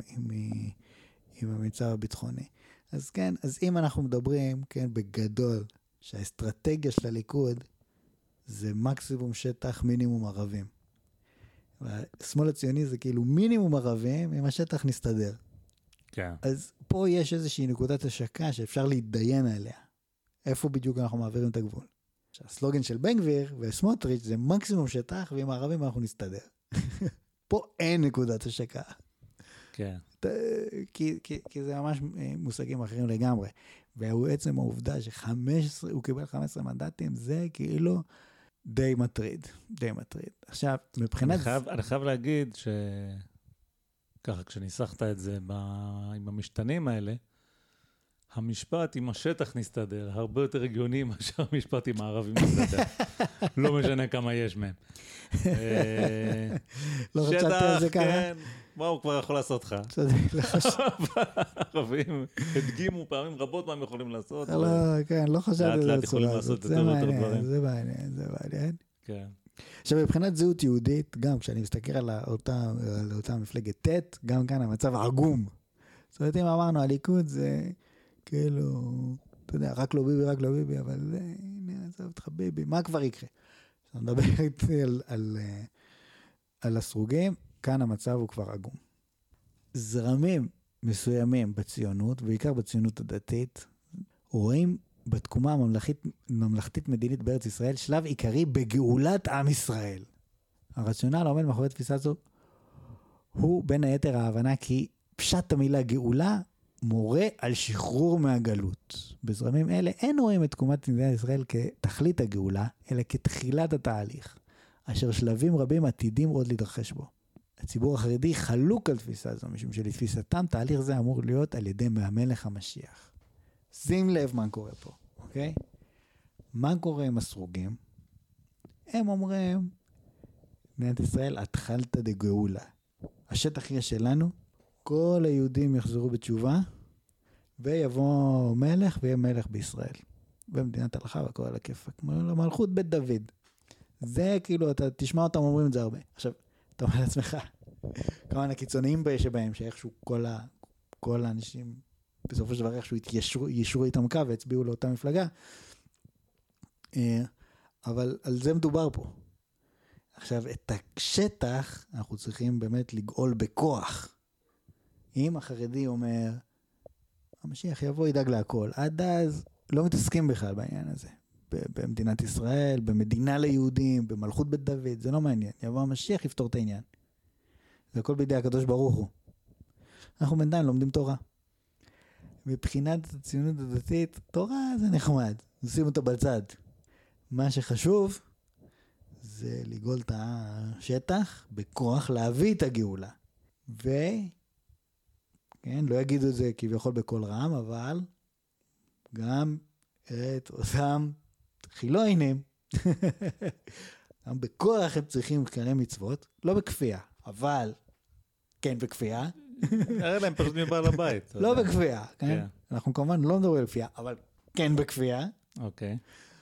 המצב הביטחוני. אז כן, אז אם אנחנו מדברים, כן, בגדול, שהאסטרטגיה של הליכוד זה מקסימום שטח מינימום ערבים. והשמאל הציוני זה כאילו מינימום ערבים, עם השטח נסתדר. כן. אז פה יש איזושהי נקודת השקה שאפשר להתדיין עליה. איפה בדיוק אנחנו מעבירים את הגבול? שהסלוגן של בן גביר וסמוטריץ' זה מקסימום שטח, ועם הערבים אנחנו נסתדר. פה אין נקודת השקה. כן. כי, כי, כי זה ממש מושגים אחרים לגמרי. ובעצם העובדה ש-חמש עשרה, הוא קיבל חמישה עשר מנדטים, זה כאילו די מטריד, די מטריד. עכשיו, מבחינת... אני חייב, אני חייב להגיד ש... ככה, כשניסחת את זה ב... עם המשתנים האלה, המשפט עם השטח נסתדר, הרבה יותר הגיוני מאשר המשפט עם הערבים נסתדר. לא משנה כמה יש מהם. לא חשבתי על זה ככה. כן, מה הוא כבר יכול לעשות לך? הערבים הדגימו פעמים רבות מה הם יכולים לעשות. לא, כן, לא חשבתי על זה. לאט לאט יכולים לעשות יותר ויותר דברים. זה מעניין, זה מעניין. כן. עכשיו, מבחינת זהות יהודית, גם כשאני מסתכל על אותה, על אותה מפלגת ט', גם כאן המצב עגום. זאת אומרת, אם אמרנו, הליכוד זה כאילו, אתה יודע, רק לא ביבי, רק לא ביבי, אבל הנה, עזוב אותך ביבי, מה כבר יקרה? אני מדבר איתי על, על, על הסרוגים, כאן המצב הוא כבר עגום. זרמים מסוימים בציונות, בעיקר בציונות הדתית, רואים בתקומה הממלכתית, ממלכתית מדינית בארץ ישראל, שלב עיקרי בגאולת עם ישראל. הרציונל העומד מאחורי תפיסה זו, הוא בין היתר ההבנה כי פשט המילה גאולה, מורה על שחרור מהגלות. בזרמים אלה אין רואים את תקומת מדינת ישראל כתכלית הגאולה, אלא כתחילת התהליך, אשר שלבים רבים עתידים עוד להתרחש בו. הציבור החרדי חלוק על תפיסה זו, משום שלתפיסתם תהליך זה אמור להיות על ידי מהמלך המשיח. שים לב מה קורה פה, אוקיי? מה קורה עם הסרוגים? הם אומרים, מדינת ישראל, התחלת דגאולה. השטח יהיה שלנו, כל היהודים יחזרו בתשובה, ויבוא מלך ויהיה מלך בישראל. במדינת הלכה והכל על הכיפק. כמו למלכות בית דוד. זה כאילו, אתה תשמע אותם אומרים את זה הרבה. עכשיו, אתה אומר לעצמך, כמובן הקיצוניים שבהם, שאיכשהו כל, ה, כל האנשים, בסופו של דבר איכשהו ישרו, ישרו איתם קו והצביעו לאותה מפלגה. אבל על זה מדובר פה. עכשיו, את השטח אנחנו צריכים באמת לגאול בכוח. אם החרדי אומר, המשיח יבוא ידאג להכל, עד אז לא מתעסקים בכלל בעניין הזה. במדינת ישראל, במדינה ליהודים, במלכות בית דוד, זה לא מעניין. יבוא המשיח יפתור את העניין. זה הכל בידי הקדוש ברוך הוא. אנחנו בינתיים לומדים תורה. מבחינת הציונות הדתית, תורה זה נחמד. נשים אותה בצד. מה שחשוב זה לגאול את השטח בכוח להביא את הגאולה. ו... כן, לא יגידו את זה כביכול בכל רם, אבל גם את אותם חילונים, גם בכוח הם צריכים לקיים מצוות, לא בכפייה, אבל כן בכפייה. הרי להם פשוט מבעל הבית. לא בכפייה, כן? אנחנו כמובן לא מדברים על כפייה, אבל כן בכפייה. אוקיי.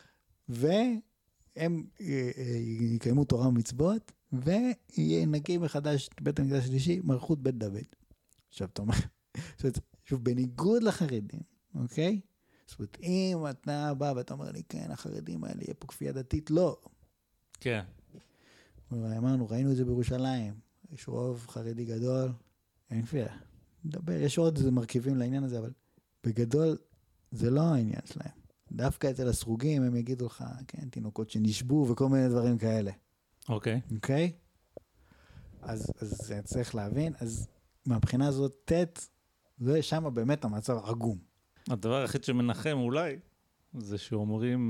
והם יקיימו תורה ומצוות, וינקים מחדש בית המקדש השלישי, מלכות בית דוד. עכשיו, אתה אומר, שוב, בניגוד לחרדים, אוקיי? זאת אומרת, אם אתה בא ואתה אומר לי, כן, החרדים האלה, יהיה פה כפייה דתית, לא. כן. אמרנו, ראינו את זה בירושלים, יש רוב חרדי גדול, אין כפייה. נדבר, יש עוד איזה מרכיבים לעניין הזה, אבל בגדול, זה לא העניין שלהם. דווקא אצל הסרוגים, הם יגידו לך, כן, תינוקות שנשבו וכל מיני דברים כאלה. אוקיי. אוקיי? אז, אז צריך להבין, אז מהבחינה הזאת, תת, זה שם באמת המצב עגום. הדבר היחיד שמנחם אולי, זה שאומרים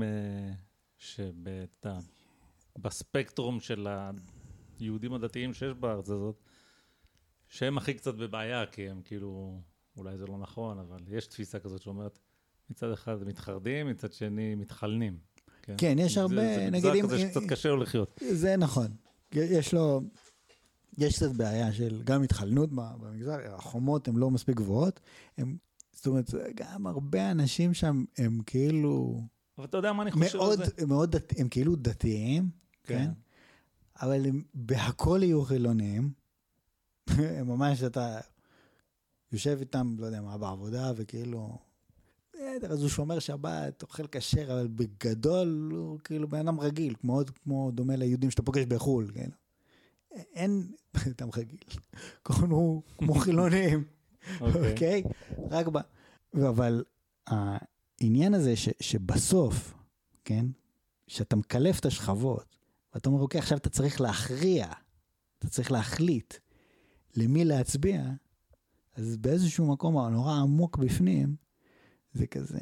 שבספקטרום של היהודים הדתיים שיש בארץ הזאת, שהם הכי קצת בבעיה, כי הם כאילו, אולי זה לא נכון, אבל יש תפיסה כזאת שאומרת, מצד אחד מתחרדים, מצד שני מתחלנים. כן, כן יש הרבה, זה, נגיד, זה מגזר כזה שקצת קשה לו לחיות. זה נכון. יש לו... יש קצת בעיה של גם התחלנות במגזר, החומות הן לא מספיק גבוהות, הם, זאת אומרת, גם הרבה אנשים שם הם כאילו... אבל אתה יודע מה אני חושב מאוד, על זה? מאוד, הם כאילו דתיים, כן? כן? אבל הם בהכל יהיו חילוניים, הם ממש, אתה יושב איתם, לא יודע מה, בעבודה, וכאילו, אז הוא שומר שבת, אוכל כשר, אבל בגדול הוא כאילו בן אדם רגיל, כמו, כמו דומה ליהודים שאתה פוגש בחול, כן? אין, אתה רגיל, כמו כמו חילונים, אוקיי? רק ב... אבל העניין הזה שבסוף, כן? שאתה מקלף את השכבות, ואתה אומר, אוקיי, עכשיו אתה צריך להכריע, אתה צריך להחליט למי להצביע, אז באיזשהו מקום נורא עמוק בפנים, זה כזה,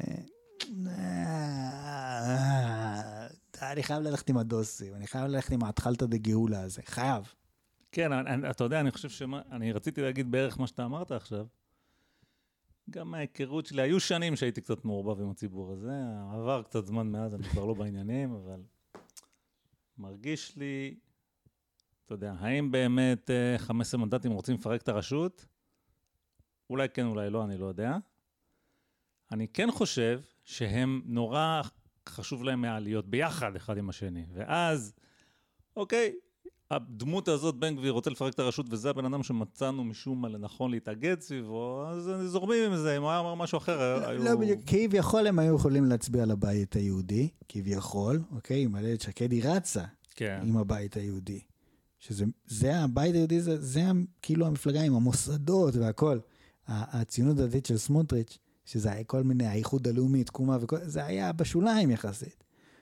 אני חייב ללכת עם הדוסים, אני חייב ללכת עם ההתחלת דגאולה הזה, חייב. כן, אתה יודע, אני חושב שמה, אני רציתי להגיד בערך מה שאתה אמרת עכשיו, גם ההיכרות שלי, היו שנים שהייתי קצת מעורבב עם הציבור הזה, עבר קצת זמן מאז, אני כבר לא בעניינים, אבל מרגיש לי, אתה יודע, האם באמת חמישה עשר מנדטים רוצים לפרק את הרשות? אולי כן, אולי לא, אני לא יודע. אני כן חושב שהם נורא חשוב להם מהעליות ביחד אחד עם השני, ואז, אוקיי, הדמות הזאת, בן גביר, רוצה לפרק את הרשות, וזה הבן אדם שמצאנו משום מה לנכון להתאגד סביבו, אז זורמים עם זה, אם הוא היה אומר משהו אחר, היו... לא בדיוק, כביכול הם היו יכולים להצביע לבית היהודי, כביכול, אוקיי, עם הילד שקד היא רצה, כן. עם הבית היהודי, שזה, זה הבית היהודי, זה, זה כאילו המפלגה עם המוסדות והכל, הציונות הדתית של סמוטריץ', שזה היה כל מיני, האיחוד הלאומי, תקומה וכל, זה היה בשוליים יחסית.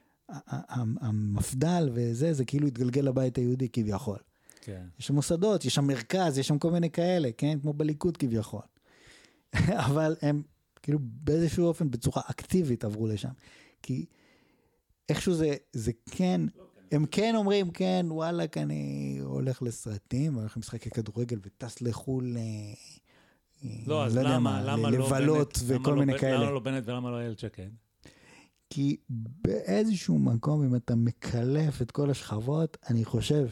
המפדל וזה, זה כאילו התגלגל לבית היהודי כביכול. כן. יש שם מוסדות, יש שם מרכז, יש שם כל מיני כאלה, כן? כמו בליכוד כביכול. אבל הם כאילו באיזשהו אופן, בצורה אקטיבית עברו לשם. כי איכשהו זה, זה כן, הם כן אומרים, כן, וואלק, אני הולך לסרטים, הולך למשחקי כדורגל וטס לחול... לא, אז למה, למה לא לבלות וכל מיני כאלה. למה לא בנט ולמה לא איילת שקד? כי באיזשהו מקום, אם אתה מקלף את כל השכבות, אני חושב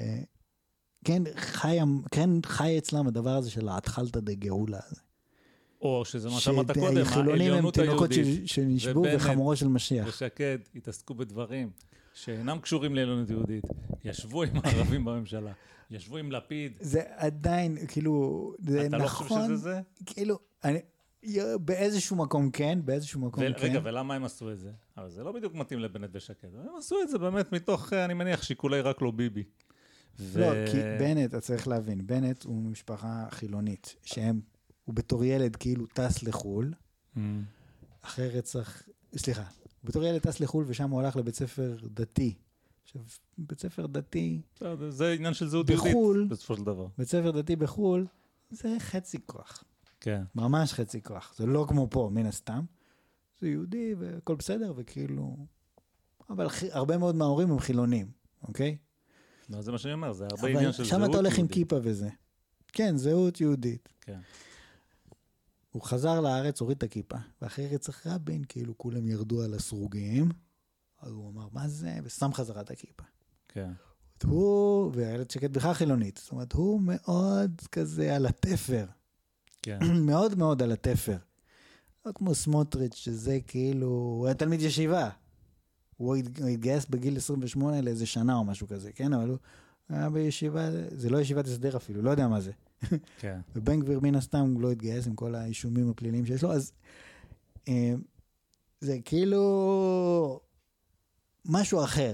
שכן חי, כן חי אצלם הדבר הזה של ההתחלת דגאולה הזה. או שזה מה שאמרת קודם, שחילונים הם תינוקות היהודית, שנשבו וחמורו של משיח. ושקד התעסקו בדברים שאינם קשורים לעליונות יהודית, ישבו עם הערבים בממשלה, ישבו עם לפיד. זה עדיין, כאילו, זה אתה נכון. אתה לא חושב שזה זה? כאילו, אני, באיזשהו מקום כן, באיזשהו מקום ו- כן. רגע, ולמה הם עשו את זה? אבל זה לא בדיוק מתאים לבנט ושקד. הם עשו את זה באמת מתוך, אני מניח, שיקולי רק לא ביבי. ו... לא, כי בנט, אתה צריך להבין, בנט הוא משפחה חילונית, שהם, הוא בתור ילד כאילו טס לחול, Mm. אחרי רצח, סליחה, בתור ילד טס לחול ושם הוא הלך לבית ספר דתי. עכשיו, בית ספר דתי זה, זה עניין של זהות יהודית, בחול, בסופו של דבר. בית ספר דתי בחול, זה חצי כוח. כן. ממש חצי כוח. זה לא כמו פה, מן הסתם. זה יהודי והכל בסדר, וכאילו... אבל הרבה מאוד מההורים הם חילונים, אוקיי? לא, זה מה שאני אומר, זה הרבה עניין של זהות יהודית. שם אתה הולך עם כיפה וזה. כן, זהות יהודית. כן. הוא חזר לארץ, הוריד את הכיפה, ואחרי רצח רבין, כאילו כולם ירדו על הסרוגים, אז הוא אמר, מה זה? ושם חזרה את הכיפה. כן. הוא, והילד שקט בכלל חילונית, זאת אומרת, הוא מאוד כזה על התפר. כן. מאוד מאוד על התפר. לא כמו סמוטריץ' שזה כאילו, הוא היה תלמיד ישיבה. הוא התגייס בגיל עשרים ושמונה לאיזה שנה או משהו כזה, כן? אבל הוא היה בישיבה, זה לא ישיבת הסדר אפילו, לא יודע מה זה. כן. ובן גביר מן הסתם לא התגייס עם כל האישומים הפליליים שיש לו, אז אה, זה כאילו משהו אחר.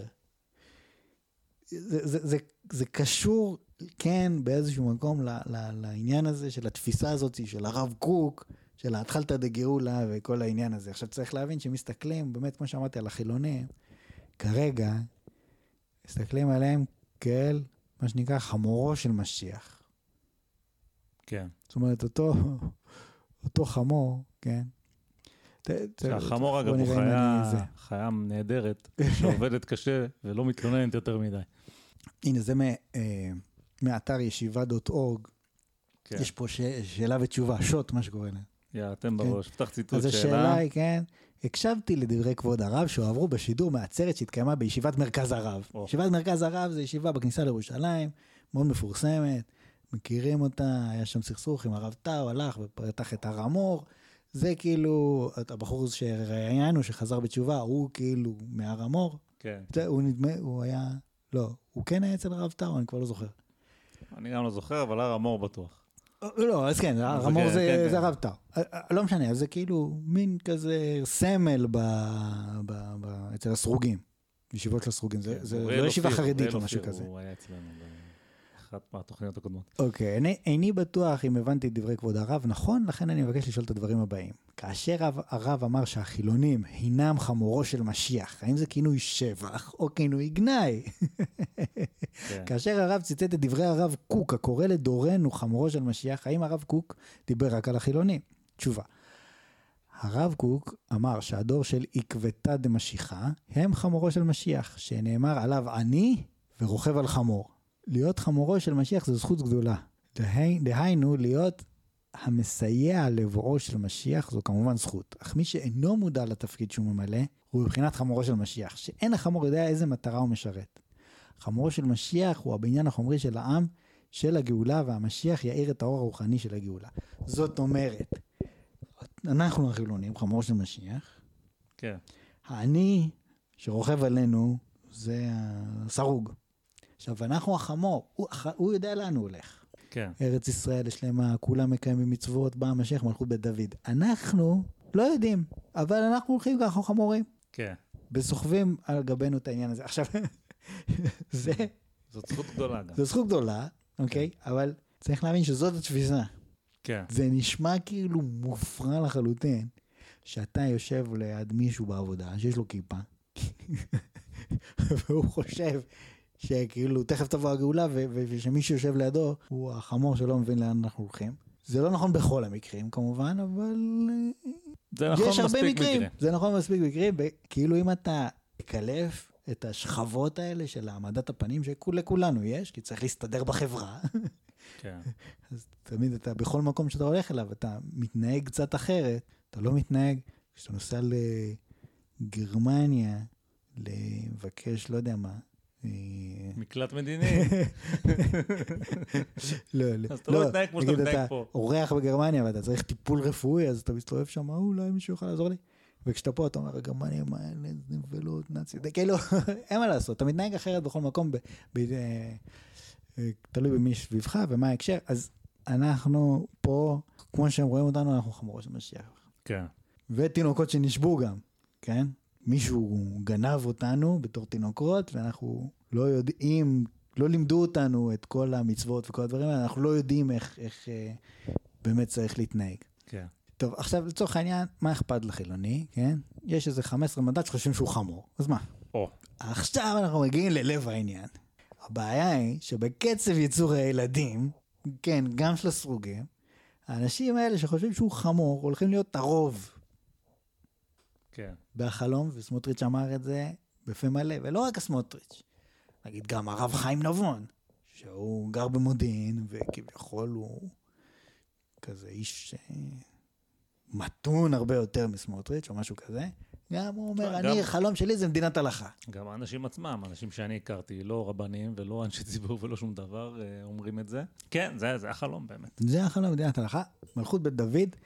זה, זה, זה, זה קשור, כן, באיזשהו מקום ל, ל, לעניין הזה של התפיסה הזאת של הרב קוק, של התחלת דגאולה וכל העניין הזה. עכשיו צריך להבין שמסתכלים, באמת כמו שאמרתי על החילונים, כרגע מסתכלים עליהם כאל מה שנקרא חמורו של משיח. כן. זאת אומרת, אותו, אותו חמור, כן. החמור אגב הוא חיה, חיה נהדרת, שעובדת קשה ולא מתלוננת יותר מדי. הנה, זה מאתר ישיבה דוט אורג, יש פה שאלה ותשובה, שוט, מה שקורה להם. יא, אתם בראש, פתח ציטוט שאלה. אז השאלה היא, כן, הקשבתי לדברי כבוד הרב שהועברו בשידור מעצרת שהתקיימה בישיבת מרכז הרב. ישיבת מרכז הרב זה ישיבה בכניסה לירושלים, מאוד מפורסמת, מכירים אותה, היה שם סכסוך עם הרב טאו, הלך ופתח את הר המור, זה כאילו, הבחור שראיינו שחזר בתשובה, הוא כאילו מהר המור, כן. הוא נדמה, הוא היה, לא, הוא כן היה אצל הרב טאו, אני כבר לא זוכר. אני גם לא זוכר, אבל הר המור בטוח. לא, אז כן, הר המור זה הרב טאו. לא משנה, אז זה כאילו מין כזה סמל אצל הסרוגים, ישיבות של הסרוגים, זה לא ישיבה חרדית או משהו כזה. הוא היה אצלנו באחת מהתוכניות הקודמות. אוקיי, איני בטוח אם הבנתי את דברי כבוד הרב נכון, לכן אני מבקש לשאול את הדברים הבאים. כאשר הרב אמר שהחילונים הינם חמורו של משיח, האם זה כינוי שבח או כינוי גנאי? כאשר הרב ציטט את דברי הרב קוק, הקורא לדורנו חמורו של משיח, האם הרב קוק דיבר רק על החילונים? תשובה. הרב קוק אמר שהדור של עקבתא דמשיחא הם חמורו של משיח, שנאמר עליו אני ורוכב על חמור. להיות חמורו של משיח זו זכות גדולה. דהיינו, להיות המסייע לבואו של משיח זו כמובן זכות. אך מי שאינו מודע לתפקיד שהוא ממלא, הוא בבחינת חמורו של משיח, שאין החמור יודע איזה מטרה הוא משרת. חמורו של משיח הוא הבניין החומרי של העם, של הגאולה, והמשיח יאיר את האור הרוחני של הגאולה. זאת אומרת, אנחנו החילונים, חמורו של משיח. כן. האני שרוכב עלינו זה הסרוג. עכשיו, אנחנו החמור, הוא, הוא יודע לאן הוא הולך. כן. ארץ ישראל, יש להם, כולם מקיימים מצוות, בא המשיח, מלכות בית דוד. אנחנו לא יודעים, אבל אנחנו הולכים ככה חמורים. כן. וסוחבים על גבינו את העניין הזה. עכשיו, זה... זאת זכות גדולה גם. זו זכות גדולה, אוקיי? כן. אבל צריך להבין שזאת התפיסה. כן. זה נשמע כאילו מופרע לחלוטין, שאתה יושב ליד מישהו בעבודה, שיש לו כיפה, והוא חושב... שכאילו תכף תבוא הגאולה, ושמי שיושב לידו הוא החמור שלא מבין לאן אנחנו הולכים. זה לא נכון בכל המקרים כמובן, אבל יש הרבה מקרים. זה נכון מספיק מקרים, כאילו אם אתה תקלף את השכבות האלה של העמדת הפנים, שלכולנו יש, כי צריך להסתדר בחברה. כן. אז תמיד אתה, בכל מקום שאתה הולך אליו, אתה מתנהג קצת אחרת, אתה לא מתנהג, כשאתה נוסע לגרמניה, לבקש, לא יודע מה, מקלט מדיני. לא, לא. אז אתה לא מתנהג כמו שאתה מתנהג פה. אתה אורח בגרמניה ואתה צריך טיפול רפואי, אז אתה מסתובב שם, אולי מישהו יוכל לעזור לי. וכשאתה פה אתה אומר, גרמניה, מה, נבלות, נאצי, כאילו, אין מה לעשות, אתה מתנהג אחרת בכל מקום, תלוי במי סביבך ומה ההקשר, אז אנחנו פה, כמו שהם רואים אותנו, אנחנו חמורו של משיח. כן. ותינוקות שנשבו גם, כן? מישהו גנב אותנו בתור תינוקות, ואנחנו לא יודעים, לא לימדו אותנו את כל המצוות וכל הדברים האלה, אנחנו לא יודעים איך, איך אה, באמת צריך להתנהג. כן. טוב, עכשיו לצורך העניין, מה אכפת לחילוני, כן? יש איזה חמש עשרה מנדט שחושבים שהוא חמור, אז מה? או. עכשיו אנחנו מגיעים ללב העניין. הבעיה היא שבקצב ייצור הילדים, כן, גם של הסרוגים, האנשים האלה שחושבים שהוא חמור, הולכים להיות הרוב. כן. בחלום, וסמוטריץ' אמר את זה בפה מלא, ולא רק הסמוטריץ'. נגיד גם הרב חיים נבון, שהוא גר במודיעין, וכביכול הוא כזה איש מתון הרבה יותר מסמוטריץ' או משהו כזה. גם הוא אומר, אני, חלום שלי זה מדינת הלכה. גם האנשים עצמם, אנשים שאני הכרתי, לא רבנים ולא אנשי ציבור ולא שום דבר, אומרים את זה. כן, זה, זה החלום באמת. זה החלום מדינת הלכה. מלכות בית דוד,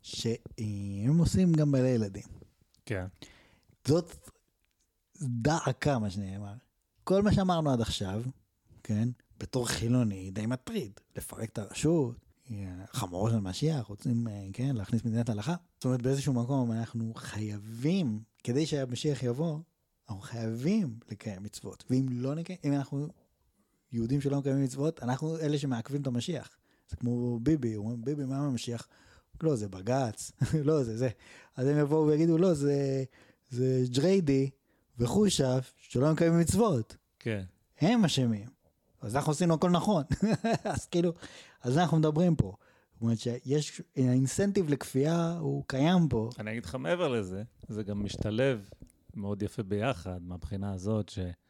שהם עושים גם בעלי ילדים. כן. זאת דעקה, מה שנאמר. כל מה שאמרנו עד עכשיו, כן, בתור חילוני, די מטריד. לפרק את הרשות, חמורו של משיח, רוצים, כן, להכניס מדינת הלכה. זאת אומרת, באיזשהו מקום אנחנו חייבים, כדי שהמשיח יבוא, אנחנו חייבים לקיים מצוות. ואם לא נקיים, אם אנחנו יהודים שלא מקיימים מצוות, אנחנו אלה שמעכבים את המשיח. זה כמו ביבי, אומרים, ביבי, מה המשיח? לא, זה בגץ, לא, זה זה. אז הם יבואו ויגידו, לא, זה, זה ג'ריידי וחושף שלא מקיימים מצוות. כן. הם אשמים. אז אנחנו עשינו הכל נכון. אז כאילו, אז אנחנו מדברים פה. זאת אומרת שיש, האינסנטיב לכפייה הוא קיים פה. אני אגיד לך מעבר לזה, זה גם משתלב מאוד יפה ביחד, מהבחינה הזאת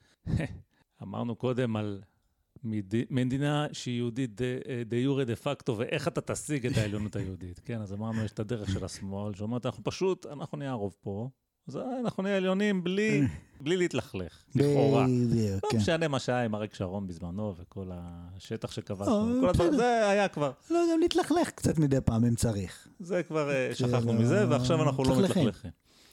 שאמרנו קודם על מדינה שהיא יהודית דה יורה דה פקטו, ואיך אתה תשיג את העליונות היהודית, כן? אז אמרנו, יש את הדרך של השמאל, שאומרת, אנחנו פשוט, אנחנו נהיה הרוב פה, אז אנחנו נהיה עליונים בלי, בלי להתלכלך, לכאורה. לא משנה מה שהיה עם אריק שרון בזמנו, וכל השטח שכבשנו, כל הדבר, זה היה כבר. לא, גם להתלכלך קצת מדי פעם, אם צריך. זה כבר שכחנו מזה, ועכשיו אנחנו לא מתלכלכים.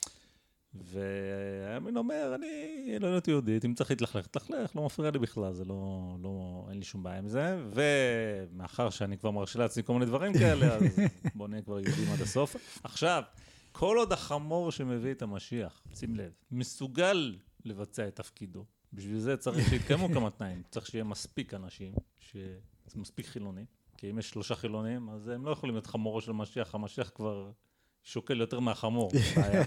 והימין אומר, אני עליונות יהודית, אם צריך להתלכלך, תלכלך, לא מפריע לי בכלל, זה לא, לא, אין לי שום בעיה עם זה, ומאחר שאני כבר מרשה לעצמי כל מיני דברים כאלה, אז בוא נהיה כבר יהודים עד הסוף. עכשיו, כל עוד החמור שמביא את המשיח, שים לב, מסוגל לבצע את תפקידו, בשביל זה צריך שיתקיימו כמה תנאים, צריך שיהיה מספיק אנשים, שזה מספיק חילונים, כי אם יש שלושה חילונים, אז הם לא יכולים להיות חמורו של משיח, המשיח כבר שוקל יותר מהחמור, בעיה.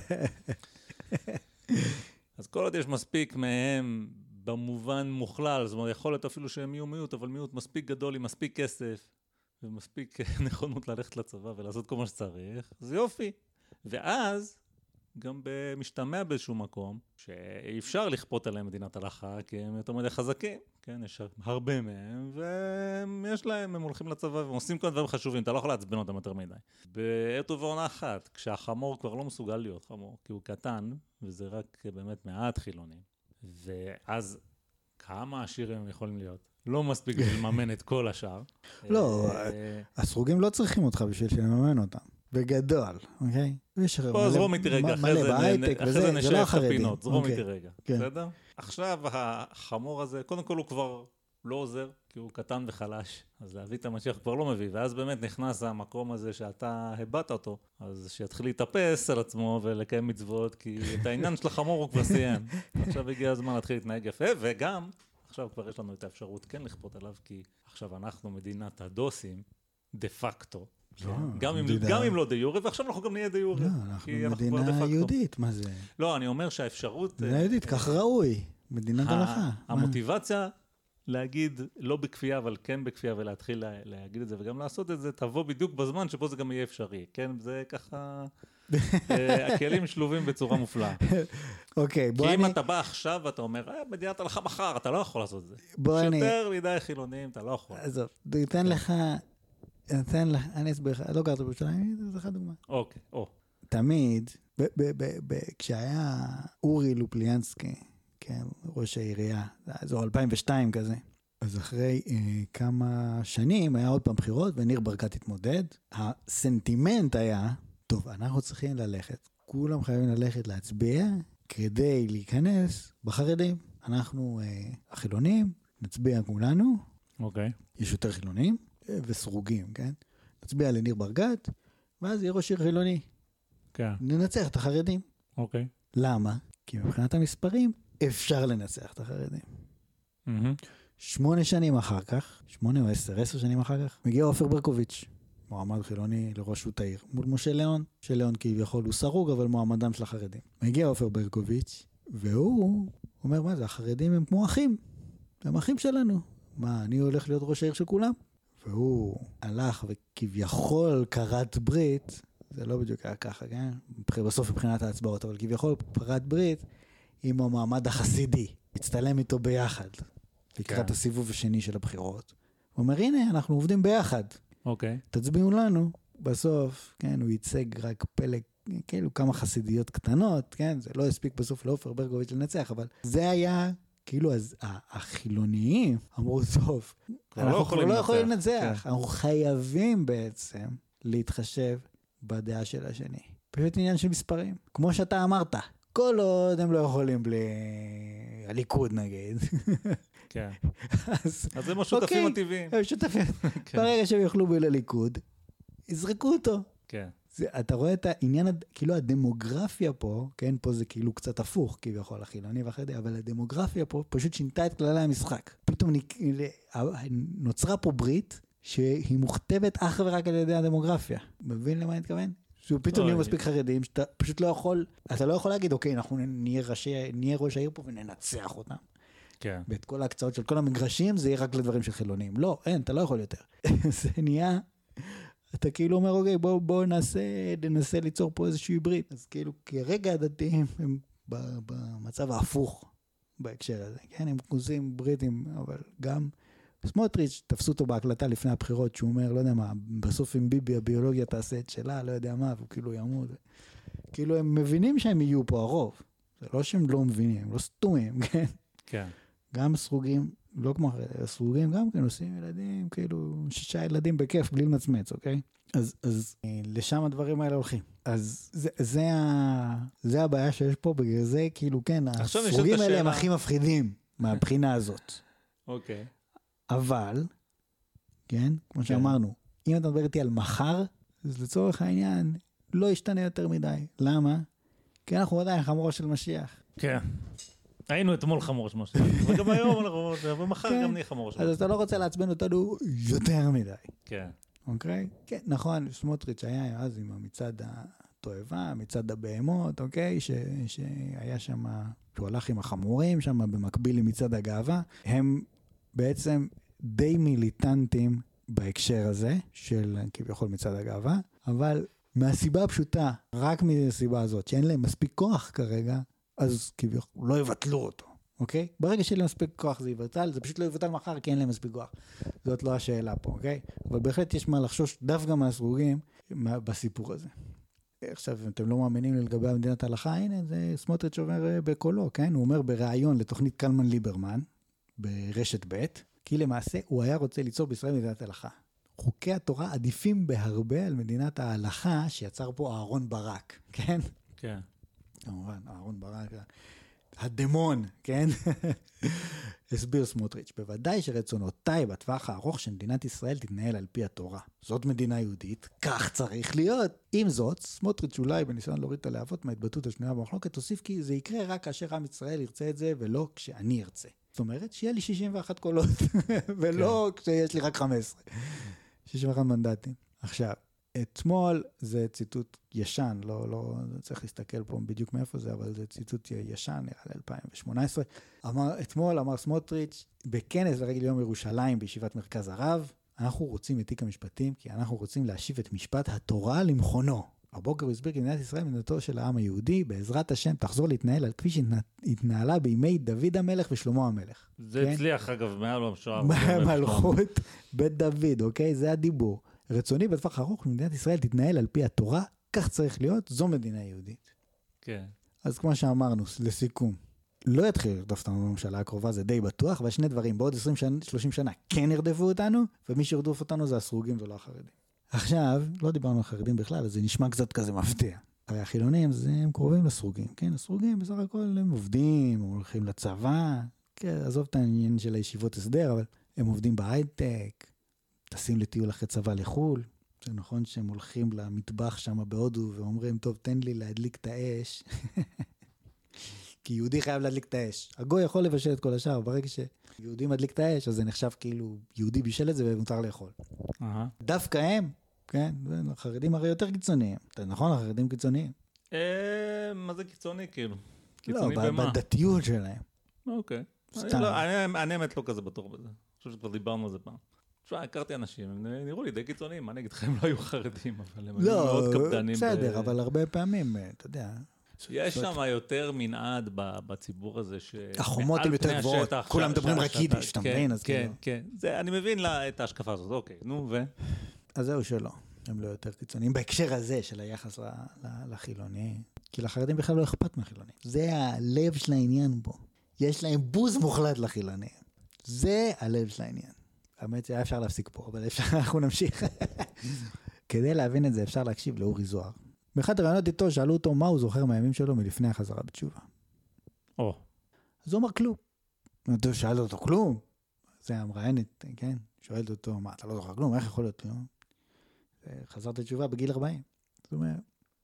אז כל עוד יש מספיק מהם במובן מוכלל, זאת אומרת, יכול להיות אפילו שהם יהיו מיעוט, אבל מיעוט מספיק גדול עם מספיק כסף, ומספיק נכונות ללכת לצבא ולעשות כל מה שצריך, אז יופי. ואז גם במשתמע באיזשהו מקום, שאי אפשר לכפות עליהם מדינת הלכה, כי הם יותר מדי חזקים, כן, יש הרבה מהם, ויש להם, הם הולכים לצבא, והם עושים כל דברים חשובים, אתה לא יכול לעצבן אותם יותר מדי. בעת ובעונה אחת, כשהחמור כבר לא מסוגל להיות חמור, כי הוא קטן, וזה רק באמת מעט חילונים, ואז כמה עשירים הם יכולים להיות? לא מספיק לממן את כל השאר. לא, הסרוגים לא צריכים אותך בשביל לממן אותם. בגדול, אוקיי? פה זרום איתי רגע, אחרי זה נשאר את הפינות, זרום איתי רגע, בסדר? עכשיו החמור הזה, קודם כל הוא כבר לא עוזר, כי הוא קטן וחלש, אז להביא את המשיח כבר לא מביא, ואז באמת נכנס המקום הזה שאתה הבאת אותו, אז שיתחיל להתאפס על עצמו ולקיים מצוות, כי את העניין של החמור הוא כבר סיים. עכשיו הגיע הזמן להתחיל להתנהג יפה, וגם עכשיו כבר יש לנו את האפשרות כן לכפות עליו, כי עכשיו אנחנו מדינת הדוסים, דה פקטו, גם אם לא דה יורה, ועכשיו אנחנו גם נהיה דה יורה. לא, אנחנו מדינה יהודית, מה זה? לא, אני אומר שהאפשרות... מדינה יהודית, כך ראוי, מדינת הלכה. המוטיבציה להגיד לא בכפייה, אבל כן בכפייה, ולהתחיל להגיד את זה, וגם לעשות את זה, תבוא בדיוק בזמן שבו זה גם יהיה אפשרי. כן, זה ככה... הכלים שלובים בצורה מופלאה. אוקיי, בוא אני... אני... כי אם אתה בא עכשיו ואתה אומר, אה, מדינת הלכה מחר, אתה לא יכול לעשות את זה. בוא אני... יותר מדי חילונים, אתה לא יכול. עזוב, תן לך... נתן לך, אני אסביר לך, לא גרת בירושלים, זה לך דוגמה. אוקיי, או. תמיד, כשהיה אורי לופליאנסקי, כן, ראש העירייה, זו אלפיים ושתיים כזה. אז אחרי אה, כמה שנים היה עוד פעם בחירות, וניר ברקת התמודד. הסנטימנט היה, טוב, אנחנו צריכים ללכת, כולם חייבים ללכת להצביע, כדי להיכנס בחרדים. אנחנו אה, החילונים, נצביע כולנו. אוקיי. יש יותר חילונים אה, וסרוגים, כן? נצביע לניר ברקת, ואז יהיה ראש עיר חילוני. כן. ננצח את החרדים. אוקיי. למה? כי מבחינת המספרים אפשר לנצח את החרדים. Mm-hmm. שמונה שנים אחר כך, שמונה או עשר, עשר שנים אחר כך, מגיע עופר ברקוביץ', מועמד חילוני לראשות העיר, מול משה ליאון, שליאון כביכול הוא סרוג, אבל מועמדם של החרדים. מגיע עופר ברקוביץ', והוא אומר, מה זה, החרדים הם כמו אחים, הם אחים שלנו. מה, אני הולך להיות ראש העיר של כולם? והוא הלך וכביכול קראת ברית, זה לא בדיוק היה ככה, כן? בסוף מבחינת ההצבעות, אבל כביכול קראת ברית עם המעמד החסידי, הצטלם איתו ביחד, לקראת הסיבוב השני של הבחירות. הוא אומר, הנה, אנחנו עובדים ביחד. אוקיי. תצביעו לנו. בסוף, כן, הוא ייצג רק פלג, כאילו כמה חסידיות קטנות, כן? זה לא הספיק בסוף לעופר ברקוביץ' לנצח, אבל זה היה, כאילו, אז החילוניים אמרו, טוב, אנחנו לא יכולים לנצח. אנחנו חייבים בעצם להתחשב בדעה של השני. פשוט עניין של מספרים. כמו שאתה אמרת, כל עוד הם לא יכולים בלי הליכוד נגיד. כן. אז הם השותפים הטבעיים. הם שותפים. ברגע שהם יוכלו בלי הליכוד, יזרקו אותו. כן. אתה רואה את העניין, כאילו הדמוגרפיה פה, כן, פה זה כאילו קצת הפוך, כביכול החילוני ואחרי, אבל הדמוגרפיה פה פשוט שינתה את כללי המשחק. פתאום נוצרה פה ברית, שהיא מוכתבת אך ורק על ידי הדמוגרפיה. מבין למה אני מתכוון? שהוא פתאום נהיה מספיק חרדים, שאתה פשוט לא יכול, אתה לא יכול להגיד, אוקיי, אנחנו נהיה ראש העיר פה וננצח אותם. כן. ואת כל ההקצאות של כל המגרשים, זה יהיה רק לדברים של חילונים. לא, אין, אתה לא יכול יותר. זה נהיה, אתה כאילו אומר, אוקיי, בוא, בוא ננסה, ננסה ליצור פה איזושהי ברית. אז כאילו, כרגע הדתיים הם במצב ההפוך בהקשר הזה. כן, הם עושים בריתים, אבל גם סמוטריץ' תפסו אותו בהקלטה לפני הבחירות, שהוא אומר, לא יודע מה, בסוף עם ביבי הביולוגיה תעשה את שלה, לא יודע מה, והוא כאילו ימות. כאילו הם מבינים שהם יהיו פה הרוב. זה לא שהם לא מבינים, הם לא סתומים, כן? כן. גם סרוגים, לא כמו סרוגים, גם כן עושים ילדים, כאילו שישה ילדים בכיף, בלי למצמץ, אוקיי? אז, אז לשם הדברים האלה הולכים. אז זה, זה, ה, זה הבעיה שיש פה, בגלל זה, כאילו, כן, הסרוגים האלה הם הכי מפחידים מהבחינה הזאת. אוקיי. אבל, כן, כמו שאמרנו, אם אתה מדבר איתי על מחר, אז לצורך העניין, לא ישתנה יותר מדי. למה? כי אנחנו עדיין חמורו של משיח. כן. היינו אתמול חמור של משיח, וגם היום אנחנו, ומחר גם נהיה חמור של משיח. אז אתה לא רוצה לעצבן אותנו יותר מדי. כן. אוקיי? כן, נכון, סמוטריץ' היה אז עם המצד התועבה, מצד הבהמות, אוקיי? שהיה שם, שהוא הלך עם החמורים שם, במקביל עם מצד הגאווה. הם בעצם די מיליטנטים בהקשר הזה, של כביכול מצד הגאווה, אבל מהסיבה הפשוטה, רק מהסיבה הזאת, שאין להם מספיק כוח כרגע, אז כביכול לא יבטלו אותו, אוקיי? ברגע שאין להם מספיק כוח זה יבטל, זה פשוט לא יבטל מחר, כי אין להם מספיק כוח. זאת לא השאלה פה, אוקיי? אבל בהחלט יש מה לחשוש דווקא מהסרוגים בסיפור הזה. עכשיו, אם אתם לא מאמינים לגבי המדינת ההלכה, הנה, זה סמוטריץ' אומר בקולו, כן? הוא אומר בראיון לתוכנית קלמן ליברמן, ברשת ב', כי למעשה הוא היה רוצה ליצור בישראל מדינת ההלכה. חוקי התורה עדיפים בהרבה על מדינת ההלכה שיצר פה אהרון ברק, כן? כן. כמובן, אהרון ברק, הדמון, כן? הסביר סמוטריץ', בוודאי שרצונותיי בטווח הארוך שמדינת ישראל תתנהל על פי התורה. זאת מדינה יהודית, כך צריך להיות. עם זאת, סמוטריץ' אולי בניסיון להוריד את הלהבות מההתבטאות השנייה במחלוקת, תוסיף כי זה יקרה רק כאשר עם ישראל ירצה את זה, ולא כשאני ארצה. זאת אומרת, שיהיה לי שישים ואחת קולות, ולא כשיש לי רק חמש עשרה. שישים ואחת מנדטים. עכשיו, אתמול זה ציטוט ישן, לא, לא, צריך להסתכל פה בדיוק מאיפה זה, אבל זה ציטוט ישן, נראה ל-אלפיים שמונה עשרה. אמר, אתמול אמר סמוטריץ' בכנס לרגל יום ירושלים בישיבת מרכז הרב, אנחנו רוצים את תיק המשפטים, כי אנחנו רוצים להשיב את משפט התורה למכונו. הבוקר הוא הסביר כי מדינת ישראל מדינתו של העם היהודי, בעזרת השם תחזור להתנהל על כפי שהתנהלה בימי דוד המלך ושלמה המלך. זה כן? הצליח אגב, מעל המשואה. מלכות בית דוד, אוקיי? זה הדיבור. רצוני בטווח ארוך, מדינת ישראל תתנהל על פי התורה, כך צריך להיות, זו מדינה יהודית. כן. אז כמו שאמרנו, לסיכום, לא יתחיל לרדוף אותנו בממשלה הקרובה, זה די בטוח, אבל שני דברים, בעוד עשרים שלושים שנה כן ירדפו אותנו, ומי שירדוף אותנו זה הסרוגים ולא החרדים. עכשיו, לא דיברנו על חרדים בכלל, אז זה נשמע קצת כזה מפתיע. הרי החילונים, זה הם קרובים לסרוגים, כן? הסרוגים בסך הכל הם עובדים, הם הולכים לצבא, כן, עזוב את העניין של הישיבות הסדר, אבל הם עובדים בהייטק, טסים לטיול אחרי צבא לחול, זה נכון שהם הולכים למטבח שם בהודו ואומרים, טוב, תן לי להדליק את האש, כי יהודי חייב להדליק את האש. הגוי יכול לבשל את כל השאר, ברגע שיהודי מדליק את האש, אז זה נחשב כאילו יהודי בישל את זה ומותר לאכול. דווקא הם, כן, החרדים הרי יותר קיצוניים. נכון, החרדים קיצוניים. מה זה קיצוני כאילו? קיצוני במה? בדתיות שלהם. אוקיי. אני האמת לא כזה בטוח בזה. אני חושב שכבר דיברנו על זה פעם. תשמע, הכרתי אנשים, הם נראו לי די קיצוניים, מה נגיד לך, הם לא היו חרדים, אבל הם היו מאוד קפדנים. לא, בסדר, אבל הרבה פעמים, אתה יודע. יש שם יותר מנעד בציבור הזה, החומות הן יותר גבוהות, כולם מדברים רק יידיש, אתה מבין? כן, כן, אני מבין את ההשקפה הזאת, אוקיי, נו ו... אז זהו שלא, הם לא יותר קיצוניים, בהקשר הזה של היחס לחילוני, כי לחרדים בכלל לא אכפת מהחילוני, זה הלב של העניין בו, יש להם בוז מוחלט לחילוני, זה הלב של העניין. האמת שהיה אפשר להפסיק פה, אבל אפשר, אנחנו נמשיך. כדי להבין את זה, אפשר להקשיב לאורי זוהר. באחד הרעיונות איתו, שאלו אותו מה הוא זוכר מהימים שלו מלפני החזרה בתשובה. או. אז הוא אמר כלום. הוא שאל אותו כלום. זה המראיינת, כן? שואלת אותו, מה, אתה לא זוכר כלום? איך יכול להיות? חזרת לתשובה בגיל ארבעים. זאת אומרת,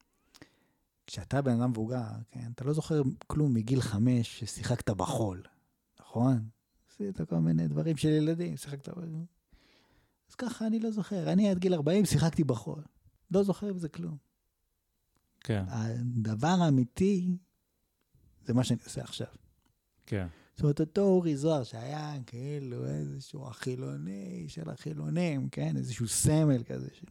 כשאתה בן אדם מבוגר, כן? אתה לא זוכר כלום מגיל חמש ששיחקת בחול. נכון? עשית כל מיני דברים של ילדים, שיחקת בחול. אז ככה אני לא זוכר. אני עד גיל ארבעים שיחקתי בחול. לא זוכר בזה כלום. כן. הדבר האמיתי זה מה שאני עושה עכשיו. כן. זאת אומרת, אותו אורי זוהר שהיה כאילו איזשהו החילוני של החילונים, כן? איזשהו סמל כזה של...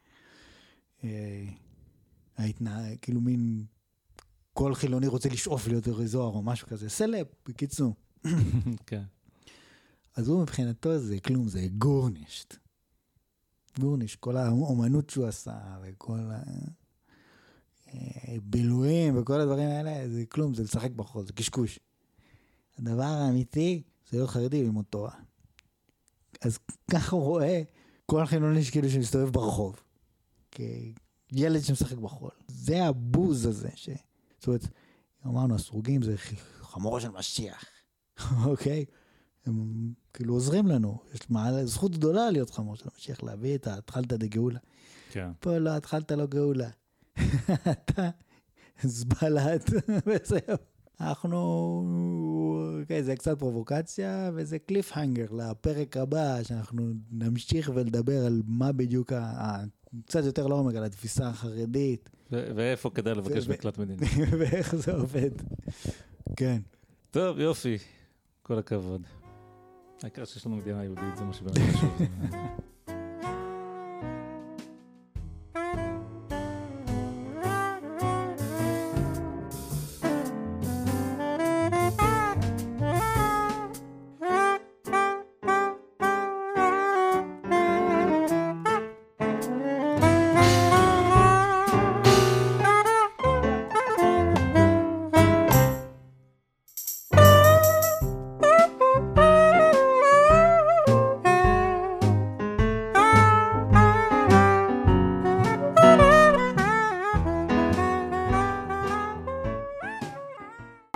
ההתנאה, כאילו מין... כל חילוני רוצה לשאוף להיות אורי זוהר או משהו כזה. סלב, בקיצור. כן. אז הוא מבחינתו זה כלום, זה גורנישט. גורנישט, כל האומנות שהוא עשה וכל ה... בילויים וכל הדברים האלה, זה כלום, זה לשחק בחול, זה קשקוש. הדבר האמיתי זה להיות חרדי ללמוד תורה. אז ככה הוא רואה כל חילוני כאילו שמסתובב ברחוב, כילד שמשחק בחול. זה הבוז הזה, ש... זאת אומרת, אמרנו, הסרוגים זה חמורו של משיח, אוקיי? הם כאילו עוזרים לנו, יש מעלה, זכות גדולה להיות חמור של המשיח, להביא את התחלת דגאולה. כן. פה לא, התחלת לא גאולה. אתה זבלת, וזהו. אנחנו, אוקיי, זה קצת פרובוקציה, וזה קליפהנגר לפרק הבא, שאנחנו נמשיך ולדבר על מה בדיוק, קצת יותר לעומק, על התפיסה החרדית. ואיפה כדאי לבקש מקלט מדיני. ואיך זה עובד. כן. טוב, יופי. כל הכבוד. העיקר שיש לנו מדינה יהודית, זה מה שבאמת חשוב.